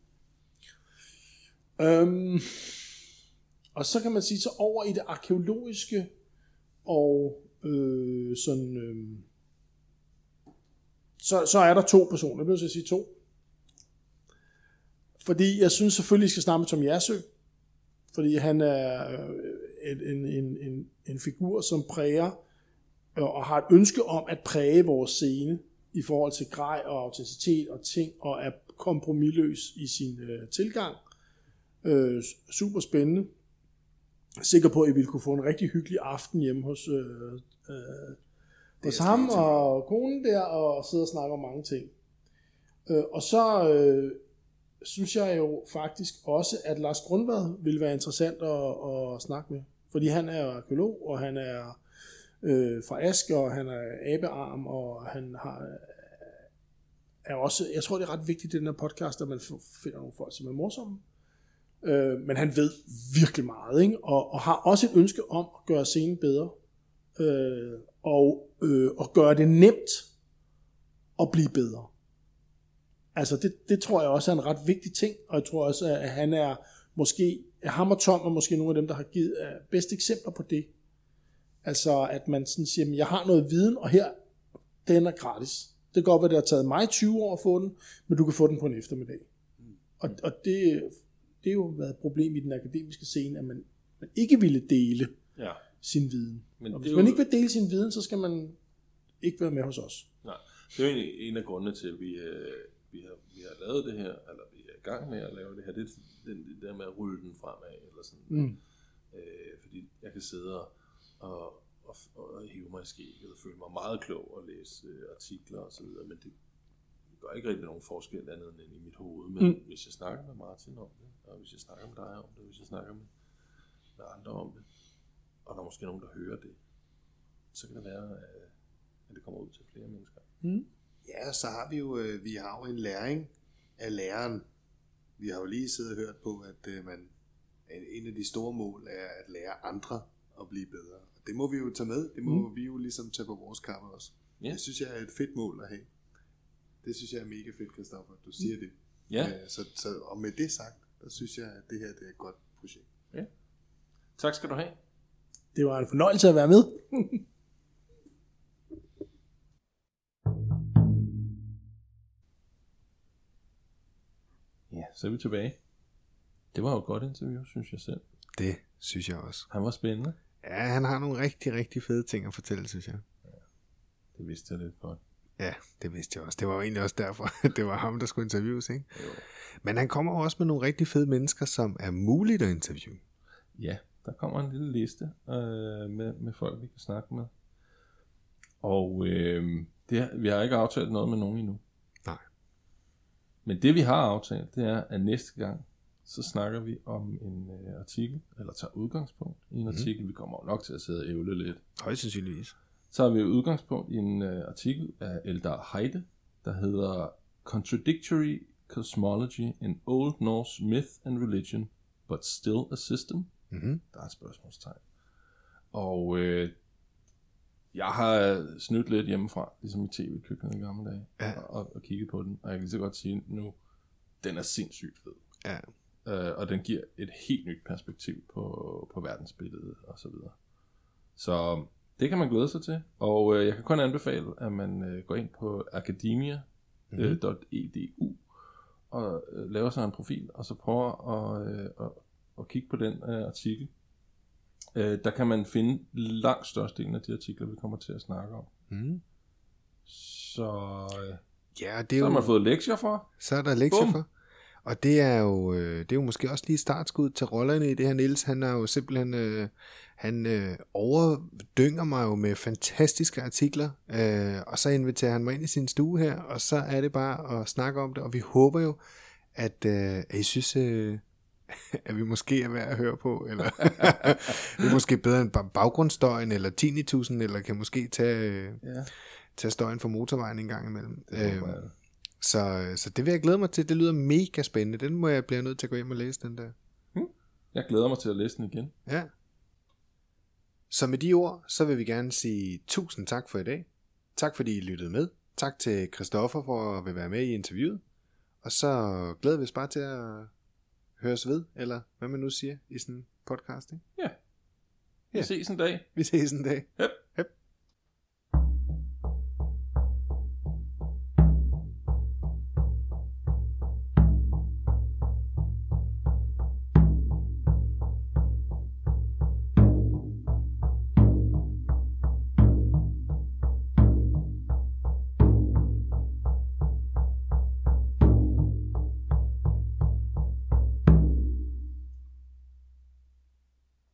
Øhm, og så kan man sige, så over i det arkæologiske og øh, sådan øh, så, så er der to personer. Jeg bliver nødt til at sige to. Fordi jeg synes selvfølgelig, I skal snakke med Tom Jersø. Fordi han er en, en, en, en figur, som præger og har et ønske om at præge vores scene i forhold til grej og autenticitet og ting, og er kompromisløs i sin øh, tilgang. Øh, super spændende. Sikker på, at I ville kunne få en rigtig hyggelig aften hjemme hos, øh, øh, hos ham og konen der, og sidde og snakke om mange ting. Øh, og så øh, synes jeg jo faktisk også, at Lars Grundvad ville være interessant at, at snakke med. Fordi han er arkeolog, og han er øh, fra Ask, og han er abearm, og han har, er også, jeg tror det er ret vigtigt i den her podcast, at man finder nogle folk, som er morsomme. Øh, men han ved virkelig meget, ikke? Og, og har også et ønske om at gøre scenen bedre, øh, og, øh, og gøre det nemt at blive bedre. Altså det, det tror jeg også er en ret vigtig ting, og jeg tror også, at han er måske, ham og Tom er måske nogle af dem, der har givet bedste eksempler på det. Altså at man sådan siger, jeg har noget viden, og her, den er gratis. Det kan godt være, det har taget mig tyve år at få den, men du kan få den på en eftermiddag. Og, og det, det er jo været et problem i den akademiske scene, at man, man ikke ville dele ja. sin viden. Men og hvis man jo... ikke vil dele sin viden, så skal man ikke være med hos os. Nej, det er jo en, en af grundene til, at vi, øh, vi, har, vi har lavet det her, eller vi er i gang med at lave det her. Det er den, det der med at rulle den fremad, eller sådan. Mm. Øh, fordi jeg kan sidde og, og, og, og hive mig i skægget og føle mig meget klog og læse øh, artikler og så videre, men det gør ikke rigtig nogen forskel andet end i mit hoved. Men mm. hvis jeg snakker med Martin om det, og hvis jeg snakker med dig om det, hvis jeg snakker med, med andre om det, og der er måske nogen, der hører det, så kan det være, at det kommer ud til flere mennesker. Mm. Ja, så har vi jo, vi har jo en læring af læreren. Vi har jo lige siddet og hørt på, at man, en af de store mål er at lære andre at blive bedre. Og det må vi jo tage med. Det må mm. vi jo ligesom tage på vores kappe også. Ja. Det synes jeg er et fedt mål at have. Det synes jeg er mega fedt, Christoffer, at du siger mm. det. Ja. Så, så, og med det sagt, der synes jeg, at det her det er et godt projekt. Ja. Tak skal du have. Det var en fornøjelse at være med. Ja, så er vi tilbage. Det var jo et godt interview, synes jeg selv. Det synes jeg også. Han var spændende. Ja, han har nogle rigtig, rigtig fede ting at fortælle, synes jeg. Ja, det vidste jeg lidt godt. Ja, det vidste jeg også. Det var jo egentlig også derfor, det var ham, der skulle interviews, ikke? Jo. Men han kommer også med nogle rigtig fede mennesker, som er muligt at interviewe. Ja, der kommer en lille liste øh, med, med folk, vi kan snakke med. Og øh, Det er, vi har ikke aftalt noget med nogen endnu. Nej. Men det vi har aftalt, det er, at næste gang, så snakker vi om en uh, artikel, eller tager udgangspunkt i en mm. artikel. Vi kommer jo nok til at sidde og ævle lidt. Højst sandsynligvis. Så har vi udgangspunkt i en uh, artikel af Eldar Heide, der hedder Contradictory Cosmology in Old Norse Myth and Religion, but Still a System. Mm-hmm. Der er et spørgsmålstegn. Og øh, jeg har snydt lidt hjemmefra, ligesom i tv-køkkenet i gamle dage, ja. og, og kigget på den. Og jeg kan lige så godt sige nu, den er sindssygt fed. Ja. Øh, og den giver et helt nyt perspektiv på, på verdensbilledet og så videre. Så det kan man glæde sig til. Og øh, jeg kan kun anbefale, at man øh, går ind på academia punktum e d u og øh, laver sig en profil, og så prøver at, øh, at, at kigge på den øh, artikel. Øh, der kan man finde langt størstedelen af de artikler, vi kommer til at snakke om. Mm. Så, øh, ja, det er så har jo, man fået lektier for. Så er der lektier Bum. for. Og det er jo øh, det er jo måske også lige startskud til rollerne i det her. Niels, han er jo simpelthen øh, han øh, overdynger mig jo med fantastiske artikler, øh, og så inviterer han mig ind i sin stue her, og så er det bare at snakke om det, og vi håber jo, at, øh, at I synes, øh, at vi måske er værd at høre på, eller det er måske bedre end baggrundsstøjen, eller tinnitusen, eller kan måske tage, øh, Ja. tage støjen fra motorvejen en gang imellem. Det Øh, håber jeg. Så, så det vil jeg glæde mig til. Det lyder mega spændende. Den må jeg blive nødt til at gå hjem og læse, den der. Jeg glæder mig til at læse den igen. Ja. Så med de ord, så vil vi gerne sige tusind tak for i dag. Tak fordi I lyttede med. Tak til Christoffer for at vil være med i interviewet. Og så glæder vi os bare til at høres ved, eller hvad man nu siger i sådan en podcast, ikke? Ja. Vi Ja. ses en dag. Vi ses en dag. Hep. Hep.